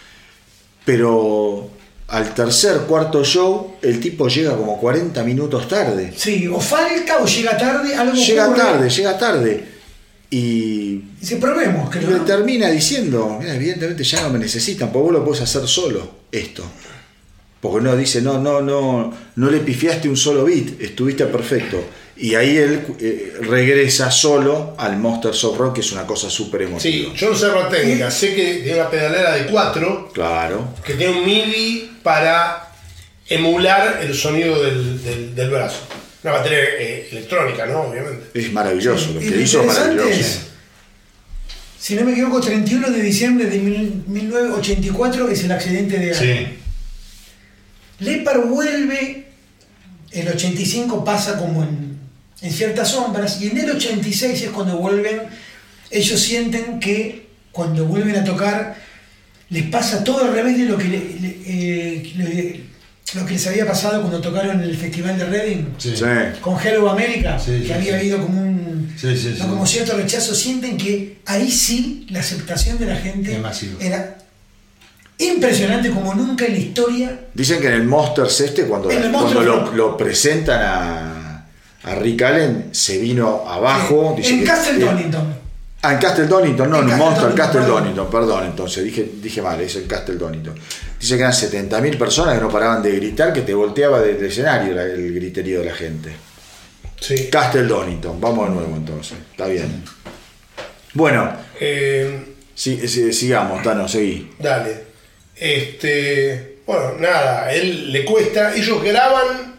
pero al tercer, cuarto show, el tipo llega como cuarenta minutos tarde. Sí, o falta o llega tarde, algo Llega ocurre. tarde, llega tarde. Y Dice, probemos, Y creo. le ¿no? termina diciendo, mira, evidentemente ya no me necesitan, porque vos lo podés hacer solo, esto. Porque no, dice, no, no, no, no le pifiaste un solo beat, estuviste perfecto. Y ahí él eh, regresa solo al Monsters of Rock, que es una cosa súper emotiva. Sí, yo no sé la técnica. Sé que tiene una pedalera de cuatro Claro. que tiene un MIDI para emular el sonido del, del, del brazo. Una batería eh, electrónica, ¿no? Obviamente. Es maravilloso, lo Y que lo hizo es interesante maravilloso. es, si no me equivoco, treinta y uno de diciembre de mil- mil novecientos ochenta y cuatro es el accidente de Sí. Lepar vuelve, el ochenta y cinco pasa como en, en ciertas sombras, y en el ochenta y seis es cuando vuelven, ellos sienten que cuando vuelven a tocar les pasa todo al revés de lo que, le- le- eh, le- lo que les había pasado cuando tocaron en el Festival de Reading. Sí. Sí. Con Hello America, Sí, que sí, había sí. habido como un Sí, sí, no, sí. como cierto rechazo, sienten que ahí sí la aceptación de la gente Es masivo. era impresionante como nunca en la historia. Dicen que en el Monsters este, cuando, En el cuando Monsters lo, Rock. lo presentan a, a Rick Allen, se vino abajo. dice en que- Castle que- Donington. Ah, en Castle Donington, no, En en un Castle Monster, Donington, Castle perdón. Donington, perdón, entonces dije, dije mal, es el Castle Donington. Dice que eran setenta mil personas que no paraban de gritar, que te volteaba del escenario la- el griterío de la gente. Sí. Castle Donington, vamos de nuevo entonces, está bien. Bueno, Eh, sí, sí, sigamos, Tano, seguí. Dale. Este, bueno, nada, a él le cuesta. Ellos graban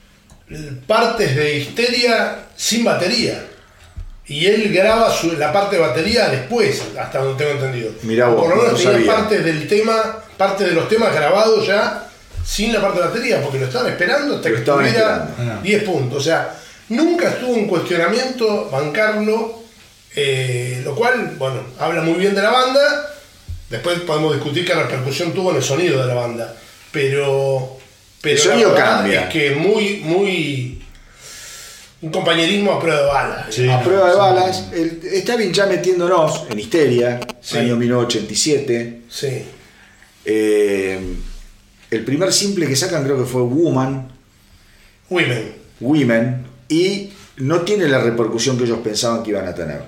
partes de Histeria sin batería. Y él graba su- la parte de batería después, hasta donde tengo entendido. Mirá O vos, por lo menos no tenía sabía. parte del tema, parte de los temas grabados ya sin la parte de batería, porque lo estaban esperando hasta Lo que estaban tuviera esperando. diez puntos. O sea, nunca estuvo en cuestionamiento bancarlo, eh, lo cual, bueno, habla muy bien de la banda. Después podemos discutir qué repercusión tuvo en el sonido de la banda. Pero, pero El sonido la verdad cambia. es que muy, muy. Un compañerismo a prueba de balas. Sí. A prueba de balas, el- está bien ya metiéndonos en Histeria, Sí. año mil novecientos ochenta y siete. Sí. Eh, el primer simple que sacan creo que fue Woman, Women. Women, y no tiene la repercusión que ellos pensaban que iban a tener.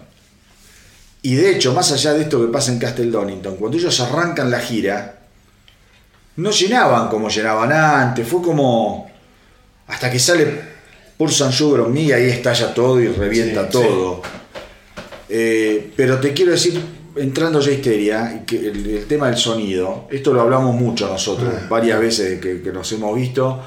Y de hecho, más allá de esto que pasa en Castle Donington, cuando ellos arrancan la gira, no llenaban como llenaban antes, fue como hasta que sale Pour San Sugar on Me y ahí estalla todo y revienta Sí, todo. Eh, pero te quiero decir, entrando ya a Histeria, y que el, el tema del sonido, esto lo hablamos mucho nosotros, Ah. varias veces que, que nos hemos visto,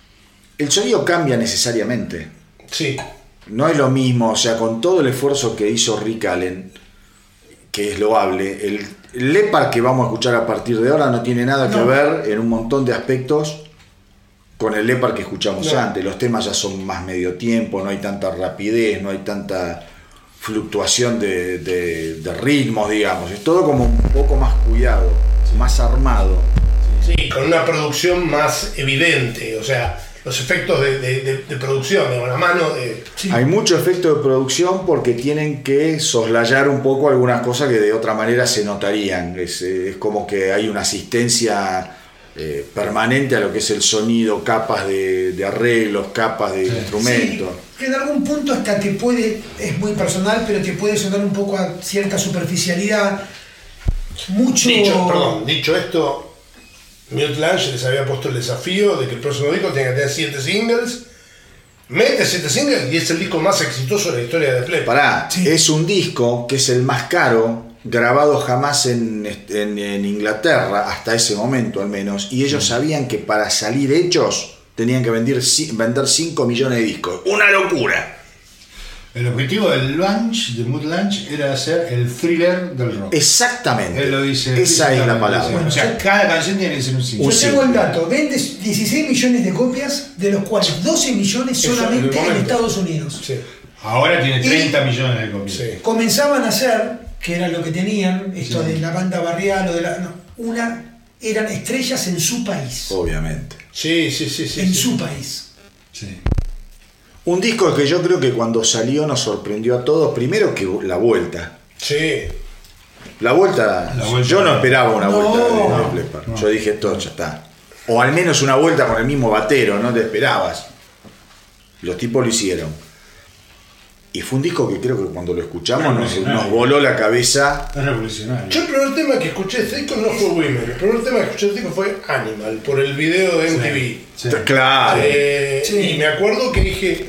el sonido cambia necesariamente. Sí. No es lo mismo, o sea, con todo el esfuerzo que hizo Rick Allen, que es loable, el, el Leppard que vamos a escuchar a partir de ahora no tiene nada que No. ver en un montón de aspectos con el Leppard que escuchamos No. antes. Los temas ya son más medio tiempo, no hay tanta rapidez, no hay tanta fluctuación de, de- de ritmos, digamos. Es todo como un poco más cuidado, más armado. Sí, con una producción más evidente. O sea, los efectos de, de- de- de producción, de la mano de. Sí. Hay mucho efecto de producción porque tienen que soslayar un poco algunas cosas que de otra manera se notarían. Es, eh, es como que hay una asistencia eh, permanente a lo que es el sonido, capas de, de arreglos, capas de instrumentos. Sí, que en algún punto hasta te puede, es muy personal, pero te puede sonar un poco a cierta superficialidad. Mucho. Dicho, perdón, dicho esto, Mute Lange les había puesto el desafío de que el próximo disco tenga que tener siete singles. Mete siete singles y es el disco más exitoso de la historia de Play. Pará, Sí. es un disco que es el más caro grabado jamás en, en- en Inglaterra, hasta ese momento al menos, y ellos sabían que para salir hechos tenían que vender, ci- vender cinco millones de discos. ¡Una locura! El objetivo del launch, de Mood Launch, era hacer el thriller del rock. Exactamente. Él lo dice. Esa es la explícitamente, palabra. dice, O sea, cada canción tiene que ser un Yo single. Un tengo el simple. dato, vende dieciséis millones de copias, de los cuales doce millones Eso, solamente en el en momento. Estados Unidos. Sí, Ahora tiene Y- treinta millones de copias. sí. Comenzaban a hacer, que era lo que tenían, esto de la banda barrial o de la. No, una, eran estrellas en su país. Obviamente. Sí, sí, sí, sí. en sí. su país. Sí. Un disco que yo creo que cuando salió nos sorprendió a todos. Primero que la vuelta. Sí. La vuelta, La vuelta. yo no esperaba una No, vuelta de, de no, Flepper. no. Yo dije, todo ya está. O al menos una vuelta con el mismo batero, no te esperabas. Los tipos lo hicieron. Y fue un disco que creo que cuando lo escuchamos nos, Revolucionario. nos voló la cabeza. Es revolucionario. Yo el primer tema que escuché de este disco no fue Women. El primer tema que escuché de este disco fue Animal, por el video de M T V. Sí. Claro. Eh, Sí. Y me acuerdo que dije,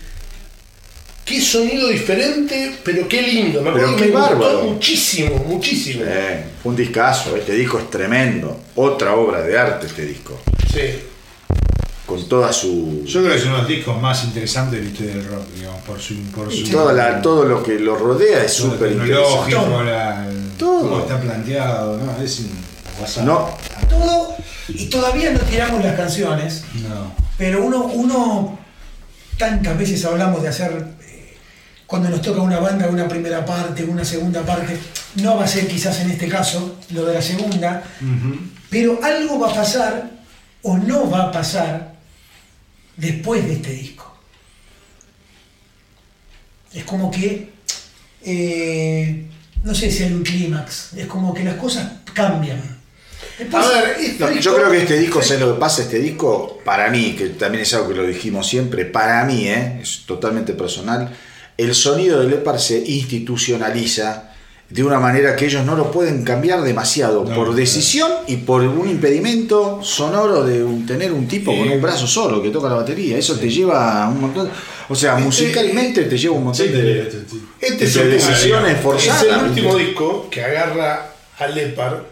qué sonido diferente, pero qué lindo. Me acuerdo Pero que qué me gustó bárbaro. muchísimo, muchísimo. Eh, fue un discazo. Este disco es tremendo. Otra obra de arte este disco. Sí. Con toda su... Yo creo que es uno de los discos más interesantes de la historia del rock, digamos, por su. Por y su toda la- todo lo que lo rodea es todo lo súper interesante. tecnológico, la- Todo. cómo está planteado, ¿no? Es un WhatsApp. No, Todo, y todavía no tiramos las canciones, No. pero uno, uno tantas veces hablamos de hacer, eh, cuando nos toca una banda, una primera parte, una segunda parte, no va a ser quizás en este caso lo de la segunda, pero algo va a pasar o no va a pasar después de este disco. Es como que, eh, no sé si hay un clímax, es como que las cosas cambian. Después- A ver, este No, disco- yo creo que este disco, ¿sabes lo que pasa? Este disco, para mí, que también es algo que lo dijimos siempre, para mí, ¿eh? Es totalmente personal, el sonido de Leppard se institucionaliza de una manera que ellos no lo pueden cambiar demasiado, No, por no. decisión y por un impedimento sonoro de un- tener un tipo con un brazo solo que toca la batería. Eso te lleva a un montón, o sea, musicalmente te lleva un montón de... Este es de el decisiones forzadas. Es el último disco que agarra a Leppard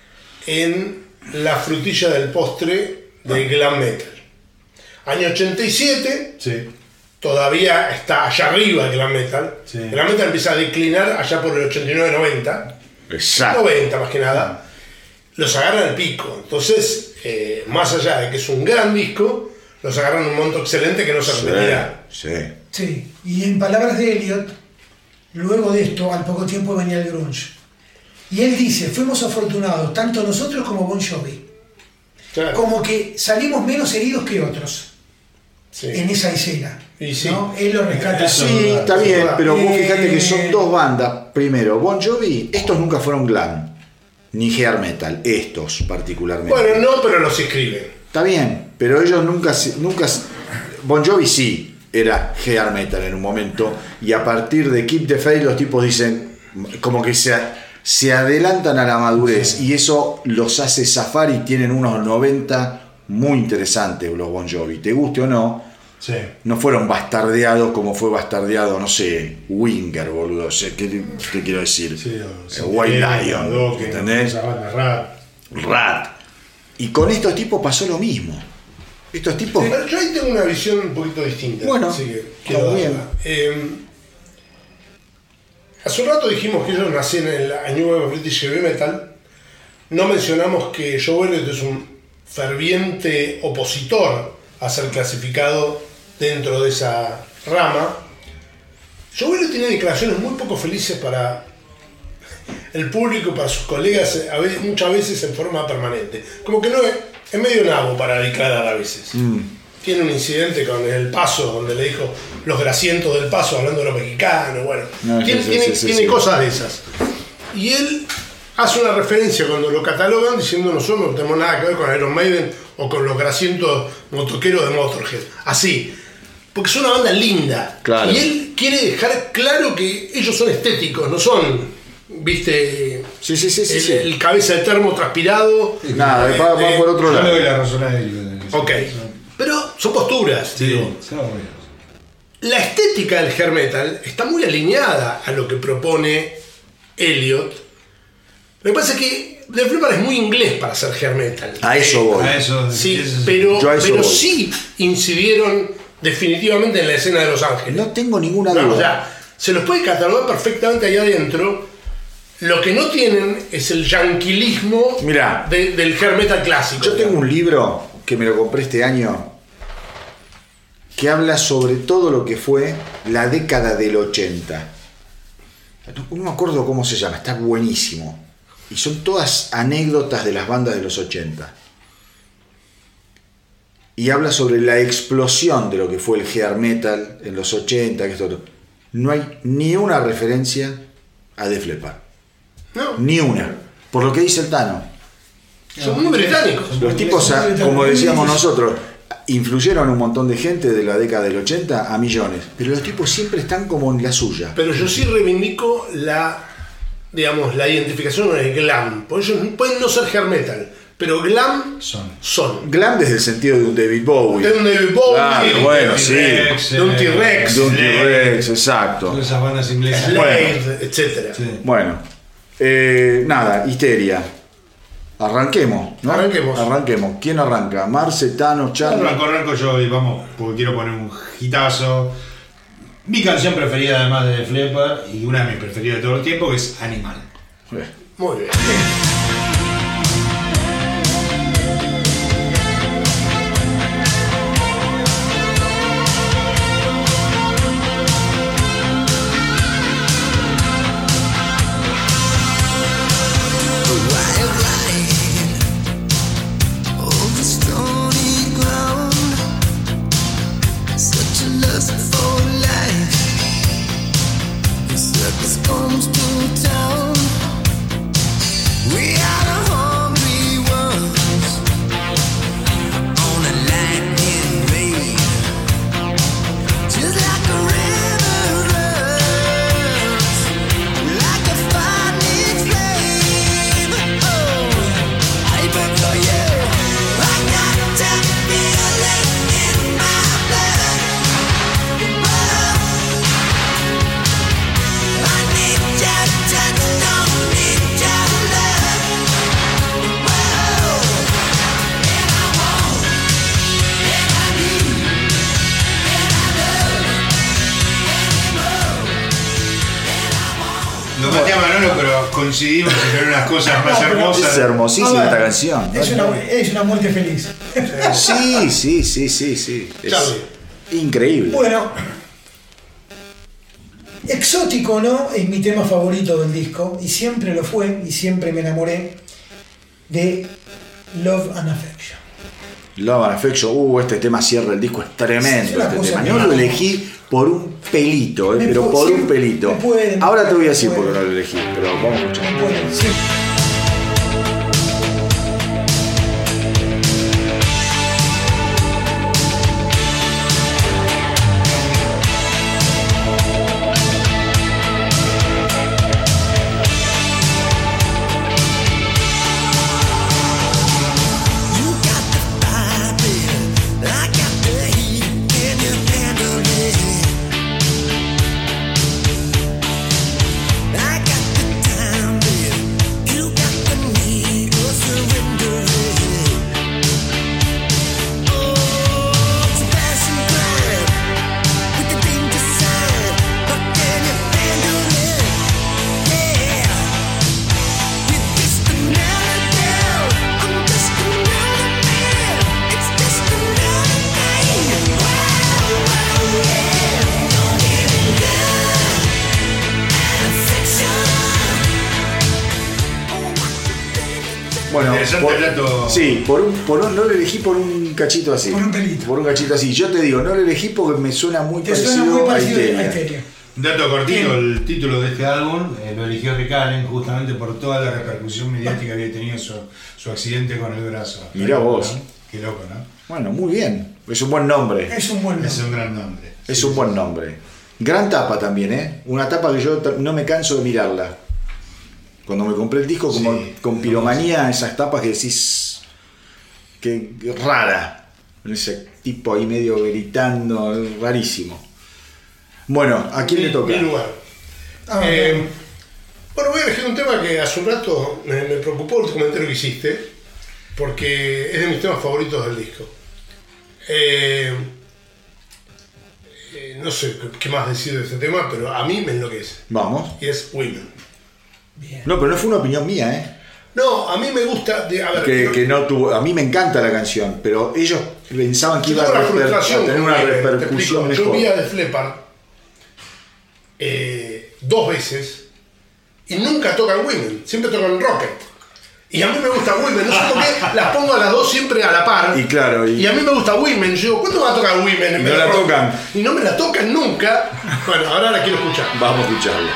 en la frutilla del postre del glam metal. Año ochenta y siete, Sí. todavía está allá arriba el glam metal. Sí. El glam metal empieza a declinar allá por el ochenta y nueve noventa. Exacto. noventa más que nada. Los agarran al pico. Entonces, eh, más allá de que es un gran disco, los agarran en un monto excelente que no se repetirá. Sí. Sí, y en palabras de Elliot, luego de esto, al poco tiempo venía el grunge. Y él dice, fuimos afortunados, tanto nosotros como Bon Jovi. Claro. Como que salimos menos heridos que otros Sí. en esa escena. Y sí. ¿no? Él lo rescata. Sí, está bien, pero vos Eh, fíjate que son dos bandas. Primero, Bon Jovi, estos nunca fueron glam, ni hair metal, estos particularmente. Bueno, no, pero los escriben. Está bien, pero ellos nunca, se- nunca, se- Bon Jovi sí era hair metal en un momento, y a partir de Keep the Faith los tipos dicen, como que se, se adelantan a la madurez, y eso los hace zafar y tienen unos noventa muy interesantes los Bon Jovi, te guste o no. Sí. No fueron bastardeados como fue bastardeado, no sé, Winger, boludo. O sea, ¿qué, qué quiero decir? Sí, Eh, White Lion, ¿entendés? Esa banda rap. Rat. Y con estos tipos pasó lo mismo. Estos tipos. Pero yo ahí tengo una visión un poquito distinta. Bueno, así que está quiero bien. darla. Eh, hace un rato dijimos que ellos nacían en la New Wave of British Heavy Metal. No mencionamos que Joe Elliott es un ferviente opositor a ser clasificado dentro de esa rama. Joe Elliott tiene declaraciones muy poco felices para el público y para sus colegas, a veces, muchas veces en forma permanente. Como que no es, es medio nabo para declarar a veces. Tiene un incidente con el Paso, donde le dijo los grasientos del Paso, hablando de los mexicanos. Bueno, No, tiene, sí, tiene- sí, sí, tiene sí. cosas de esas. Y él hace una referencia cuando lo catalogan diciendo nosotros no tenemos nada que ver con Iron Maiden o con los grasientos motoqueros de Motorhead. Así. Porque es una banda linda. Claro. Y él quiere dejar claro que ellos son estéticos, no son, viste, Sí, sí, sí, sí. el, sí. el cabeza de termo transpirado. Nada, va, va Eh, por otro Yo le lado. doy la razón a él. Ok. Pero son posturas. Sí, digo. sí, obvio. La estética del hair metal está muy alineada a lo que propone Elliot. Lo que pasa es que Def Leppard es muy inglés para hacer hair metal. A eso voy. A eso, Sí, eso- pero, Yo a eso pero voy. sí incidieron definitivamente en la escena de Los Ángeles. No tengo ninguna No, duda. o sea, se los puede catalogar perfectamente ahí adentro. Lo que no tienen es el yanquilismo Mirá. de- del hair metal clásico. Yo tengo un libro que me lo compré este año que habla sobre todo lo que fue la década del ochenta. No, no me acuerdo cómo se llama, está buenísimo. Y son todas anécdotas de las bandas de los ochenta. Y habla sobre la explosión de lo que fue el hair metal en los ochenta. Que esto, no hay ni una referencia a Def Leppard. No, Ni una. Por lo que dice el Tano. son muy británicos. Los tipos, a- como decíamos nosotros, influyeron un montón de gente de la década del ochenta a millones. Pero los tipos siempre están como en la suya. Pero yo sí reivindico la, digamos, la identificación con el glam. Porque ellos pueden no ser hair metal, pero glam Son. son. Glam desde el sentido de un David Bowie. De un David Bowie, Claro, de un bueno, T-Rex, sí. de un T-Rex, De un Slade, T-Rex, exacto. Todas esas bandas inglesas. Slade, etcétera. Sí. Bueno, eh, nada, histeria. Arranquemos, ¿no? Arranquemos. Arranquemos. ¿Quién arranca? Marce, Tano, Charlie. Arranco, arranco yo y vamos, porque quiero poner un hitazo. Mi canción preferida además de Def Leppard y una de mis preferidas de todo el tiempo que es Animal. Eh, Muy bien. Over stony ground, such a lust for life. The circus comes to town. We coincidimos en tener unas cosas más No, pero hermosas. Es hermosísima A ver, esta canción. Es una, es una muerte feliz. Sí, sí, sí, sí, sí. Es Charlie. increíble. Bueno, Exótico, ¿no? Es mi tema favorito del disco y siempre lo fue y siempre me enamoré de Love and Affection. Love and Affection, uh, este tema cierra el disco, es tremendo Es una este cosa tema. que- No lo elegí por un pelito, eh, Me pero pu- por sí, un pelito. me pueden, Ahora te voy a me decir por qué pueden. no lo elegí, pero vamos a escuchar. Bueno, sí. You got the fire, baby. I got the heat. Can you handle it? I got the time, baby. You got the need. Oh, surrender it. Oh, it's a passion crime with the danger sign. But can you handle it? Yeah. You're just another girl. I'm just another man. It's just another thing. Wow, wow, yeah. Don't give me love and affection. Oh, what you think? Bueno, Interesante por- el dato. sí, por un, por un- no lo elegí por un cachito así. Por un pelito. Por un cachito así. Yo te digo, no lo elegí porque me suena muy Te parecido, suena muy a parecido a Histeria. Histeria. Un dato cortito, Bien. el título de este álbum eh, lo eligió Rick Allen justamente por toda la repercusión mediática que había tenido su, su accidente con el brazo. Mirá vos. ¿No? Qué loco, ¿no? Bueno, muy bien. Es un buen nombre. Es un buen Es nombre. un gran nombre. Es Sí, un sí, buen sí. nombre. Gran tapa también, ¿eh? Una tapa que yo ta- no me canso de mirarla. Cuando me compré el disco, como Sí, con piromanía, esas tapas que decís. Que, que rara. Ese tipo ahí medio gritando, rarísimo. Bueno, ¿a quién le toca? Mi lugar. Ah, Eh, bueno. bueno, voy a elegir un tema que hace un rato me, me preocupó el comentario que hiciste, porque es de mis temas favoritos del disco. Eh, eh, no sé qué- qué más decir de este tema, pero a mí me enloquece. Vamos. Y es Women. Bien. No, pero no fue una opinión mía, ¿eh? No, a mí me gusta. De, a ver, Que, yo- que no tuvo. A mí me encanta la canción, pero ellos pensaban que yo iba a, tengo una reper- frustración a tener con una Women, te repercusión explico. Yo mejor. vi a Def Leppard eh, dos veces y nunca tocan Women, siempre tocan Rocket. Y a mí me gusta Women, no sé por qué las pongo a las dos siempre a la par. Y claro, y- y a mí me gusta Women. Yo digo, ¿cuándo va a tocar Women? en Y vez no de la Rocket? tocan. Y no me la tocan nunca. Bueno, ahora la quiero escuchar. Vamos a escucharlo.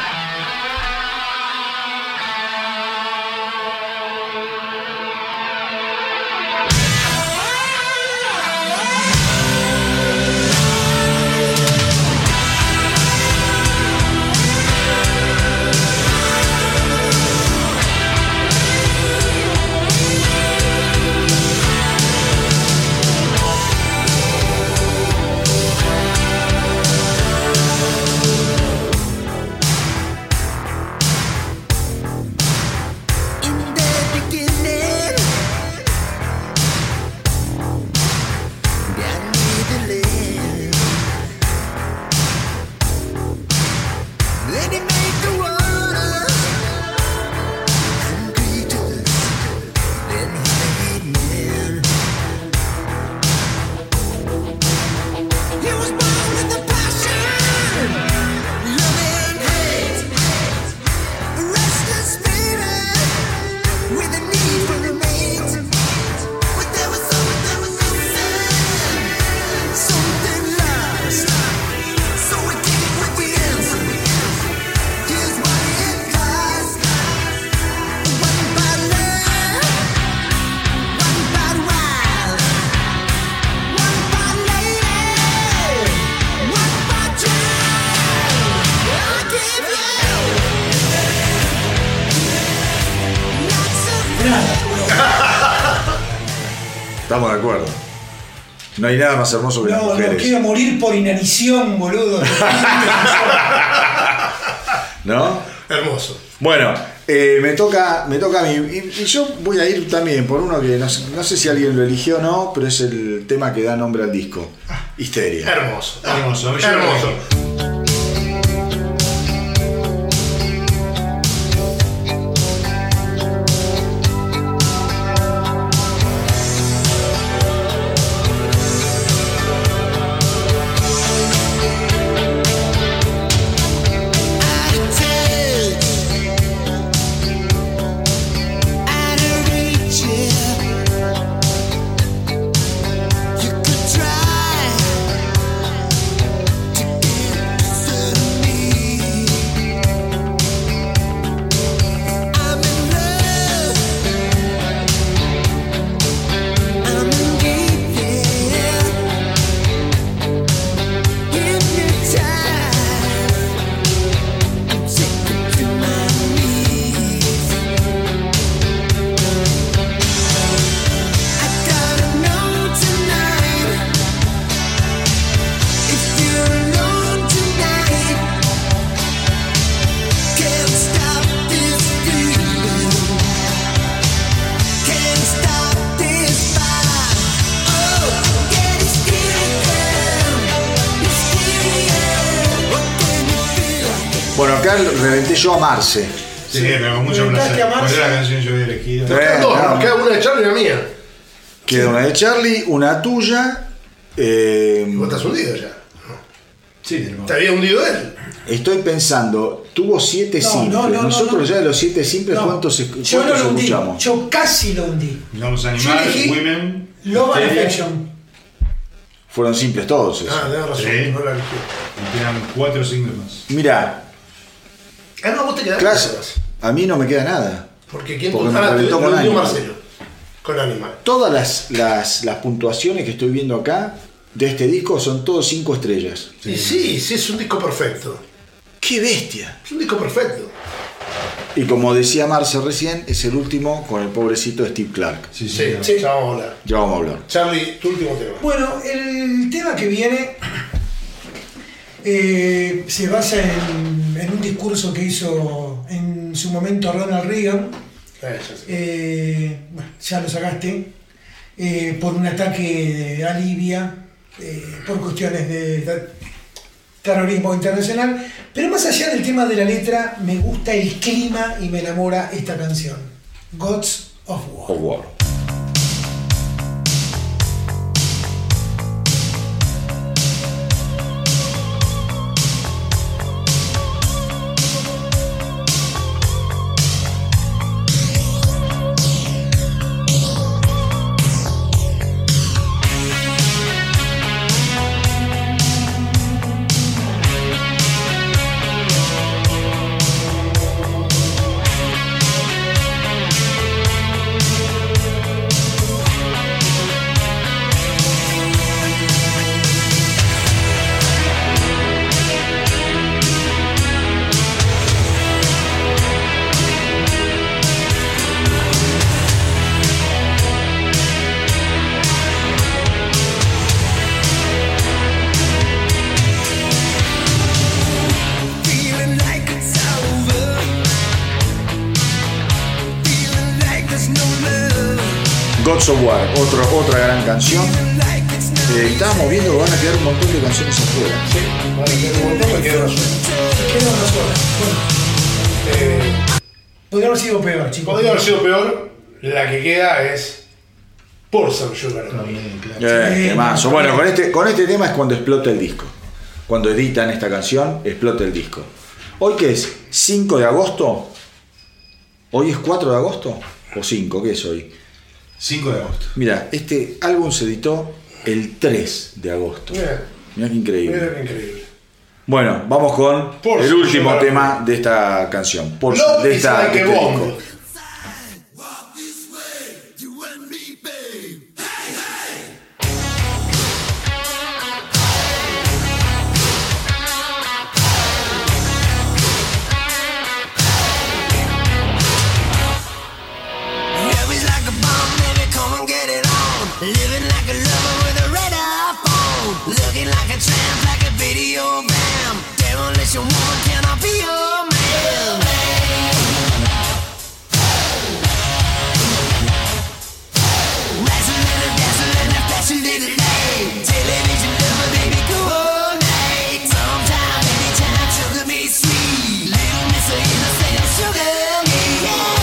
In the beginning, God made the land. Then He made the water and creatures. Then He made man. He was born with a passion, love and hate. A restless spirit with a need for a mate. But there was something, there was something, something lost. So we came with the answer. Here's what it cost. One bad love, one bad wild, one bad lady, one bad child. I give you. Estamos de acuerdo. No hay nada más hermoso que las No, no, mujeres. quiero morir por inanición, boludo. ¿No? Hermoso. Bueno, eh, me toca me toca a mí. Y, y yo voy a ir también por uno que no, sé- no sé si alguien lo eligió o no, pero es el tema que da nombre al disco. Histeria. Hermoso. Hermoso, yo Hermoso. lo acá reventé yo a Marce. Sí, pero con mucho Reventaste placer. a Marce. ¿Cuál era la canción que yo había elegido? Sí. Quedan dos, no. nos queda una de Charlie y una mía. Queda una de Charlie, una tuya. eh, Vos estás hundido ya. Sí, tenemos. Te había hundido él. estoy pensando, tuvo siete No, simples. no, no, Nosotros no, no. ya de los siete simples, No, ¿cuántos, yo cuántos no lo hundí, escuchamos? yo casi lo hundí. Vamos a Yo animar, elegí Women. Love and Hysteria, Affection. Fueron simples todos esos. Ah, tenés razón, Sí. no la elegí. Y quedan cuatro singles más. Mirá, Ah, no, vos te quedaste. clases, a mí no me queda nada. Porque quién Porque te me ah, te reventó lo con hundió Animal. Marcelo. Con Animal. Todas las, las, las puntuaciones que estoy viendo acá de este disco son todos cinco estrellas. Sí, sí, sí, es un disco perfecto. ¡Qué bestia! Es un disco perfecto. Y como decía Marce recién, es el último con el pobrecito Steve Clark. Sí, sí. Sí, no. sí, ya vamos a hablar. Ya vamos a hablar. Charlie, tu último tema. Bueno, el tema que viene eh, se basa en, en un discurso que hizo en su momento Ronald Reagan. Eh, ya sé. Eh, bueno, ya lo sacaste. Eh, por un ataque a Libia, eh, por cuestiones de, de terrorismo internacional. Pero más allá del tema de la letra, me gusta el clima y me enamora esta canción. Gods of War. Of War. Feeling like it's over. Feeling like there's no love. Gods of War, otro, otra gran canción. Feeling like it's no Eh, estábamos viendo que van a quedar un montón de canciones afuera. Sí, vale, que un montón me quedó razón. Quedan dos horas. Bueno, Eh, podría haber sido peor, chicos. podría haber sido peor. La que queda es Pour Some Sugar on Me. Eh, Sí, temazo. no, Bueno, no. con este, con este tema es cuando explota el disco. Cuando editan esta canción, explota el disco. ¿Hoy qué es? ¿cinco de agosto? ¿Hoy es cuatro de agosto? ¿O cinco? ¿Qué es hoy? cinco de agosto. Mira, este álbum se editó el tres de agosto. Mira, Mirá qué increíble. mira qué increíble. Bueno, vamos con Por el su último sugar. tema de esta canción. Por su- Love de is esta, like de a este bomb. disco. Walk this way, you and me, babe. Love is like a bomb, baby, come and get it on. Living like a lover with a red phone. Looking like a tramp, like a video vamp. Demolition woman, can I be your man? Razzling and dazzling and flashing little light. Television lover, baby, go all night. Sometime, anytime, sugar me sweet. Little miss of innocent sugar me, yeah.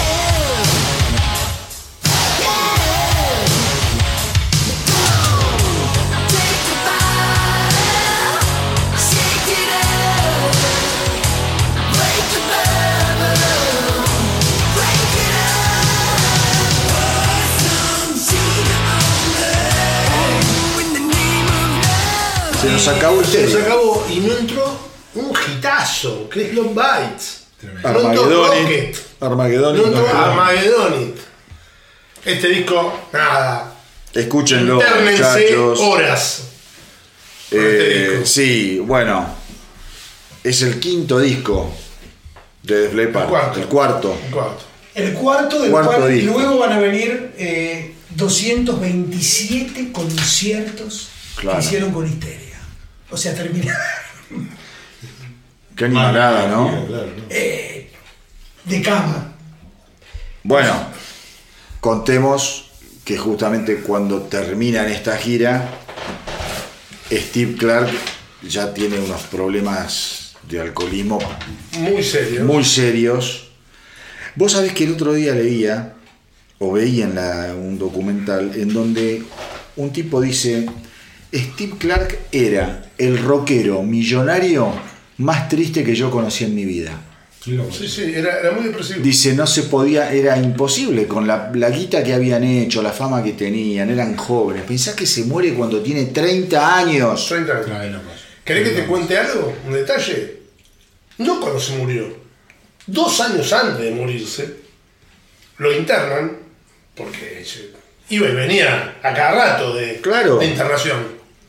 Se nos acabó el Se nos tema. acabó y no entró un hitazo, que es Long Bites. No entró Armageddonit. Rocket. Armageddonit. No entró no. Armageddonit. Este disco, nada. Escúchenlo, Internense muchachos. horas. Eh, este disco. sí, bueno. Es el quinto disco de Def Leppard. El cuarto. El cuarto. Un cuarto. El cuarto del Cuarto cual disco. luego van a venir eh, doscientos veintisiete conciertos Claro. que hicieron con Histeria. O sea, terminaron Qué animalada, ¿no? Claro, ¿no? de cama. Bueno, contemos que justamente cuando terminan esta gira, Steve Clark ya tiene unos problemas de alcoholismo Muy serio. muy serios. Vos sabés que el otro día leía o veía en la, un documental en donde un tipo dice: Steve Clark era el rockero millonario más triste que yo conocí en mi vida. Sí, loco. Sí, sí, era, era muy depresivo. Dice, no se podía, era imposible con la, la guita que habían hecho, la fama que tenían, eran jóvenes. Pensá que se muere cuando tiene treinta años. treinta años. Ay, loco. ¿Querés que te cuente algo? Un detalle. No cuando se murió. Dos años antes de morirse, lo internan, porque se- iba y venía a cada rato de, Claro. de internación.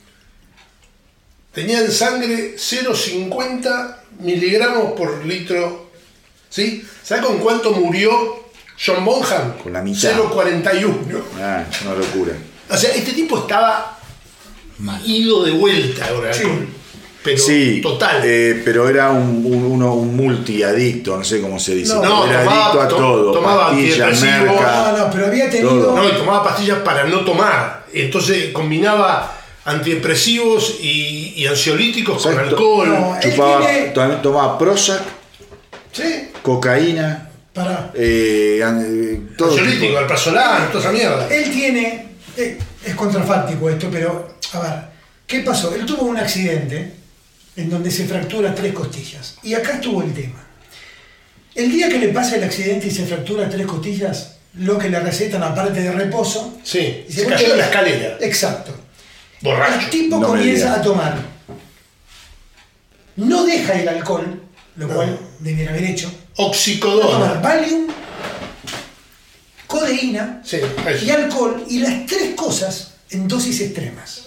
Tenía en sangre cero coma cincuenta miligramos por litro. ¿Sí? ¿Sabes con cuánto murió John Bonham? Con la mitad. cero coma cuarenta y uno. Ah, es una locura. O sea, este tipo estaba Mal. ido de vuelta con el Sí. alcohol. Pero Sí, total. eh, pero era un, un, uno, un multiadicto, no sé cómo se dice. No, no, era tomaba- adicto a to- todo. tomaba Pastillas, antidepresivos. merca. No, no, pero había tenido. Todo. No, y tomaba pastillas para no tomar. Entonces combinaba antidepresivos y, y ansiolíticos con Exacto. alcohol. No, él Chupaba, tiene- también tomaba Prozac, Sí, cocaína, Pará. eh, an- eh, todo ansiolítico, tipo. alprazolam, toda esa mierda. Él tiene. eh, Es contrafáctico esto, pero. A ver, ¿qué pasó? Él tuvo un accidente en donde se fractura tres costillas. Y acá estuvo el tema. El día que le pasa el accidente y se fractura tres costillas, lo que le recetan aparte de reposo. Sí, y se vuelve- cayó de la escalera. Exacto. Borracho. El tipo No me comienza digas. a tomar. No deja el alcohol, lo cual debiera haber hecho. Va a Oxicodona. tomar Valium, codeína Sí, eso. y alcohol, y las tres cosas en dosis extremas.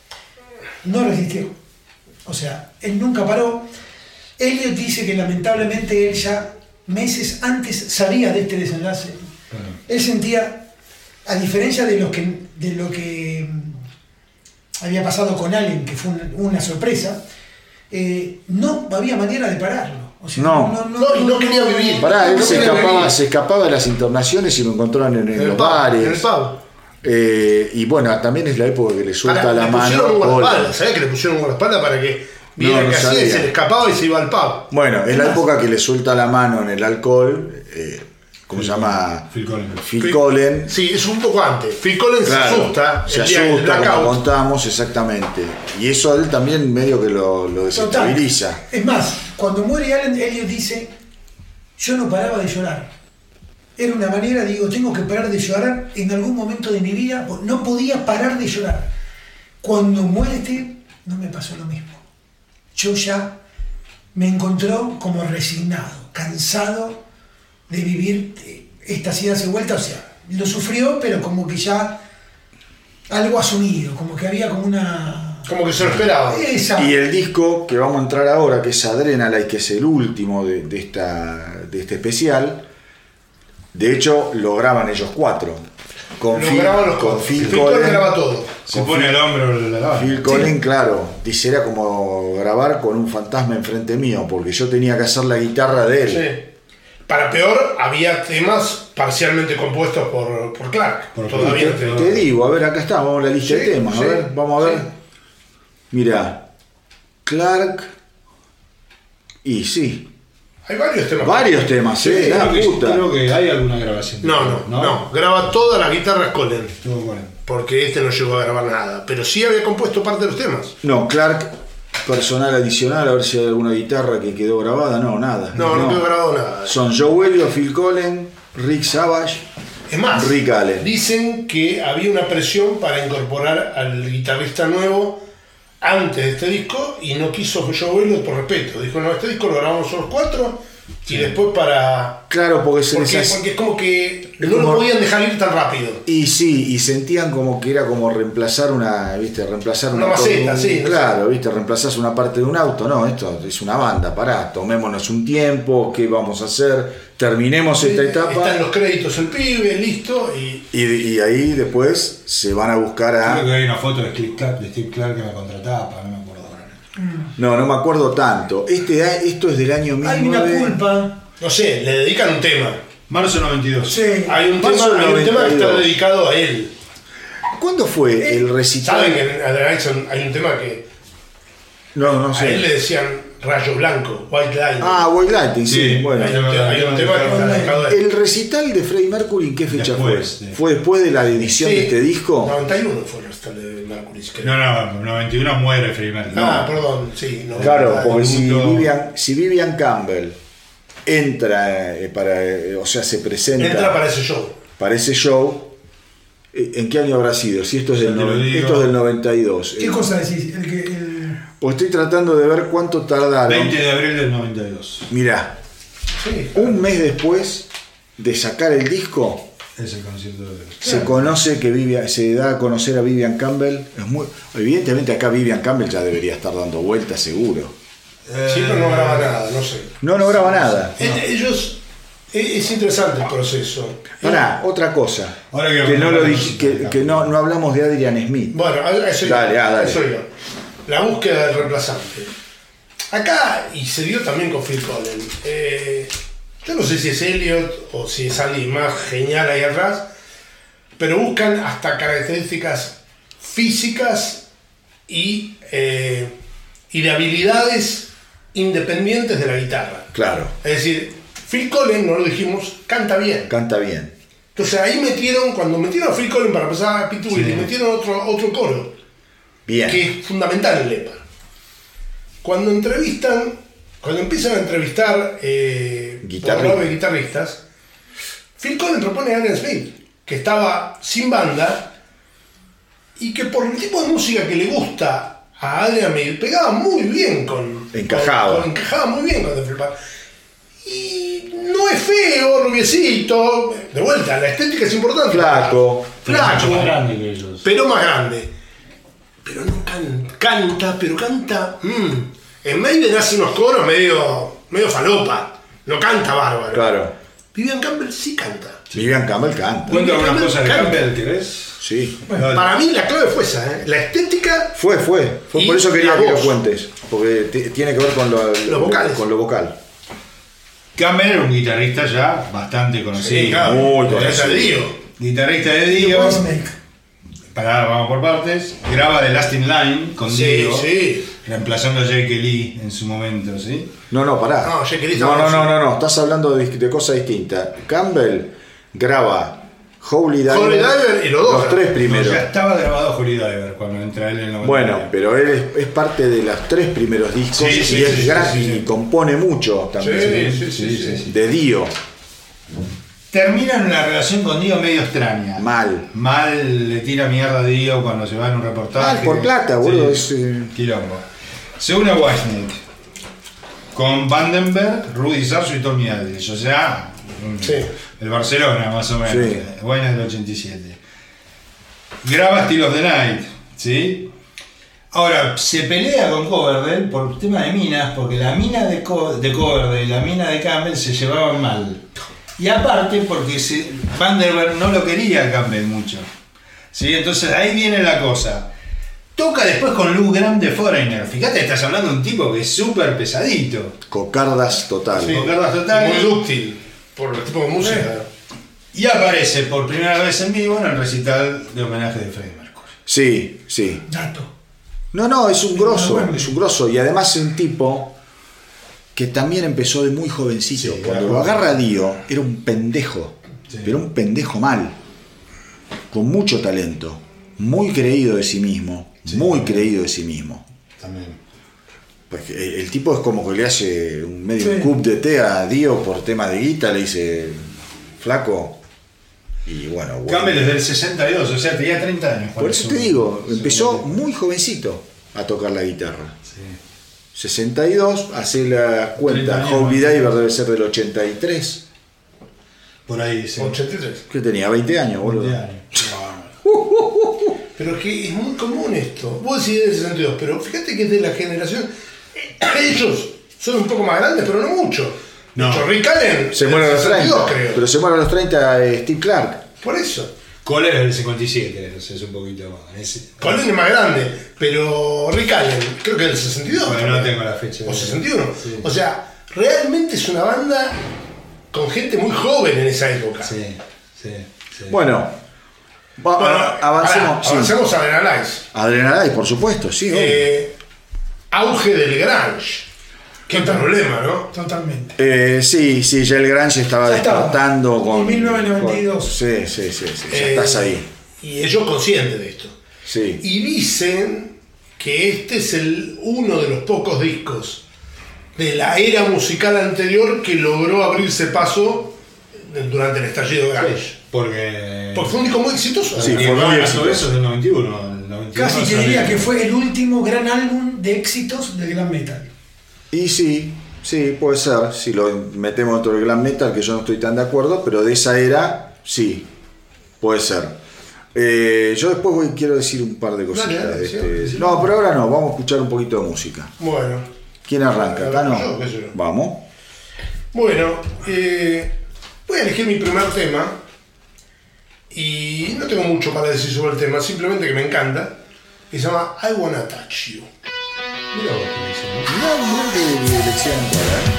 No resistió. O sea, él nunca paró. Elliot dice que lamentablemente él ya meses antes sabía de este desenlace. Él sentía, a diferencia de lo que, de lo que mm, había pasado con Allen, que fue una, una sorpresa, eh, no había manera de pararlo. O sea, No. No, y no quería vivir. Pará, él No se quería escapaba, vivir. se escapaba de las internaciones y lo encontraron en, en En el los pub, bares. en el pub. Eh, y bueno, también es la época que le suelta Para- la le mano. pusieron un Hola. guardaespaldas, ¿sabés que le pusieron un guardaespaldas para que viera No, no que hacía y sabía. se le escapaba y se iba al pub? Bueno, es la época que le suelta la mano en el alcohol. Eh, ¿Cómo se llama? Phil Collins. Phil Collins. Sí, es un poco antes. Phil Collins Claro, se asusta. se el día del asusta, como blackout. contamos, exactamente. Y eso a él también medio que lo, lo Total. desestabiliza. Es más, cuando muere Allen, Elliot dice, yo no paraba de llorar. Era una manera, digo, tengo que parar de llorar en algún momento de mi vida. No podía parar de llorar. Cuando muere Steve, no me pasó lo mismo. Yo ya me encontró como resignado, cansado de vivir eh, estas idas y vueltas. O sea, lo sufrió, pero como que ya algo asumido, como que había como una... Como que se lo esperaba. Esa. Y el disco que vamos a entrar ahora, que es Adrenaline, que es el último de, de esta, de este especial, de hecho lo graban ellos cuatro. Con Lo Phil, graban los con cuatro. Phil Phil Collins Collins. graba todo. Se Con pone Phil- al hombro la la Phil Collins, claro, dice era como grabar con un fantasma enfrente mío, porque yo tenía que hacer la guitarra de él. Sí. Para peor, había temas parcialmente compuestos por, por Clark. Por- Todavía Te, no te digo, a ver, acá está, vamos a la lista Sí, de temas, sí, a ver, vamos a ver. sí. Mira, Clark, y sí, Hay varios temas. varios temas, ¿eh? La Creo que, puta. creo que hay alguna grabación. No, no, no, Graba todas las guitarras Collins. Estuvo bueno. Porque este no llegó a grabar nada. Pero sí había compuesto parte de los temas. No, Clark, personal adicional, a ver si hay alguna guitarra que quedó grabada. No, nada. No, no, quedó grabado nada. Son Joe Elliott, Phil Collins, Rick Savage. Es más, Rick Allen. dicen que había una presión para incorporar al guitarrista nuevo antes de este disco y no quiso Joe Elliott por respeto. Dijo, no, este disco lo grabamos los cuatro y después para... Claro, porque se Porque, les hace- porque es como que Es no como- lo podían dejar ir tan rápido. Y sí, y sentían como que era como reemplazar una, ¿viste? Reemplazar Una una, maceta, un- sí, no Claro, ¿viste? Reemplazás una parte de un auto, no, esto es una banda, pará, tomémonos un tiempo, ¿qué vamos a hacer? Terminemos esta etapa. Están los créditos el pibe, listo, y Y, y ahí después se van a buscar Creo a... que hay una foto de Steve Clark, de Steve Clark que me contrataba, no me acuerdo ahora. No, no me acuerdo tanto. Este, esto es del año mil Hay una nueve- culpa. no sé, le dedican un tema. Marzo noventa y dos. Sí. Hay un, Marzo tema, hay un tema que noventa y está dos. dedicado a él. ¿Cuándo fue el recital? Saben que en Adrenaline hay un tema que No, no a él le sé. decían, Rayo Blanco, White Line. Ah, White Lightning, sí, Sí, bueno. hay un, te- hay un tema que está dedicado a él. El recital de Freddie Mercury, ¿en qué fecha Después, fue? sí. ¿Fue después de la edición Sí, de este disco? noventa y uno fue el recital de Mercury, creo. No, no, noventa y uno muere Freddie Mercury. Ah, perdón, sí. noventa. Claro, porque si Tributo. Vivian, si Vivian Campbell entra eh, para, eh, o sea, se presenta Entra para ese show. para ese show, eh, ¿en qué año habrá sido? Si esto es, Ya del, te lo noven- digo. esto es del noventa y dos. ¿Qué Eh, cosa decís? El que, el... Pues estoy tratando de ver cuánto tardaron. veinte de abril del noventa y dos. Mirá, Sí. un mes después de sacar el disco, Es el concierto de... se conoce que Vivian, se da a conocer a Vivian Campbell. Es muy, evidentemente acá Vivian Campbell ya debería estar dando vueltas seguro. Sí, pero no graba nada, no sé. No, no graba nada. Eh, Ellos, eh, es interesante el proceso. Pará, otra cosa. Ahora que Que, no, vamos a lo hablar dij- de que, que no, no hablamos de Adrian Smith. Bueno, a eso iba, Dale, ah, dale. a eso iba. La búsqueda del reemplazante. Acá, y se dio también con Phil Collins. eh, yo no sé si es Elliot o si es alguien más genial ahí atrás, pero buscan hasta características físicas y, eh, y de habilidades independientes de la guitarra. Claro, Es decir, Phil Collins, no lo dijimos, canta bien. canta bien. Entonces ahí metieron, cuando metieron a Phil Collins para empezar a Pete Willis, metieron otro, otro coro, Bien. que es fundamental en Lepar. Cuando entrevistan, cuando empiezan a entrevistar eh, Guitarristas. por nueve guitarristas, Phil Collins propone a Adrian Smith, que estaba sin banda y que por el tipo de música que le gusta a Adrian Smith pegaba muy bien con. Encajaba. con- con- encajaba muy bien con The Flipper. Y no es feo, rubiecito. De vuelta, la estética es importante. Flaco. Flaco. más grande que ellos. Pero más grande. Pero no can- canta, pero canta. mm. En Maiden hace unos coros medio, medio falopa. No canta bárbaro. Claro. Vivian Campbell sí canta. Vivian Campbell canta. Cuento algunas cosas de Canta. Campbell, ¿querés? Sí. Dale. Para mí la clave fue esa, ¿eh? La estética. Fue, fue. Fue Y por eso quería la que lo voz. cuentes. Porque t- tiene que ver con lo, Los vocales. con lo vocal. Campbell era un guitarrista ya bastante conocido. Sí, claro. muy Esa conocido. de Dio. Guitarrista de The Dio. Whitesnake. Pará, vamos por partes. Graba The Last in Line con Sí, Dio. sí. Reemplazando a Jake Lee en su momento, ¿sí? No, no, pará. No, Jake Lee no, estaba no, no, así. no, no. Estás hablando de, de cosas distintas. Campbell graba Holy Diver. Holy Diver y los dos. Los tres No, primeros. ya estaba grabado Holy Diver cuando entra él en el noventa. Bueno, pero él es, es parte de los tres primeros discos Sí, y sí, es sí, gran sí, sí. y compone mucho también. Sí, sí, sí, sí, sí. De Dio. Terminan una relación con Dio medio extraña. Mal. Mal le tira mierda a Dio cuando se va en un reportaje. Mal por plata, boludo, Sí, es, eh. Quilombo. Se une a Whitesnake con Vandenberg, Rudy Sarzo y Tommy Aldrich. O sea, un- Sí. el Barcelona más o menos. Sí. Bueno, es del ochenta y siete. Graba Still of the Night, ¿sí? Ahora, se pelea con Coverdale por tema de minas, porque la mina de, Co- de Coverdale y la mina de Campbell se llevaban mal. Y aparte porque se, Vandenberg no lo quería a Campbell mucho. ¿Sí? Entonces ahí viene la cosa. Toca después con Lou Gramm de Foreigner. Fíjate, estás hablando de un tipo que es súper pesadito. Cocardas total. Sí. Con cargas totales. Muy dúctil. Por el tipo de música. Y aparece por primera vez en vivo en el recital de homenaje de Freddie Mercury. Sí, sí. Dato. No, no, es un grosso, Bueno. es un grosso. Y además es un tipo que también empezó de muy jovencito. Sí, Cuando era lo joven. agarra Dio, era un pendejo. Sí. Pero un pendejo mal. Con mucho talento. Muy creído de sí mismo. Sí. Muy creído de sí mismo. También. Pues el, el tipo es como que le hace un medio Sí. un cup de té a Dio por tema de guita, le dice flaco. Y bueno, bueno. Campbell es del sesenta y dos, o sea, tenía treinta años. Por cuando eso se- te digo, se empezó metió. muy jovencito a tocar la guitarra. Sí. sesenta y dos, hace la cuenta, treinta años Holy más. Diver debe ser del ochenta y tres. Por ahí, sí. ochenta y tres. Que tenía veinte años, boludo. veinte años. Pero es que es muy común esto. Vos decís del sesenta y dos, pero fíjate que es de la generación. Ellos son un poco más grandes, pero no mucho. De No. hecho, Rick Allen. Se del muere a los sesenta y dos, treinta. creo. Pero se muere a los treinta eh, Steve Clark. Por eso. Cole es del cincuenta y siete, o sea, es un poquito más. Ese- Colin es más grande, pero Rick Allen, creo que es del sesenta y dos. Bueno, no también. tengo la fecha. O sesenta y uno. Sí. O sea, realmente es una banda con gente muy joven en esa época. Sí, sí, sí. Bueno, va- Bueno, avancemos. pará, sí. avancemos a Adrenalize. Adrenalize, por supuesto, sí. obvio. Eh, auge del grunge. Qué problema, ¿no? Totalmente. Eh, sí, sí, ya el grunge estaba Ya estaba. despertando con... En mil novecientos noventa y dos. con- sí, sí, sí, sí, ya Eh, estás ahí. Y ellos conscientes de esto. Sí. Y dicen que este es el, uno de los pocos discos de la era musical anterior que logró abrirse paso durante el estallido grunge. Porque. Porque fue un disco muy exitoso. Sí, y fue muy bueno, exitoso. todo eso es del noventa y uno. El noventa y uno Casi te sale- diría que fue el último gran álbum de éxitos del glam metal. Y sí, sí, puede ser. Si lo metemos dentro del glam metal, que yo no estoy tan de acuerdo, pero de esa era, sí, puede ser. Eh, yo después voy, quiero decir un par de cositas. Dale, dale, de sí, este- sí. No, pero ahora no, vamos a escuchar un poquito de música. Bueno, ¿Quién arranca? Arranco ¿Tano? yo, qué sé yo. Vamos. bueno eh, voy a elegir mi primer tema. Y no tengo mucho para decir sobre el tema, simplemente que me encanta. Y se llama I Wanna Touch You. Mira vos qué dice, ¿no? No, no de mi elección ahora, ¿eh?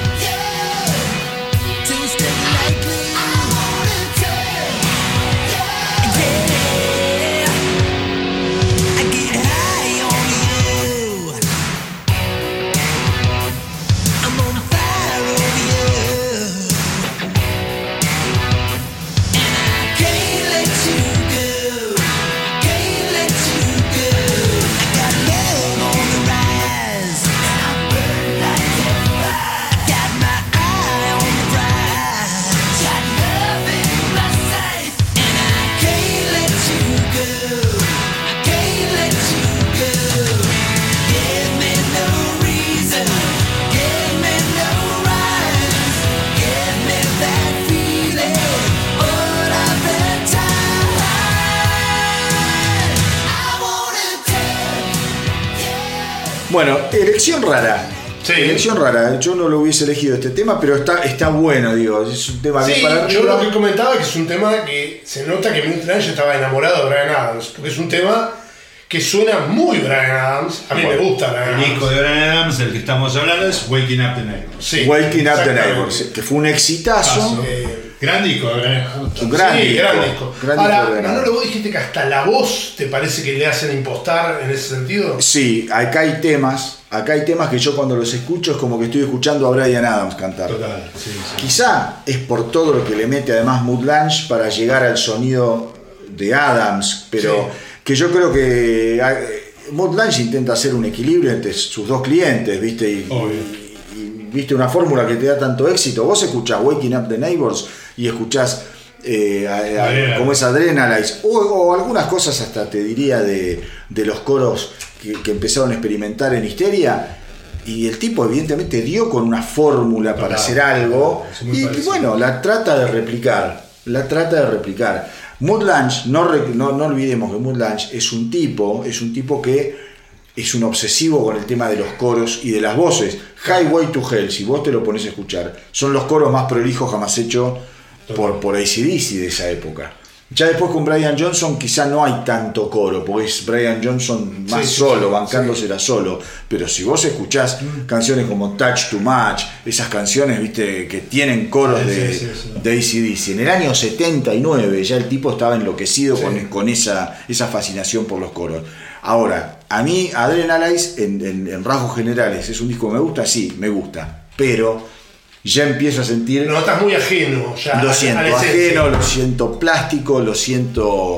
Bueno, elección rara. Sí. Elección rara. Yo no lo hubiese elegido este tema, pero está, está bueno, digo. Es un tema bien Sí, para yo arriba. lo que comentaba es que es un tema que se nota que Milt Lange estaba enamorado de Bryan Adams, porque es un tema que suena muy Bryan Adams. A mí Bueno, me gusta Bryan El Adams. disco de Bryan Adams, del que estamos hablando, es Waking Up the Neighbors. Sí, Waking Up the exactamente. Neighbors, que fue un exitazo. Eh, Gran disco de Bryan Adams. Un gran sí, disco, gran disco. gran Ahora, disco de Bryan Manolo, vos dijiste que hasta la voz te parece que le hacen impostar en ese sentido. Sí, acá hay temas, acá hay temas que yo cuando los escucho es como que estoy escuchando a Bryan Adams cantar. Total, sí, sí. Quizá es por todo lo que le mete además Mutt Lange para llegar al sonido de Adams, pero Sí. que yo creo que eh, Mutt Lange intenta hacer un equilibrio entre sus dos clientes, ¿viste? Y, Obvio. y- y, ¿viste? Una fórmula que te da tanto éxito. Vos escuchás Waking Up the Neighbors y escuchás eh, a- a- Adrenalize. como es Adrenalize, o, o algunas cosas hasta te diría de, de los coros que, que empezaron a experimentar en Histeria. Y el tipo evidentemente dio con una fórmula para Total, hacer algo es muy y, y parecido. bueno, la trata de replicar, la trata de replicar. Mutt Lange, no, re- no, no olvidemos que Mutt Lange es un tipo, es un tipo que es un obsesivo con el tema de los coros y de las voces. Highway to Hell, si vos te lo pones a escuchar, son los coros más prolijos jamás hechos por, por A C D C de esa época. Ya después con Brian Johnson quizá no hay tanto coro, porque es Brian Johnson más Sí, sí, solo, sí, bancándosela solo. Pero si vos escuchás canciones como Touch Too Much, esas canciones, viste, que tienen coros Sí, de, sí, sí, sí. de A C D C, en el año setenta y nueve ya el tipo estaba enloquecido Sí. con, con esa, esa fascinación por los coros. Ahora, a mí Adrenalize en, en, en rasgos generales es un disco que me gusta, sí, me gusta, pero ya empiezo a sentir... No, estás muy ajeno ya. Lo a- siento a la esencia. ajeno, lo siento plástico, lo siento.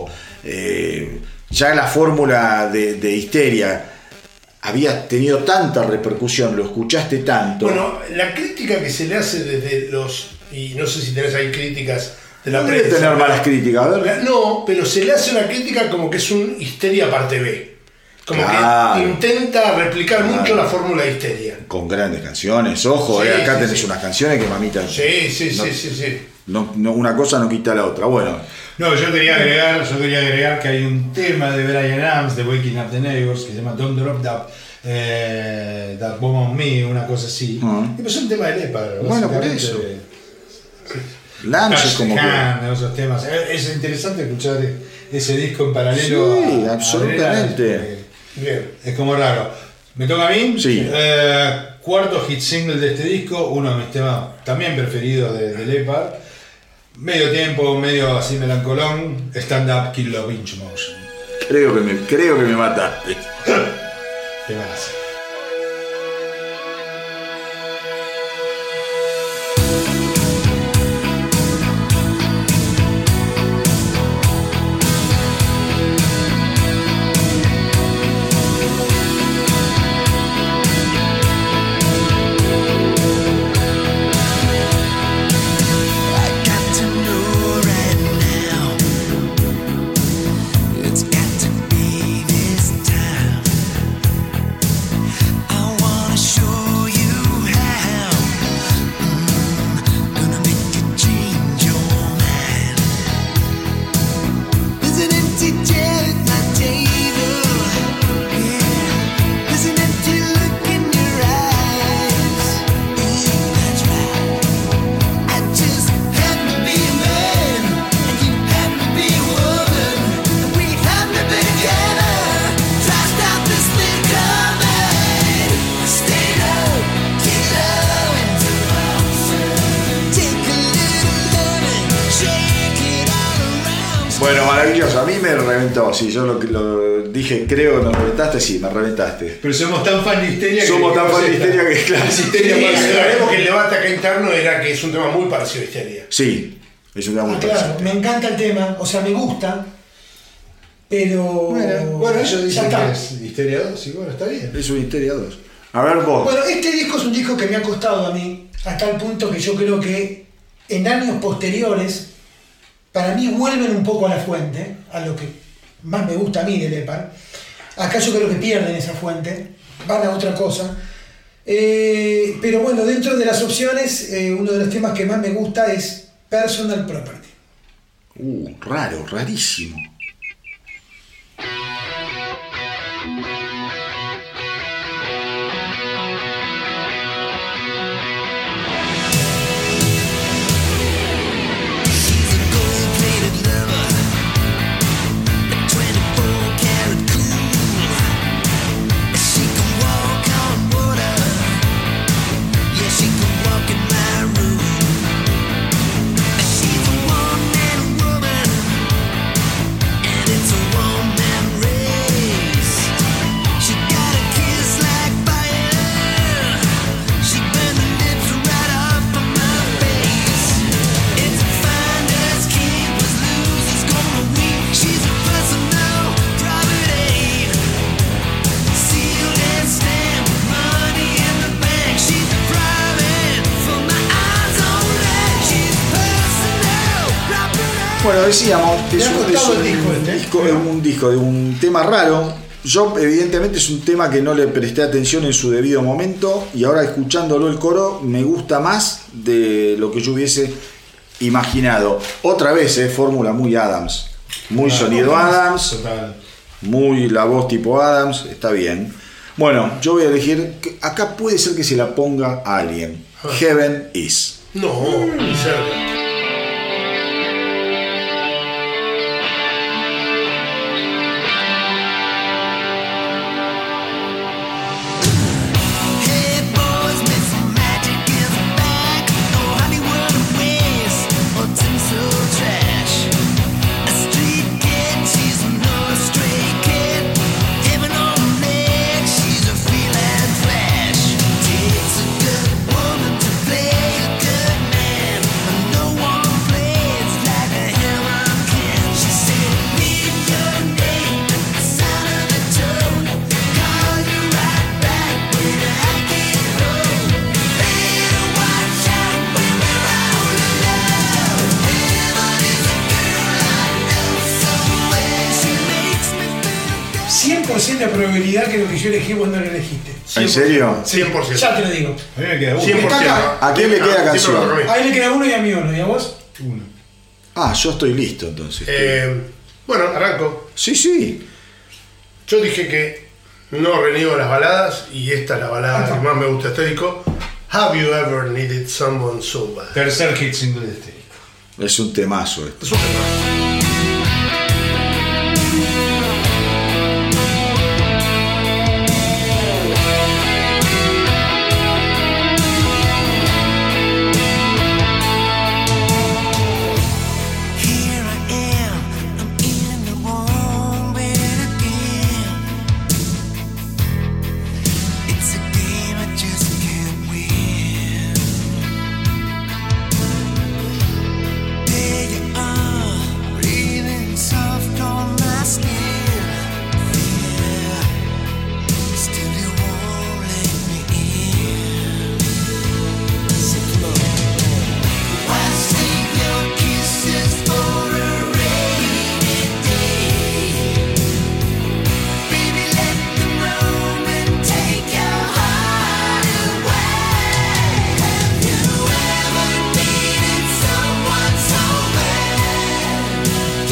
eh, ya la fórmula de, de Histeria había tenido tanta repercusión, lo escuchaste tanto. Bueno, la crítica que se le hace desde los. Y no sé si tenés ahí críticas de la no debe prensa. tener malas críticas, a ver. No, pero se le hace una crítica como que es un Histeria parte B. Como Claro. que intenta replicar Claro. mucho la fórmula de Histeria. Con grandes canciones, ojo, Sí, eh, acá sí, tenés sí. unas canciones que mamita. Sí, sí, no, sí, sí, sí. no- no- una cosa no quita la otra. Bueno, No, yo quería agregar, yo quería agregar que hay un tema de Bryan Adams de Waking Up the Neighbors que se llama Don't Drop That, eh, that Bomb on Me, una cosa así. Ah. Y pues es un tema de Lepar. Bueno, por básicamente, eso. de- Lange es Touch como the que. Hand, esos temas. Es es interesante escuchar ese disco en paralelo. Sí, a- a absolutamente. Adrenalize, porque Bien. es como raro. ¿Me toca a mí? Sí. Eh, cuarto hit single de este disco, uno de mis temas también preferidos de, de Lepar. Medio tiempo, medio así melancolón. Stand Up, Kill Love, Inch Motion. Creo que me, creo que me mataste. Temazo. maravilloso. A mí me reventó. Sí, yo lo, lo dije, creo que me reventaste. Sí, me reventaste. Pero somos tan fan de Histeria que. Somos tan fan de Histeria que, claro. Es Histeria Sí, más. sabemos que el debate acá interno era que es un tema muy parecido a Histeria. Sí, es un tema muy Ah, claro, interesante. me encanta el tema, o sea, me gusta, pero. Bueno, ellos ya dicen está. que es Histeria dos y bueno, está bien. Es un Histeria dos. A ver vos. Bueno, este disco es un disco que me ha costado a mí, hasta el punto que yo creo que en años posteriores, para mí vuelven un poco a la fuente, a lo que más me gusta a mí de Lepar. Acá yo creo que pierden esa fuente, van a otra cosa. Eh, pero bueno, dentro de las opciones, eh, uno de los temas que más me gusta es Personal Property. Uh, raro, rarísimo. Bueno, decíamos que Me es ha un, costado es un el disco este. disco, es un disco de un tema raro. Yo, evidentemente, es un tema que no le presté atención en su debido momento y ahora escuchándolo el coro me gusta más de lo que yo hubiese imaginado. Otra vez, eh, fórmula muy Adams, muy sonido Adams, Total. muy la voz tipo Adams, está bien. Bueno, yo voy a elegir, que acá puede ser que se la ponga a alguien. Heaven Is. No, ni cerca. cien por ciento de probabilidad que lo que yo elegí vos no lo elegiste. ¿En serio? cien por ciento. Ya te lo digo. A mí me queda uno. cien por ciento. Está acá. ¿A quién le queda Ah, canción? siempre lo reí. A él le queda uno y a mí uno, ¿y a vos? Uno. Ah, yo estoy listo entonces. Eh, bueno, arranco. Sí, sí. Yo dije que no reniego las baladas y esta es la balada que más me gusta de este disco. Have you ever needed someone so bad? Tercer hit single de este disco. Es un temazo esto. Es un tema. Here I am, I'm in the wrong bed again. It's a game I just can't win. There you are, breathing soft on my skin. Yeah, still you won't let me in. So why save your kisses for a rainy day? Baby, let them roam and take your heart away. Have you ever needed someone so bad?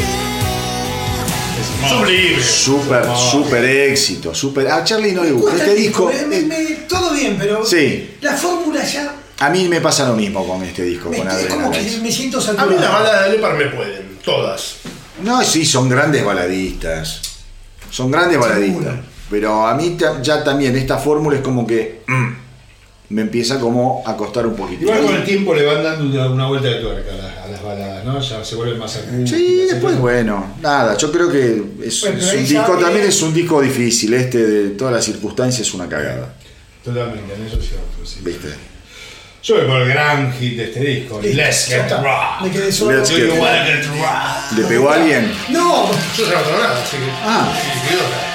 Yeah. Sublime. Súper, súper éxito. Súper. A Charlie no le gusta. Gusta Este el disco. me- me- me- todo bien, pero Sí. la fórmula ya A mí me pasa lo mismo con este disco, me, con es como que Adrenaline. me siento A mí saturado. las baladas de Lepar me pueden, todas. No, sí, son grandes baladistas. Son grandes baladistas. Seguro. Pero a mí ta- ya también esta fórmula es como que. mm, me empieza como a costar un poquito. Igual con el tiempo le van dando una, una vuelta de tuerca a las, a las baladas, ¿no? Ya se vuelven más acústicas. Sí, después bueno, nada, yo creo que es, Bueno, es pero un ahí ya disco, también viene- es un disco difícil, este de todas las circunstancias es una cagada, Totalmente, en eso es cierto. Sí. ¿viste? Yo voy por el gran hit de este disco, Listo, Let's ya Get está. Rock. Me quedé solo. Let's Do Get you wanna get rock? ¿Le pegó a alguien? No, Yo ya no tengo nada, así que. Ah. Sí, idiota.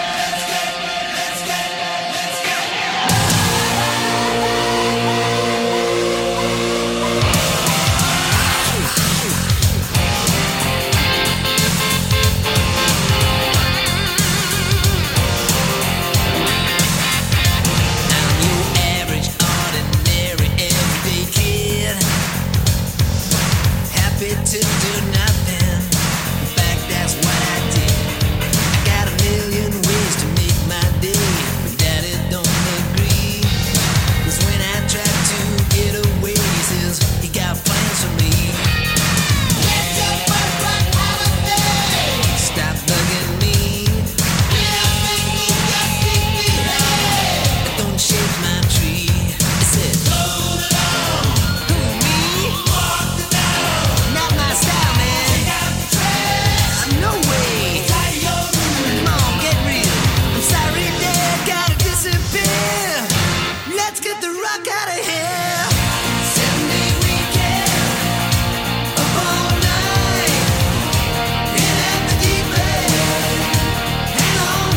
To do nothing. In fact, that's what I did. I got a million ways to make my day, but Daddy don't agree. 'Cause when I try to get away, he says he got plans for me. Let's go for a rock holiday. Stop bugging me. Don't shake my tree. It said, hold it on. Who, me? Walk the down. Not my style, man. Take out the trash. No way. Come on, get real. I'm sorry, Dad, gotta disappear. Let's get the rock out of here. Seven-day weekend. Up all night. In at the deep end. Hang on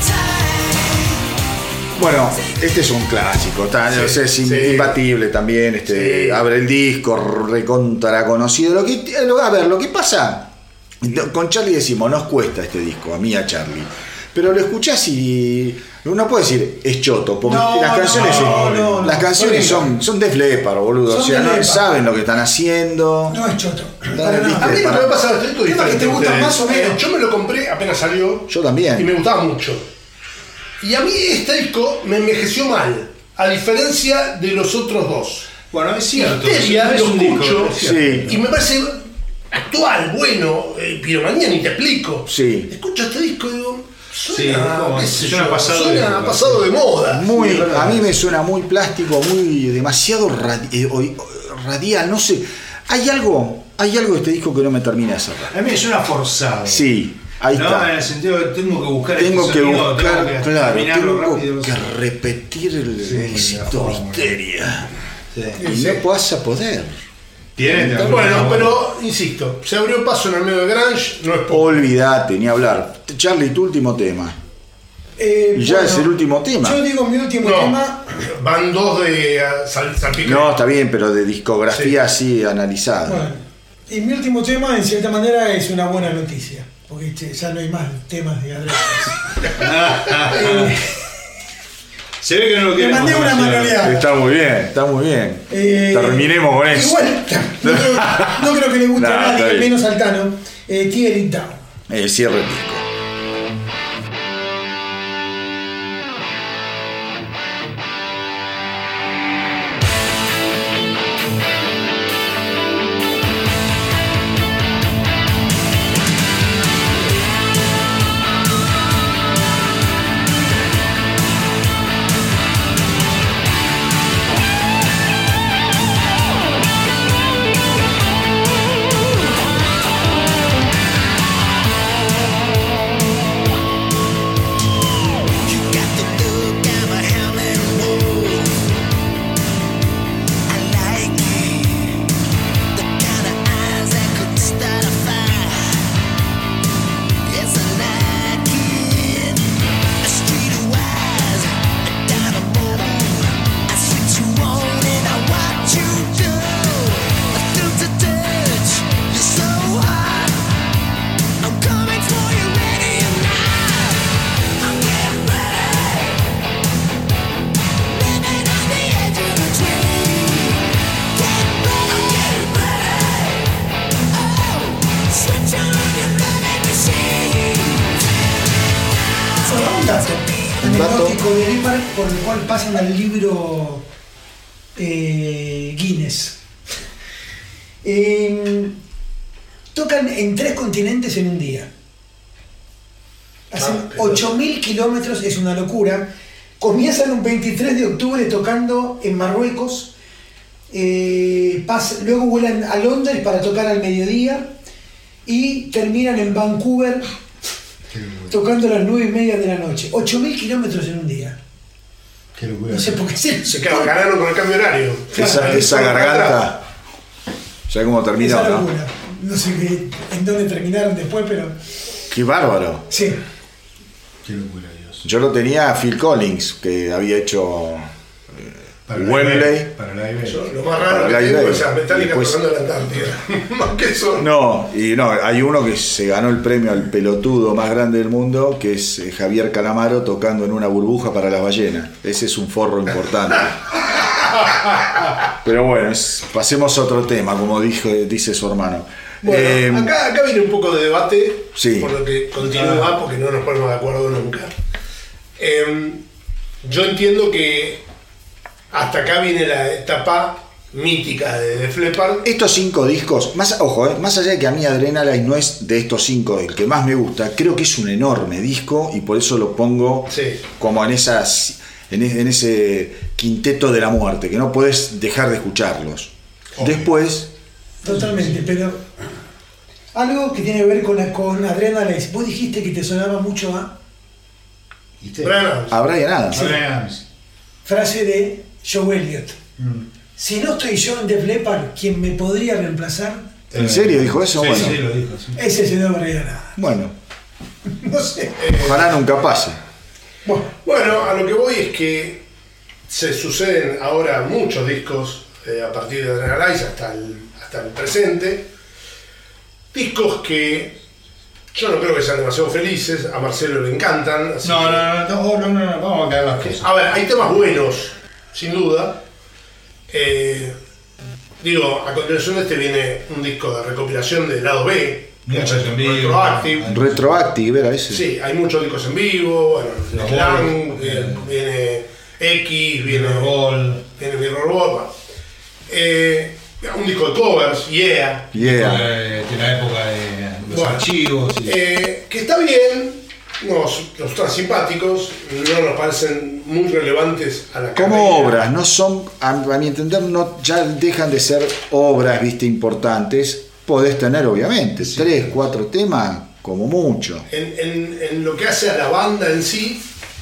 tight. Bueno, este es un clásico, ta- Sí, o sea, es sí. imbatible también, este, Sí. abre el disco, recontra conocido. Lo que, lo- a ver, lo que pasa, con Charlie decimos, nos cuesta este disco, a mí y a Charlie. Pero lo escuchás y uno puede decir, es choto, porque No, las canciones, no, no, no, las canciones no, son, son de Flepar, boludo. Son o sea, de no Flepar. saben lo que están haciendo. no es choto. Dale, Para viste. nada. A mí lo que me pasa es esto Tema que te gusta más o menos. Yo me lo compré apenas salió. Yo también. Y me gustaba mucho. Y a mí este disco me envejeció mal. A diferencia de los otros dos. Bueno, es cierto. Histeria, no es lo un disco, escucho. es cierto. Sí. Y me parece actual, bueno. Eh, Piromanía ni te explico. Sí. Escucho este disco y digo. Suena, Sí, como- qué sé suena yo, pasado de suena época. pasado de moda. Muy, Sí, a mí me suena muy plástico, muy demasiado radi- eh, oi- radial, no sé. Hay algo, hay algo de este disco que no me termina de cerrar. A mí me suena forzado. Sí, ahí no, está. en el sentido de tengo que buscar Tengo este que sonido, buscar, tengo que claro, terminarlo tengo rápido. que repetir el Sí, éxito la de forma. Histeria. Sí. Y no vas a poder. Tiene, Bueno, pero insisto, se abrió paso en el medio de Grunge, no es poco. Olvídate, ni hablar. Charlie, tu último tema. Eh, Y ya bueno, es el último tema. Yo digo mi último No, tema. van dos de uh, sal, salpique. No, está bien, pero de discografía así analizada. Bueno, y mi último tema, en cierta manera, es una buena noticia. Porque che, ya no hay más temas de Adrián. eh, Se ve que no lo Le quieren. mandé una manualidad. Está muy bien, está muy bien. Eh, Terminemos con eso. Igual, no creo, no creo que le guste Nah, a está nadie, bien. menos al Tano. Eh, Tear It Down. Eh, cierre el disco. You got the look of a howling wolf. I like it. The kind of eyes that could start a fire. Yes, I like it. A streetwise, a dynamo. I switch you on and I watch you do. A thrill to touch. You're so hot. I'm coming for you, ready or not. I'm getting ready. Living on the edge of a dream. Getting ready. I'm getting ready. Oh, switch on your loving machine. Bueno, un dato Un dato. anecdótico de Lippard por el cual pasan al libro eh, Guinness. Eh, tocan en tres continentes en un día. Hacen Ah, ocho mil kilómetros, es una locura. Comienzan un veintitrés de octubre tocando en Marruecos, eh, pas- luego vuelan a Londres para tocar al mediodía y terminan en Vancouver Qué locura. tocando a las nueve y media de la noche. ocho mil kilómetros en un día. Qué locura. No sé por qué se, Se quedaron ganaron con el cambio horario. Esa, Claro, esa fueron para atrás. garganta. ¿Sabes cómo terminó, Esa no? locura. No sé qué, en dónde terminaron después, pero Qué bárbaro. sí. Qué locura, Dios. Yo lo tenía a Phil Collins, que había hecho Para la Wembley. I B, Para la I B. Yo, lo más Para raro la que tengo idea. es a Metallica Después- tocando en la Antártida. Más que eso. No, y no, hay uno que se ganó el premio al pelotudo más grande del mundo, que es eh, Javier Calamaro tocando en una burbuja para las ballenas. Ese es un forro importante. Pero bueno, es- pasemos a otro tema, como dijo, dice su hermano. Bueno, Eh, acá, acá viene un poco de debate, Sí. por lo que continúa, porque no nos ponemos de acuerdo nunca. Eh, yo entiendo que hasta acá viene la etapa mítica de Def Leppard. Estos cinco discos, más, ojo, eh, más allá de que a mí Adrenaline no es de estos cinco el que más me gusta, creo que es un enorme disco y por eso lo pongo Sí. como en esas en, e- en ese quinteto de la muerte, que no puedes dejar de escucharlos. Obvio. Después, Totalmente, pero algo que tiene que ver con, la- con Adrenaline. Vos dijiste que te sonaba mucho a ¿Viste? Brian Adams. a Brian Adams. Ahora, frase de Joe Elliott. mm, Si no estoy yo en Def Leppard, quien me podría reemplazar ¿En serio dijo eso? Sí, Bueno. sí, lo dijo. Sí. es el señor Brian Adams. Bueno, No sé. ojalá nunca pase. Bueno, Bueno, a lo que voy es que se suceden ahora muchos discos eh, a partir de Adrenalize hasta el, hasta el presente. Discos que yo no creo que sean demasiado felices, a Marcelo le encantan. así No, que- no, no, no, no, no, no, vamos a quedar las cosas. A ver, hay temas buenos, sin duda. Eh, digo, a continuación de este viene un disco de recopilación del lado B, Muchos en vivo. Retroactive. Hay- Retroactive era ese. Sí, hay muchos discos en vivo, bueno, Los Slang, Balls, viene, bien. viene X, viene Mirror Ball. viene Mirror Ball, bueno. Eh, un disco de covers, Yeah, Yeah. De, de la época de los Bueno. archivos. Y, eh, que está bien, nos, nos están simpáticos, no nos parecen muy relevantes a la Como carrera. obras, no son, a, a mi entender, no, ya dejan de ser obras, viste, importantes. Podés tener, obviamente, tres, cuatro temas, como mucho. En, en- en lo que hace a la banda en sí,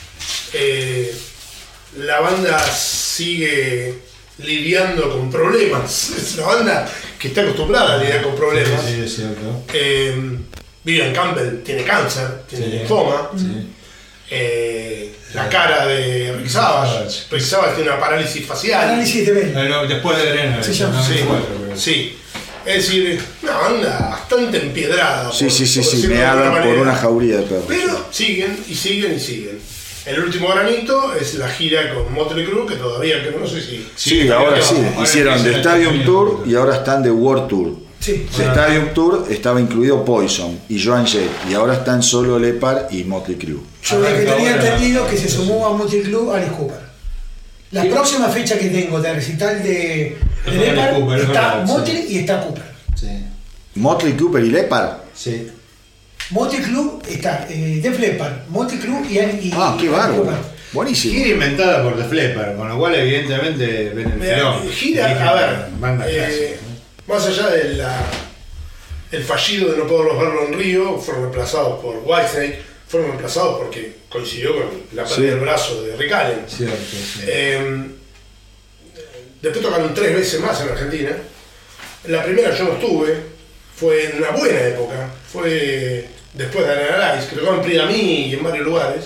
eh, la banda sigue lidiando con problemas. Es una banda que está acostumbrada a lidiar con problemas. sí, es cierto. Eh, Vivian Campbell tiene cáncer, tiene Sí. linfoma. Sí. Eh, la cara de Rick Savage. Rick Savage tiene una parálisis facial. análisis de Bell. Bueno, después de Arena. Se llama. Sí, Sí. sí. Es decir, una banda bastante empiedrada. Sí, por- sí, sí, por sí, decirlo de meada alguna por manera. una jauría de perros. Pero siguen y siguen y siguen. El último granito es la gira con Motley Crue, que todavía, que no sé si... Sí, Sí, ahora ahora- sí. ahora Hicieron empieza The el Stadium Stadium Tour Tour. y ahora están de World Tour. Sí. The Stadium Tour estaba incluido Poison y Joan Jett y ahora están solo Leppard y Motley Crue. Yo lo que Arranca tenía ahora. entendido que se sumó a Motley Crue Alice Cooper. La próxima fecha que tengo de recital de, de Es con Leppard Alice Cooper, es está verdad, sí. Motley y está Cooper. sí. Motley Cooper y Leppard. Sí. Motley Crue está eh, Def Leppard, Motley Crue y, y Ah, qué y bárbaro. Cooper. Buenísimo. Gira inventada por The Flipper, con lo cual evidentemente ven el Mira, filón. gira, Eligen a ver, banda eh, clásica, ¿no? más allá del el fallido de no poderlos verlo en Río, fueron reemplazados por Whitesnake, fueron reemplazados porque coincidió con la pérdida Sí. del brazo de Rick Allen. Cierto, sí. Eh, después tocaron tres veces más en Argentina. La primera yo no estuve, fue en una buena época, fue después de Analyze, que tocaron en Pridamí y en varios lugares.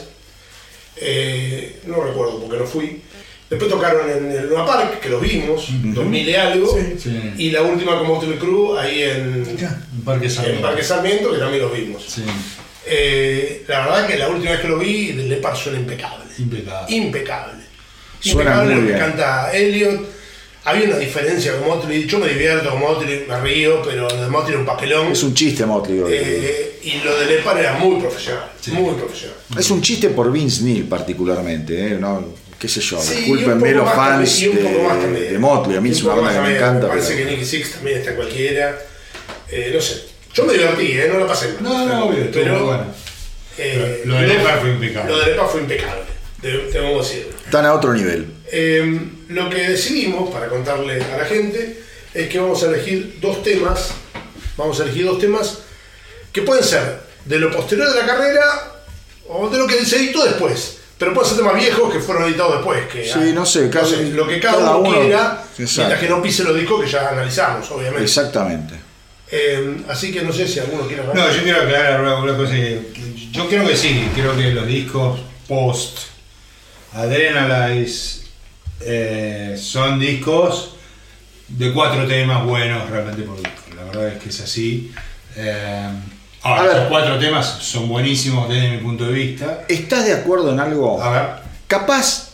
Eh, no recuerdo porque no fui. Después tocaron en el Luna Park, que los vimos, dos mil y algo. Sí. Sí. Y la última con Motley Crue ahí en, Acá. Un parque en Sarmiento. Parque Sarmiento, que también los vimos. Sí. Eh, la verdad que la última vez que lo vi, el Leppard suena impecable. Impecable. Impecable. Suena Impecable muy lo que bien. canta Elliot. Había una diferencia con Motley. Yo me divierto con Motley, me río, pero lo de Motley era un papelón. Es un chiste Motley hoy. Eh, y lo de Leppard era muy profesional. Sí. Muy profesional. Es un chiste por Vince Neil particularmente, ¿eh? ¿No? Qué sé yo, Sí, y un discúlpenme poco los más fans también, y un poco más de, también. de Motley, a mí Y es un una poco banda más que me también. encanta. Me parece pero- que Nicky Six también está cualquiera. Eh, no sé. Yo me divertí, ¿eh? No la pasé mal. No, no, obvio, estuvo pero, muy bueno. eh, Lo de Leppard fue impecable. Lo de Leppard fue impecable. de- tengo que decir. Están a otro nivel. Eh, lo que decidimos, para contarle a la gente, es que vamos a elegir dos temas, vamos a elegir dos temas que pueden ser de lo posterior de la carrera o de lo que se editó después. Pero pueden ser temas viejos que fueron editados después. Que, Sí, no sé, cada- lo que cada, cada uno, uno- quiera, exacto. mientras que no pise los discos que ya analizamos, obviamente. Exactamente. Eh, así que no sé si alguno quiere hablar. No, yo quiero aclarar una, una cosa que, yo creo que sí, creo que los discos post Adrenalize eh, son discos de cuatro temas buenos realmente por disco. La verdad es que es así. Eh, ahora, A ver. esos cuatro temas son buenísimos desde mi punto de vista. ¿Estás de acuerdo en algo? A ver. Capaz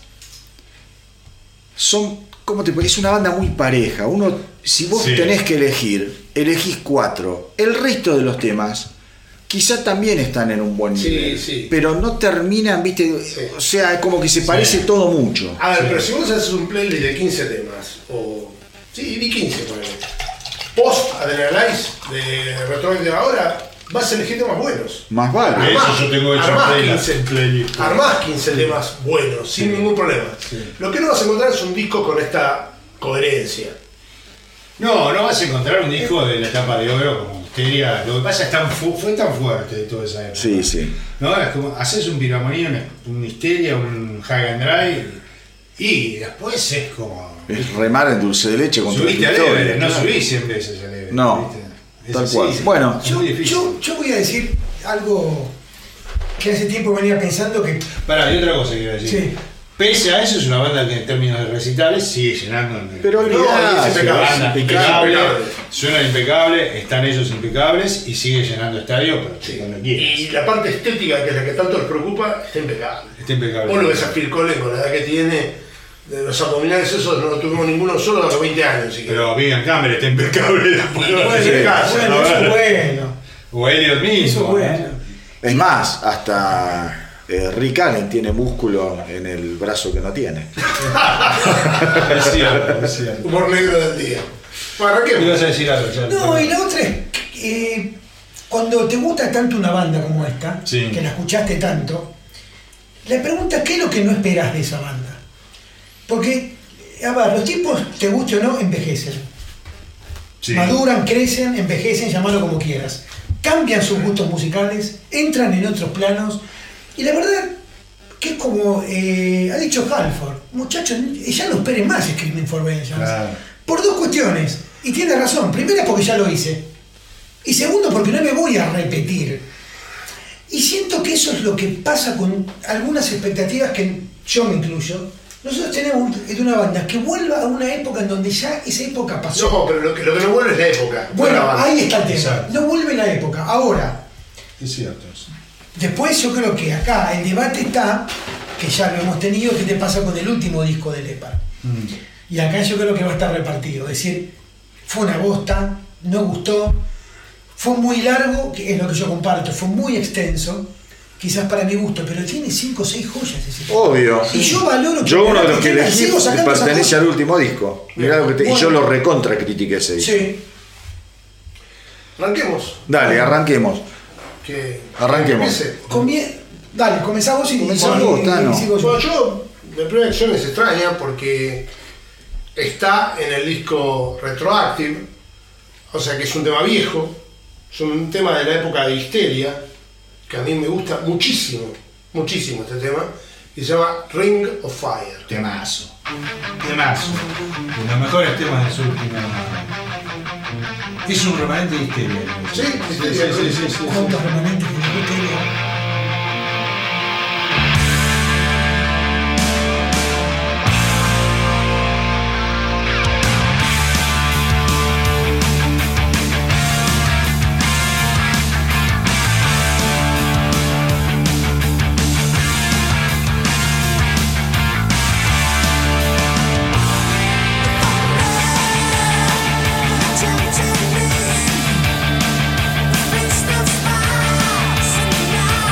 son, ¿cómo te es una banda muy pareja. Uno, si vos Sí. tenés que elegir, elegís cuatro. El resto de los temas quizá también están en un buen Sí, nivel. sí. Pero no terminan, viste, Sí. o sea, como que se parece Sí. todo mucho. A ver, Sí. pero si vos haces un playlist de quince temas, o. Sí, di quince, por ejemplo. Post Adrenalize de Retroactive ahora, vas a elegir temas buenos. Más vale. De eso yo tengo hecho Armás un playlist. quince, playlist. armás quince temas buenos, sin Sí. ningún problema. Sí. Lo que no vas a encontrar es un disco con esta coherencia. No, no vas a encontrar un disco de la etapa de oro como Histeria. Lo que pasa es que tan fu- fue tan fuerte de toda esa época. Sí, sí. No, es como haces un Piramonía, un, un Histeria, un Hag and Dry y después es como. Es remar en dulce de leche contra Subiste el al Victoria, Everest, no claro. subís cien veces al Everest. No, ¿viste? Es tal así, cual. es- Bueno. es Yo, muy difícil. yo, yo voy a decir algo que hace tiempo venía pensando que. Pará, y otra cosa quiero decir. Sí. Pese a eso, es una banda que en términos de recitales sigue llenando. el- Pero No, olvidá, es Es una impecable, banda impecable. impecable, suena impecable, están ellos impecables y sigue llenando estadios, pero Sí. cuando quieras. Y la parte estética, que es la que tanto les preocupa, está impecable. Está impecable. Vos lo ves a Phil Collins con la edad que tiene, de los abdominales esos no tuvimos ninguno solo a los veinte años. Así que... Pero Vivian Campbell está impecable. la puedo bueno, decir. sí, A Bueno, ver. eso es bueno. O Elliot mismo. Eso es bueno. Es más, hasta eh, Rick Allen tiene músculo en el brazo que no tiene. Es cierto, es cierto. Humor negro del día. Bueno, ¿Qué arranquemos. ibas a decir algo, Charlie? No, y la otra es que eh, cuando te gusta tanto una banda como esta, Sí. que la escuchaste tanto, la pregunta es qué es lo que no esperás de esa banda. Porque, a ver, los tipos, te guste o no, envejecen. Sí. Maduran, crecen, envejecen, llamarlo como quieras. Cambian sus gustos musicales, entran en otros planos. Y la verdad que es como eh, ha dicho Halford, muchachos, ya no esperen más Screaming for Vengeance. Claro. Por dos cuestiones. Y tiene razón. Primera porque ya lo hice. Y segundo porque no me voy a repetir. Y siento que eso es lo que pasa con algunas expectativas que yo me incluyo. Nosotros tenemos de una banda que vuelva a una época en donde ya esa época pasó. No, pero lo que, lo que no vuelve es la época. no Bueno, la banda. ahí está el tema. Exacto. No vuelve la época. Ahora, Es cierto eso. después yo creo que acá el debate está, que ya lo hemos tenido, qué te pasa con el último disco de Lepar. Y acá yo creo que va a estar repartido. Es decir, fue una bosta, no gustó, fue muy largo, que es lo que yo comparto, fue muy extenso, quizás para mi gusto, pero tiene cinco o seis joyas ese disco. Obvio. Y yo valoro que Yo uno de los que tenga- elegí sigo sacando esas pertenece cosas. al último disco. Mirá lo que te- y Bueno. yo lo recontra critiqué ese disco. Sí. Arranquemos. Dale, arranquemos. Que, Arranquemos. que empiece. Comie- Dale, comenzamos y, Comenzá y- vos, y- Tano. y sigo yo. Bueno, yo, la primera acción es extraña porque está en el disco Retroactive, o sea que es un tema viejo, es un tema de la época de Histeria, que a mí me gusta muchísimo, muchísimo este tema, y se llama Ring of Fire. Temazo. Temazo. De los mejores temas de su última. Es un remanente de histeria. Sí, sí, sí, sí, sí, sí. ¿Cuántos remanentes que le gusta? Tempting me, fist of spice, and now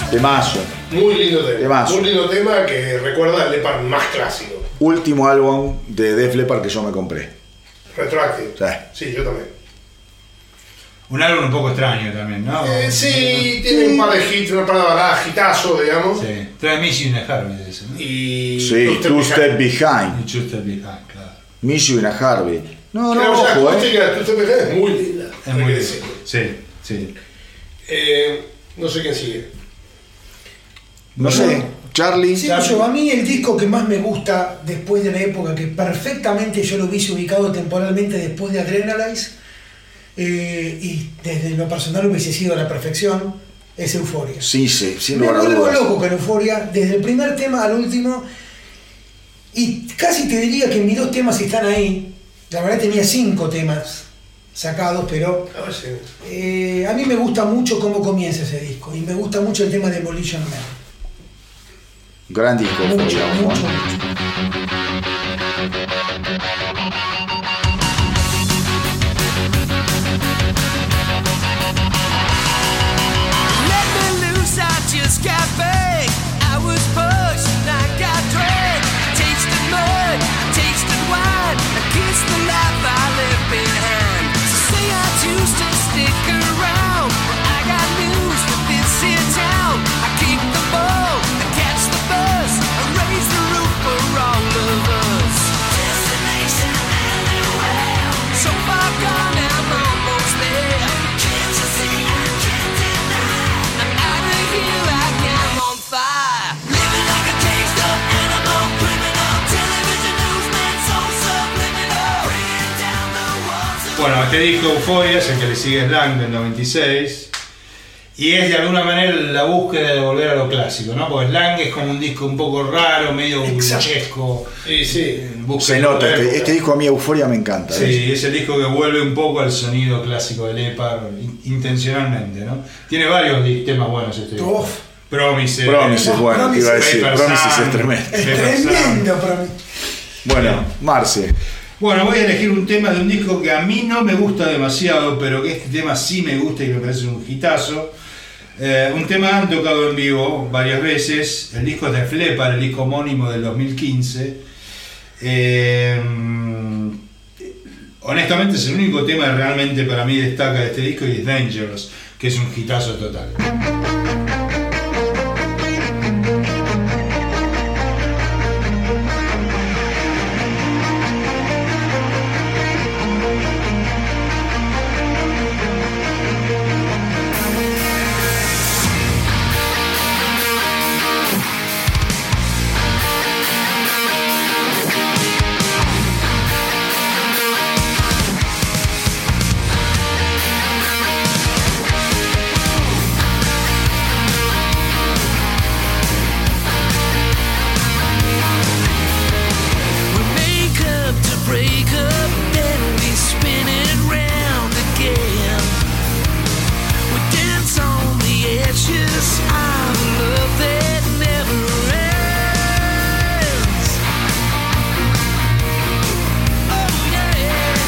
Temazo. Muy lindo tema. Temazo. Muy lindo tema que recuerda al Leppard más clásico. Último álbum de Def Leppard que yo me compré. Retroactive. Sí. Sí, yo también. Un álbum un poco extraño también, ¿no? Eh, sí, tiene un par de hits, una par de baladas, hitazo, digamos. Sí. Trae Missy y una Harvey de ese, ¿no? Y. Sí, Two Step Behind. Y Just Step Behind, claro. Miss You y una Harvey. No, Claro, no, o sea, ojo, la eh. acústica de Two Step Behind es muy linda. Es hay muy que lindo. decirlo. Sí, sí. Eh, no sé quién sigue. No sé, Charlie. Sí, yo, a mí el disco que más me gusta después de la época que perfectamente yo lo hubiese ubicado temporalmente después de Adrenalize eh, y desde lo personal hubiese sido a la perfección es Euphoria. Sí, sí, sin Me lugar a vuelvo dudas. loco con Euphoria desde el primer tema al último y casi te diría que mis dos temas están ahí. La verdad tenía cinco temas sacados, pero A ver si. eh, a mí me gusta mucho cómo comienza ese disco y me gusta mucho el tema de Demolition Man. Gran disco, Mucho, Euphoria, mucho, Juan. mucho. Let me loose, I just got big. I was pushed and I got dragged. Tasted mud, tasted wine. I kissed the life I left behind. So say I choose to stick around. I got news for this here town. I keep the ball, I catch the bus. I raise the roof for all of us. Destination anywhere. So far gone, I'm almost there. Can't you see I can't deny? I'm out of here like I'm on fire. Living like a caged up animal, criminal. Television newsman, so subliminal. Bringing down the walls of Bueno, este disco Euphoria es el que le sigue Slang del noventa y seis. Y es de alguna manera la búsqueda de volver a lo clásico, ¿no? Porque Slang es como un disco un poco raro, medio burlesco. Sí, sí. Se nota, este, este disco a mí Euphoria me encanta. ¿ves? Sí, es el disco que vuelve un poco al sonido clásico de Leppard, in- intencionalmente, ¿no? Tiene varios di- temas buenos este disco. Uf. Promises. Promises, bueno, te iba a decir. Paper Promises Sun, es tremendo. Es Paper Sun. tremendo para mí. Bueno, Marce. Bueno, voy a elegir un tema de un disco que a mí no me gusta demasiado, pero que este tema sí me gusta y me parece un hitazo. Eh, un tema han tocado en vivo varias veces. El disco es de Def Leppard, el disco homónimo del dos mil quince. Eh, honestamente es el único tema que realmente para mí destaca de este disco y es Dangerous, que es un hitazo total. We make up to break up, then we spin it round again. We dance on the edges of love that never ends. Oh yeah.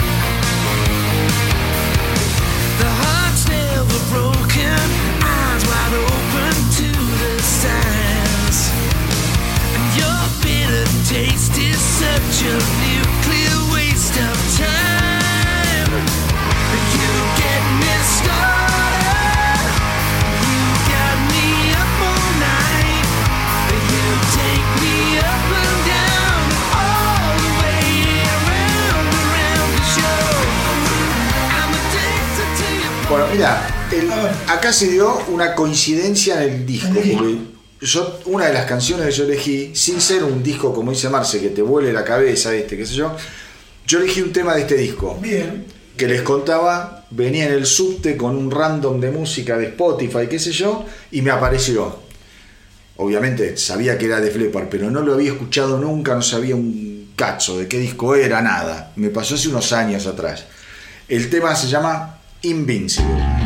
The heart's never broken, eyes wide open to the signs. And your bitter taste is such a nuclear waste of time. You get me started, you got me up all night. You take me up and down, all the way around, around the show. I'm addicted to your Bueno, mira, el- acá se dio una coincidencia en el disco. En el disco. Porque yo, una de las canciones que yo elegí, sin ser un disco como dice Marce, que te vuele la cabeza, este, qué sé yo, yo elegí un tema de este disco. Bien. Que les contaba, venía en el subte con un random de música de Spotify, qué sé yo, y me apareció. Obviamente sabía que era de Def Leppard, pero no lo había escuchado nunca, no sabía un cacho de qué disco era, nada. Me pasó hace unos años atrás. El tema se llama Invincible.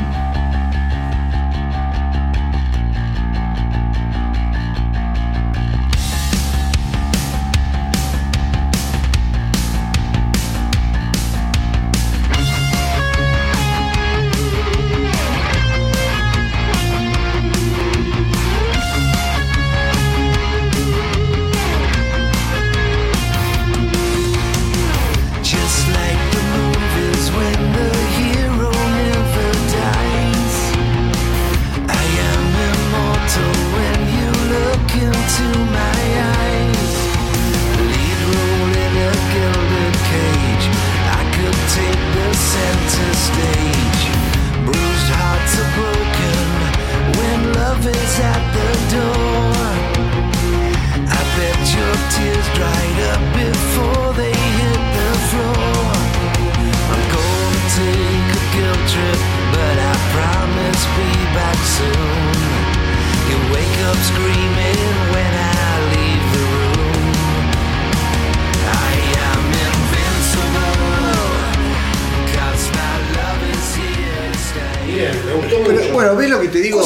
I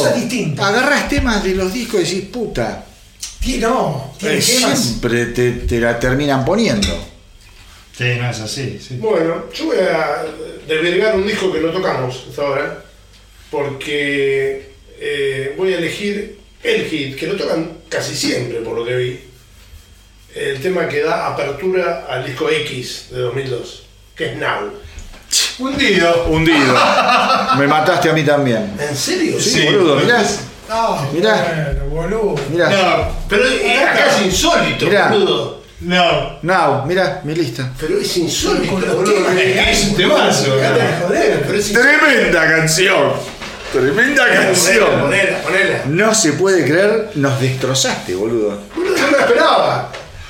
cosas distintas. agarrás temas de los discos y decís, puta, Sí, no, tiene eh, temas. siempre te, te la terminan poniendo. Sí, no es así. Sí. Bueno, yo voy a desvirgar un disco que no tocamos hasta ahora, porque eh, voy a elegir el hit, que lo tocan casi siempre por lo que vi, el tema que da apertura al disco X de dos mil dos, que es Now. Hundido. Hundido. Me mataste a mí también. ¿En serio? Sí, Sí, boludo, pero mirá. es- No, Mirá. bueno, boludo. Mirá. No, Pero es acá es insólito, Mirá. boludo. no. Now, mirá, mi lista. Pero es insólito, Con los boludo. temas, Es que Es un temazo. Dejate de ¿no? joder. Pero es insólito. Tremenda canción. Tremenda Ponela, canción. ponela, ponela. No se puede creer, nos destrozaste, boludo. Boludo, yo no la esperaba.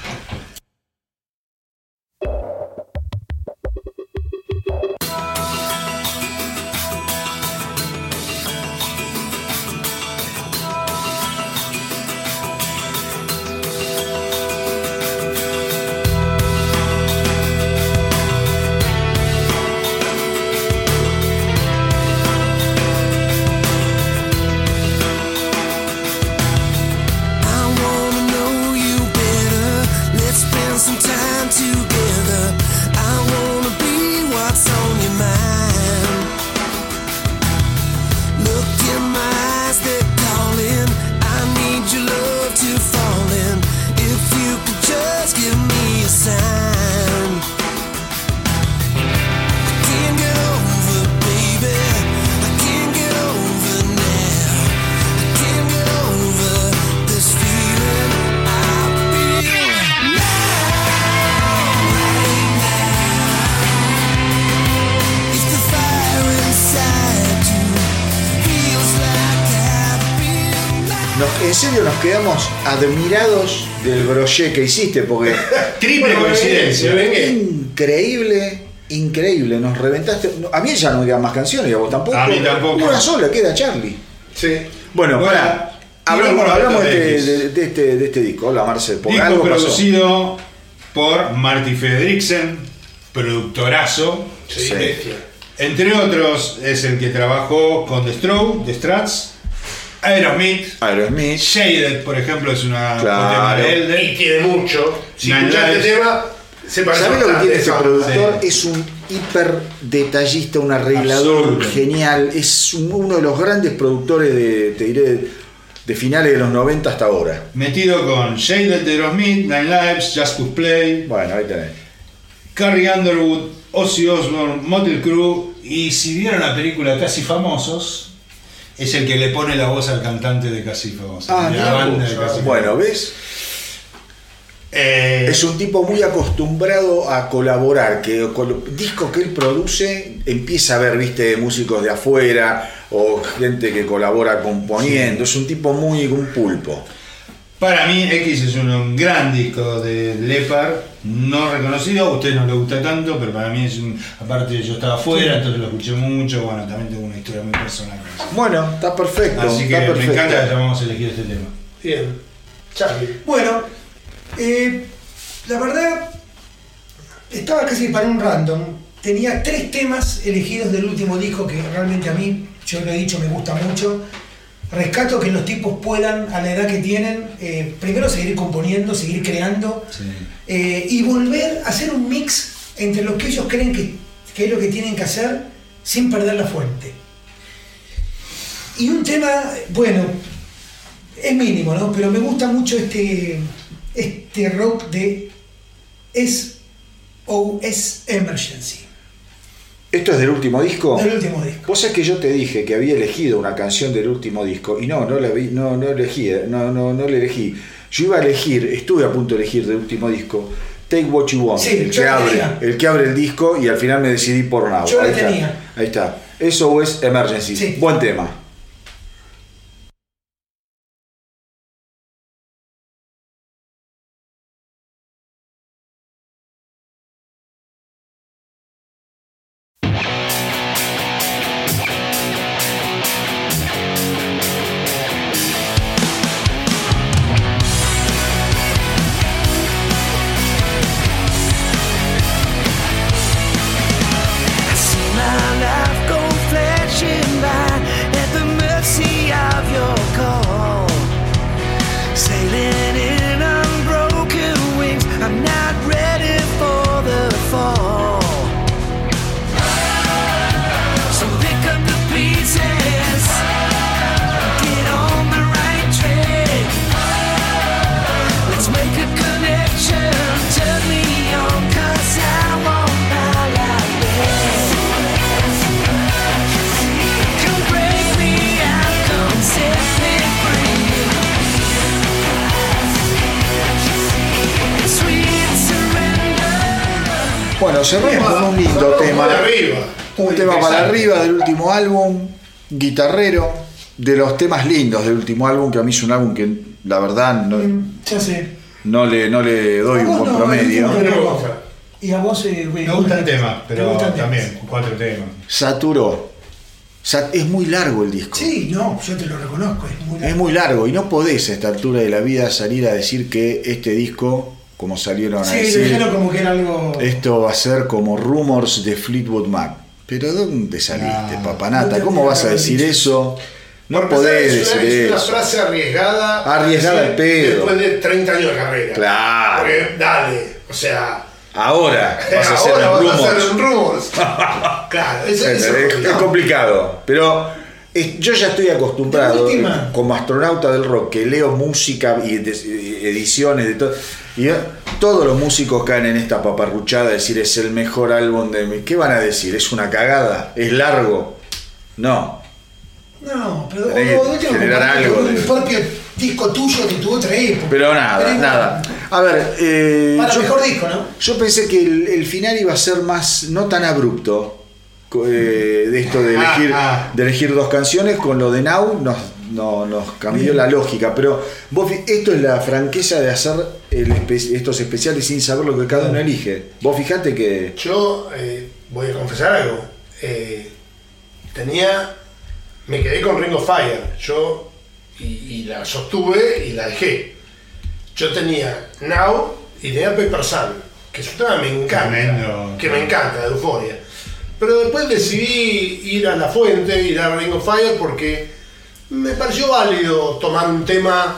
I wanna know you better. Let's spend some time together. I wanna be what's on your mind. Look in my eyes, they're calling. I need your love to fall in. If you could just give me a sign. I can't get over, baby. I can't get over now. I can't get over this feeling I feel now, right now. If the fire inside you feels like I've been like Nos- en serio nos quedamos admirados del brochet que hiciste, porque Triple Bueno, coincidencia. me vengué. increíble, increíble, nos reventaste. A mí ya no me quedan más canciones, y a vos tampoco. A mí tampoco. Una sola queda, Charlie. Sí. Bueno, Bueno, pará. y Hablamos, vamos a hablamos hablar de, de este, X. de- de este, de este disco. Hola, Marcel, porque Disco algo pasó. producido por Marty Frederiksen, productorazo. Sí, Sí. bestia. Entre otros, es el que trabajó con The Strokes, The Struts, Aerosmith, Aerosmith. Shaded, por ejemplo, es una Claro. un tema de Elder. Y tiene mucho. Si Nine escuchaste el Lives. tema, se parece ¿Sabés lo que bastante tiene este a- productor? Sí. Es un hiper detallista, un arreglador Absoluto. genial. Es un- uno de los grandes productores de, te diré, de, de finales de los noventa hasta ahora. Metido con Shaded de Aerosmith, Nine Lives, Just Could Play, Bueno, ahí tenés. Carrie Underwood, Ozzy Osbourne, Motley Crue, y si vieron la película Casi Famosos, es el que le pone la voz al cantante de Casi Famosos. Ah, de la mirá banda vos. de Casi Bueno, Famosos. ¿ves? Eh, Es un tipo muy acostumbrado a colaborar, que con los discos que él produce empieza a ver, viste, músicos de afuera o gente que colabora componiendo. Es un tipo muy un pulpo. Para mí X es un, un gran disco de Leppard, no reconocido, a ustedes no les gusta tanto, pero para mí es un... Aparte yo estaba afuera, entonces lo escuché mucho, bueno, también tengo una historia muy personal con eso. Bueno, está perfecto. Así que está me perfecto. encanta que hayamos elegido este tema. Bien. Charlie. Bueno, eh, la verdad, estaba casi para un random. Tenía tres temas elegidos del último disco que realmente a mí, yo lo he dicho, me gusta mucho. Rescato que los tipos puedan, a la edad que tienen, eh, primero seguir componiendo, seguir creando Sí. eh, y volver a hacer un mix entre lo que ellos creen que, que es lo que tienen que hacer sin perder la fuente. Y un tema, bueno, es mínimo, ¿no? Pero me gusta mucho este, este rock de S O S Emergency, ¿Esto es del último disco? del último disco. Vos sabés que yo te dije que había elegido una canción del último disco y no, no la vi, no, no elegí, eh, no, no, no la elegí. Yo iba a elegir, estuve a punto de elegir del último disco, Take What You Want, Sí, el, yo que la abre, tenía. el que abre el disco y al final me decidí por Now. Yo la ahí está, tenía. ahí está. S O S Emergency. Sí. Buen tema. I see my life go flashing by at the cerramos con un lindo Vamos tema. para arriba. Un tema para arriba del último álbum, guitarrero, de los temas lindos del último álbum, que a mí es un álbum que la verdad no, Mm, Ya sé. no, le, no le doy A un vos buen no, promedio. a A mí mí no no me me gusta. gusta. Y a vos, eh, Me gusta el tema, te pero gustan también, temas. cuatro temas. Saturó. Sa- Es muy largo el disco. Sí, no, yo te lo reconozco. Es muy Es muy largo y no podés a esta altura de la vida salir a decir que este disco, como salieron a Sí, lo decir, dijeron como que era algo. esto va a ser como Rumors de Fleetwood Mac. Pero ¿dónde saliste, No, papanata? no ¿Cómo te vas a haber decir dicho. eso? No Por empezar, podés es una, decir es una eso. frase arriesgada. Arriesgada decir al pedo. Después de treinta años de carrera. Claro. Porque, dale, o sea. Ahora vas a hacer ahora vas a Rumors. hacer un rumors. Claro, eso, Es, eso es- es complicado, pero es- yo ya estoy acostumbrado, De última. como astronauta del rock, que leo música y de- ediciones de todo, y eh, todos los músicos caen en esta paparruchada de decir es el mejor álbum de mi. ¿Qué van a decir? ¿Es una cagada? ¿Es largo? No. No, pero Tenés que o- o de última generar compartir algo con de- un propio disco tuyo de tu otra época. Pero nada, Pero igual, nada. A ver, eh, Para yo, mejor disco, ¿no? yo pensé que el, el final iba a ser más, no tan abrupto, co- eh, de esto de elegir, Ah, ah. de elegir dos canciones, con lo de Now nos, no- nos cambió la lógica, pero vos, fi- esto es la franqueza de hacer el espe- estos especiales sin saber lo que cada uno elige. Vos fijate que... Yo eh, voy a confesar algo. Eh, tenía. Me quedé con Ring of Fire. Yo. Y, y la sostuve y la dejé. Yo tenía Now y tenía Paper Sun, que es un tema que me encanta. Tremendo. Que me encanta, de Euforia. Pero después decidí ir a la fuente, ir a Ring of Fire, porque me pareció válido tomar un tema,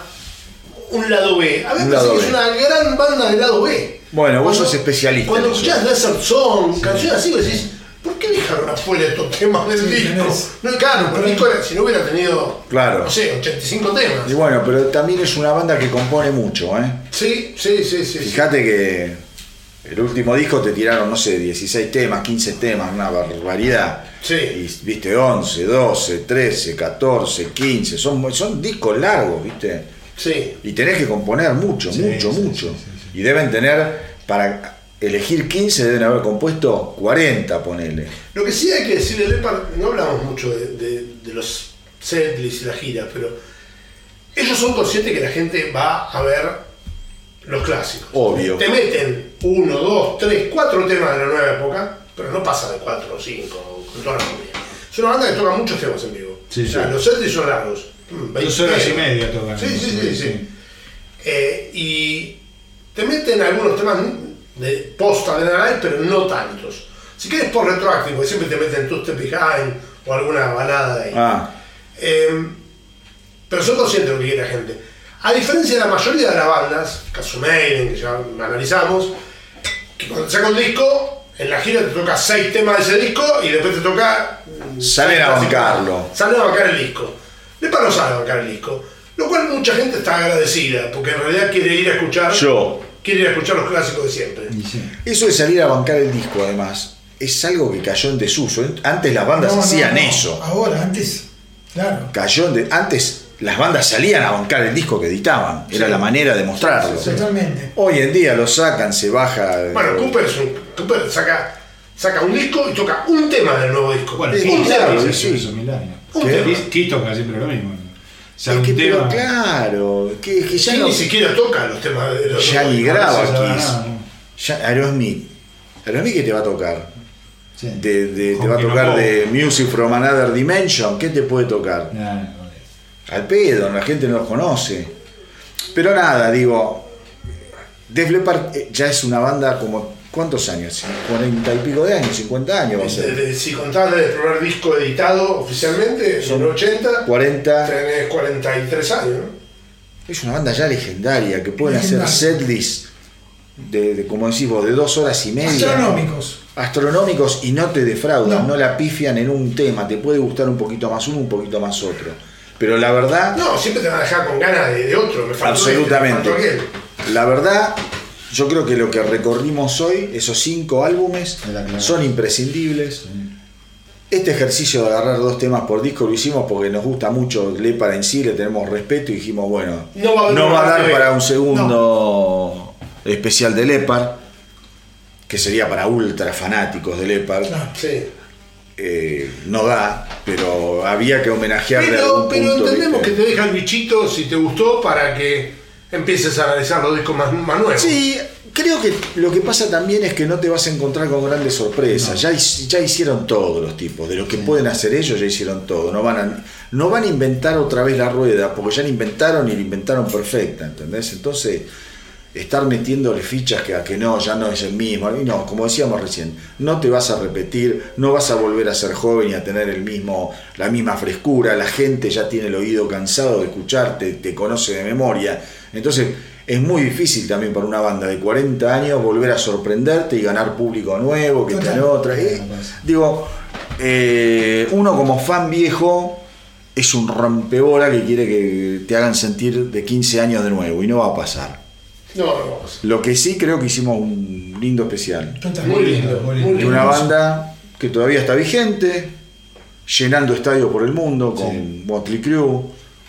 un lado B. A mí Un me parece lado que es B. una gran banda de lado B. Bueno, vos Cuando- sos especialista Cuando en eso. escuchás Desert Song, canciones así, vos decís, ¿por qué dejaron afuera estos temas del Sí, disco? tenés. No, claro, pero el disco era- si no hubiera tenido, Claro. no sé, ochenta y cinco temas. Y bueno, pero también es una banda que compone mucho, ¿eh? Sí, sí, sí, sí. sí. Fíjate que el último disco te tiraron, no sé, dieciséis temas, quince temas, una barbaridad. Sí. Y viste, once, doce, trece, catorce, quince, son, son discos largos, viste. Sí. Y tenés que componer mucho, Sí, mucho, sí, mucho. sí, sí, sí. Y deben tener, para elegir quince, deben haber compuesto cuarenta, ponele. Lo que sí hay que decirle, Leppard, no hablamos mucho de, de- de los setlists y las giras, pero ellos son conscientes que la gente va a ver los clásicos. Obvio. Te meten uno, dos, tres, cuatro temas de la nueva época, pero no pasa de cuatro o cinco con toda la familia. Es una banda que toca muchos temas en vivo. Sí, o sea, sí. los setlists son largos. mm, veinte Dos horas y temas. media tocan. Sí, sí, sí, sí. Eh, y te meten algunos temas de posta de Night, pero no tantos. Si quieres por retroactive, porque siempre te meten Two Step Behind o alguna balada de ahí. Ah, Eh, pero son conscientes de lo que quiere la gente. A diferencia de la mayoría de las bandas, caso Maiden, que ya analizamos, que cuando saca un disco, en la gira te toca seis temas de ese disco y después te toca. mm, Salen a seis bancarlo. Salen a bancar el disco. Lepa no sale a bancar el disco. Lo cual mucha gente está agradecida, porque en realidad quiere ir a escuchar. yo. Quiere ir a escuchar los clásicos de siempre. Y sí. Eso de salir a bancar el disco, además, es algo que cayó en desuso. Antes las bandas No, no, hacían no. eso. Ahora, antes, claro. Cayó en de- antes las bandas salían a bancar el disco que editaban. Era Sí. la manera de mostrarlo. Totalmente. Hoy en día lo sacan, se baja. Bueno, Cooper, es un, Cooper saca, saca un disco y toca un tema del nuevo disco. Bueno, Eh, Kiss claro, hace sí. eso mil años. Un ¿Qué? tema. Kiss, Kiss toca siempre lo mismo. O sea, Es que, un pero tema. claro, que, que ya Sí, no. ni siquiera toca los temas de los Ya ni nuevos graba discos. No, Kiss. no, no. Ya, Aerosmith. Aerosmith, ¿qué te va a tocar? Sí. De, de- te Con va a que no tocar puedo. de Music from Another Dimension. ¿Qué te puede tocar? No, no, no. Al pedo, la gente no los conoce. Pero nada, digo, Def Leppard eh, ya es una banda como, ¿cuántos años? cuarenta y pico de años, cincuenta años va a De- ser. de- si contás desde el primer disco editado oficialmente, Son en el ochenta, cuarenta. tenés cuarenta y tres años, ¿no? Es una banda ya legendaria que pueden hacer Legendaria. setlists de, de, como decís vos, de dos horas y media. Astronómicos. Astronómicos y no te defraudan, no. No. la pifian en un tema, te puede gustar un poquito más uno, un poquito más otro. Pero la verdad, No, siempre te van a dejar con ganas de, de otro. Me faltó absolutamente. este, me faltó aquel. La verdad, yo creo que lo que recorrimos hoy, esos cinco álbumes, Era claro. son imprescindibles. Este ejercicio de agarrar dos temas por disco lo hicimos porque nos gusta mucho Leppard en sí, le tenemos respeto y dijimos, bueno, No va a haber no una va a dar parte B. para un segundo especial de Leppard. que sería para ultra fanáticos de Leppard, Claro. Sí. eh, no da, pero había que homenajearle a Pero, algún pero punto, entendemos ¿viste? que te deja el bichito si te gustó para que empieces a analizar los discos más, más nuevos. Sí, creo que lo que pasa también es que no te vas a encontrar con grandes sorpresas. Ya, hi- ya hicieron todo los tipos. De lo que pueden hacer ellos, ya hicieron todo. No van, a, no van a inventar otra vez la rueda, porque ya la inventaron y la inventaron perfecta, ¿entendés? Entonces, estar metiéndole fichas que a que no, ya no es el mismo. Y no, como decíamos recién, no te vas a repetir, no vas a volver a ser joven y a tener el mismo, la misma frescura. La gente ya tiene el oído cansado de escucharte, te conoce de memoria. Entonces, es muy difícil también para una banda de cuarenta años volver a sorprenderte y ganar público nuevo, que te Total. otra. Eh, digo, eh, uno como fan viejo es un rompebola que quiere que te hagan sentir de quince años de nuevo y no va a pasar. No, no. Lo que sí creo que hicimos un lindo especial Total. Muy lindo, Muy muy lindo. de lindo. una banda que todavía está vigente, llenando estadios por el mundo con Sí. Motley Crue,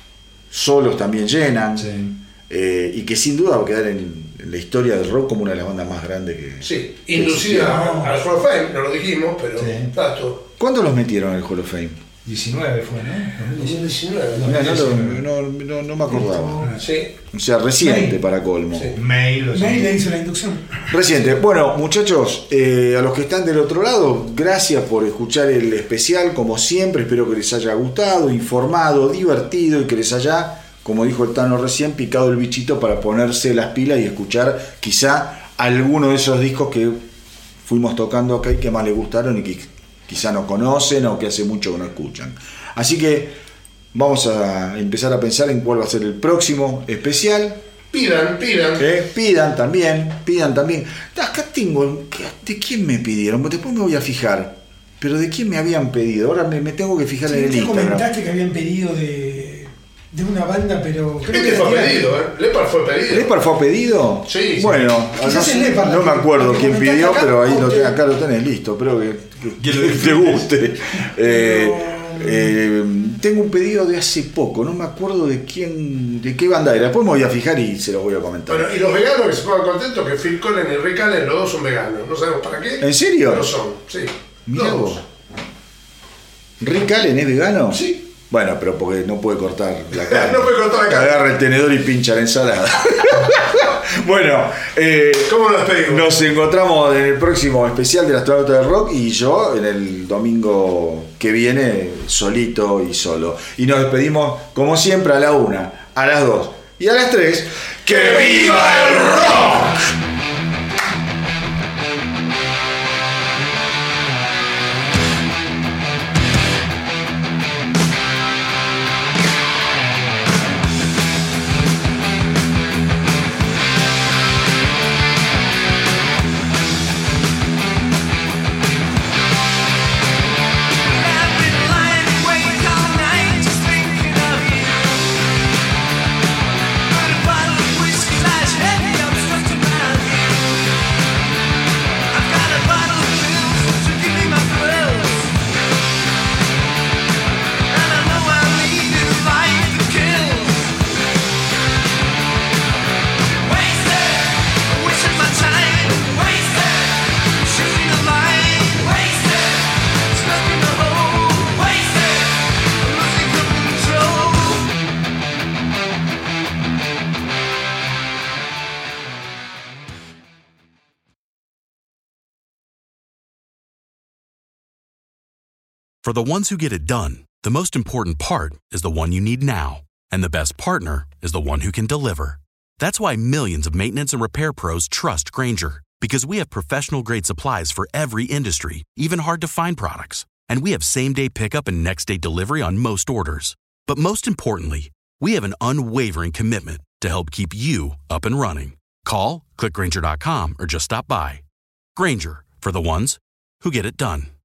solos también llenan. Sí. Eh, y que sin duda va a quedar en, en la historia del rock como una de las bandas más grandes que... Sí, que inducida existieron. al Hall of Fame, no lo dijimos, pero Sí. dato. ¿Cuándo los metieron en el Hall of Fame? diecinueve fue, ¿no? dos mil diecinueve. Mirá, no, lo- no, no- no me acordaba. Sí, O sea, reciente May. para colmo. Sí. Mail, o sea, May le hizo la inducción. Reciente. Bueno, muchachos, eh, a los que están del otro lado, gracias por escuchar el especial, como siempre. Espero que les haya gustado, informado, divertido y que les haya, como dijo el Tano recién, picado el bichito para ponerse las pilas y escuchar quizá alguno de esos discos que fuimos tocando acá y que más les gustaron y que quizá no conocen o que hace mucho que no escuchan. Así que vamos a empezar a pensar en cuál va a ser el próximo especial. pidan, pidan. Eh, pidan también, pidan también. Acá tengo, ¿de quién me pidieron? Después me voy a fijar. Pero ¿de quién me habían pedido? Ahora me, me tengo que fijar en Sí, el te Instagram. comentaste que habían pedido de, de una banda, pero creo Este que fue la tira- pedido, ¿eh? Lepar fue pedido. ¿Lepar fue a pedido? Sí, sí. Bueno, Quizás no, es sé- Lepar la no me que- acuerdo la que quién comentaste pidió, acá, pero ahí o lo te- tenés, acá lo tenés listo. Espero que, que- Que lo que te disfrutes. guste. Eh, eh, tengo un pedido de hace poco, no me acuerdo de quién, de qué banda era. Después me voy a fijar y se los voy a comentar. Bueno, y los veganos que se pongan contentos que Phil Collins y Rick Allen, los dos son veganos. No sabemos para qué. ¿En serio? Pero son, sí. Mirá Los vos. dos. ¿Rick Allen es vegano? Sí. Bueno, pero porque no puede cortar la carne. No puede cortar la carne. Agarra el tenedor y pincha la ensalada. Bueno, eh, ¿Cómo nos despedimos? nos encontramos en el próximo especial del Astronauta del Rock y yo en el domingo que viene solito y solo. Y nos despedimos como siempre a la una, a las dos y a las tres. ¡Que viva el rock! I've been lying awake all night just thinking of you. But a bottle of whiskey lies heavy obstructing my view. I've got a bottle of pills to give me my thrills, and I know I lead a life that kills. Wasted, wasting my time. Wasted, shooting the line. Wasted, stuck in the hole. Wasted, losing control. For the ones who get it done, the most important part is the one you need now. And the best partner is the one who can deliver. That's why millions of maintenance and repair pros trust Grainger, because we have professional grade supplies for every industry, even hard to find products. And we have same day pickup and next day delivery on most orders. But most importantly, we have an unwavering commitment to help keep you up and running. Call, click Grainger dot com, or just stop by. Grainger, for the ones who get it done.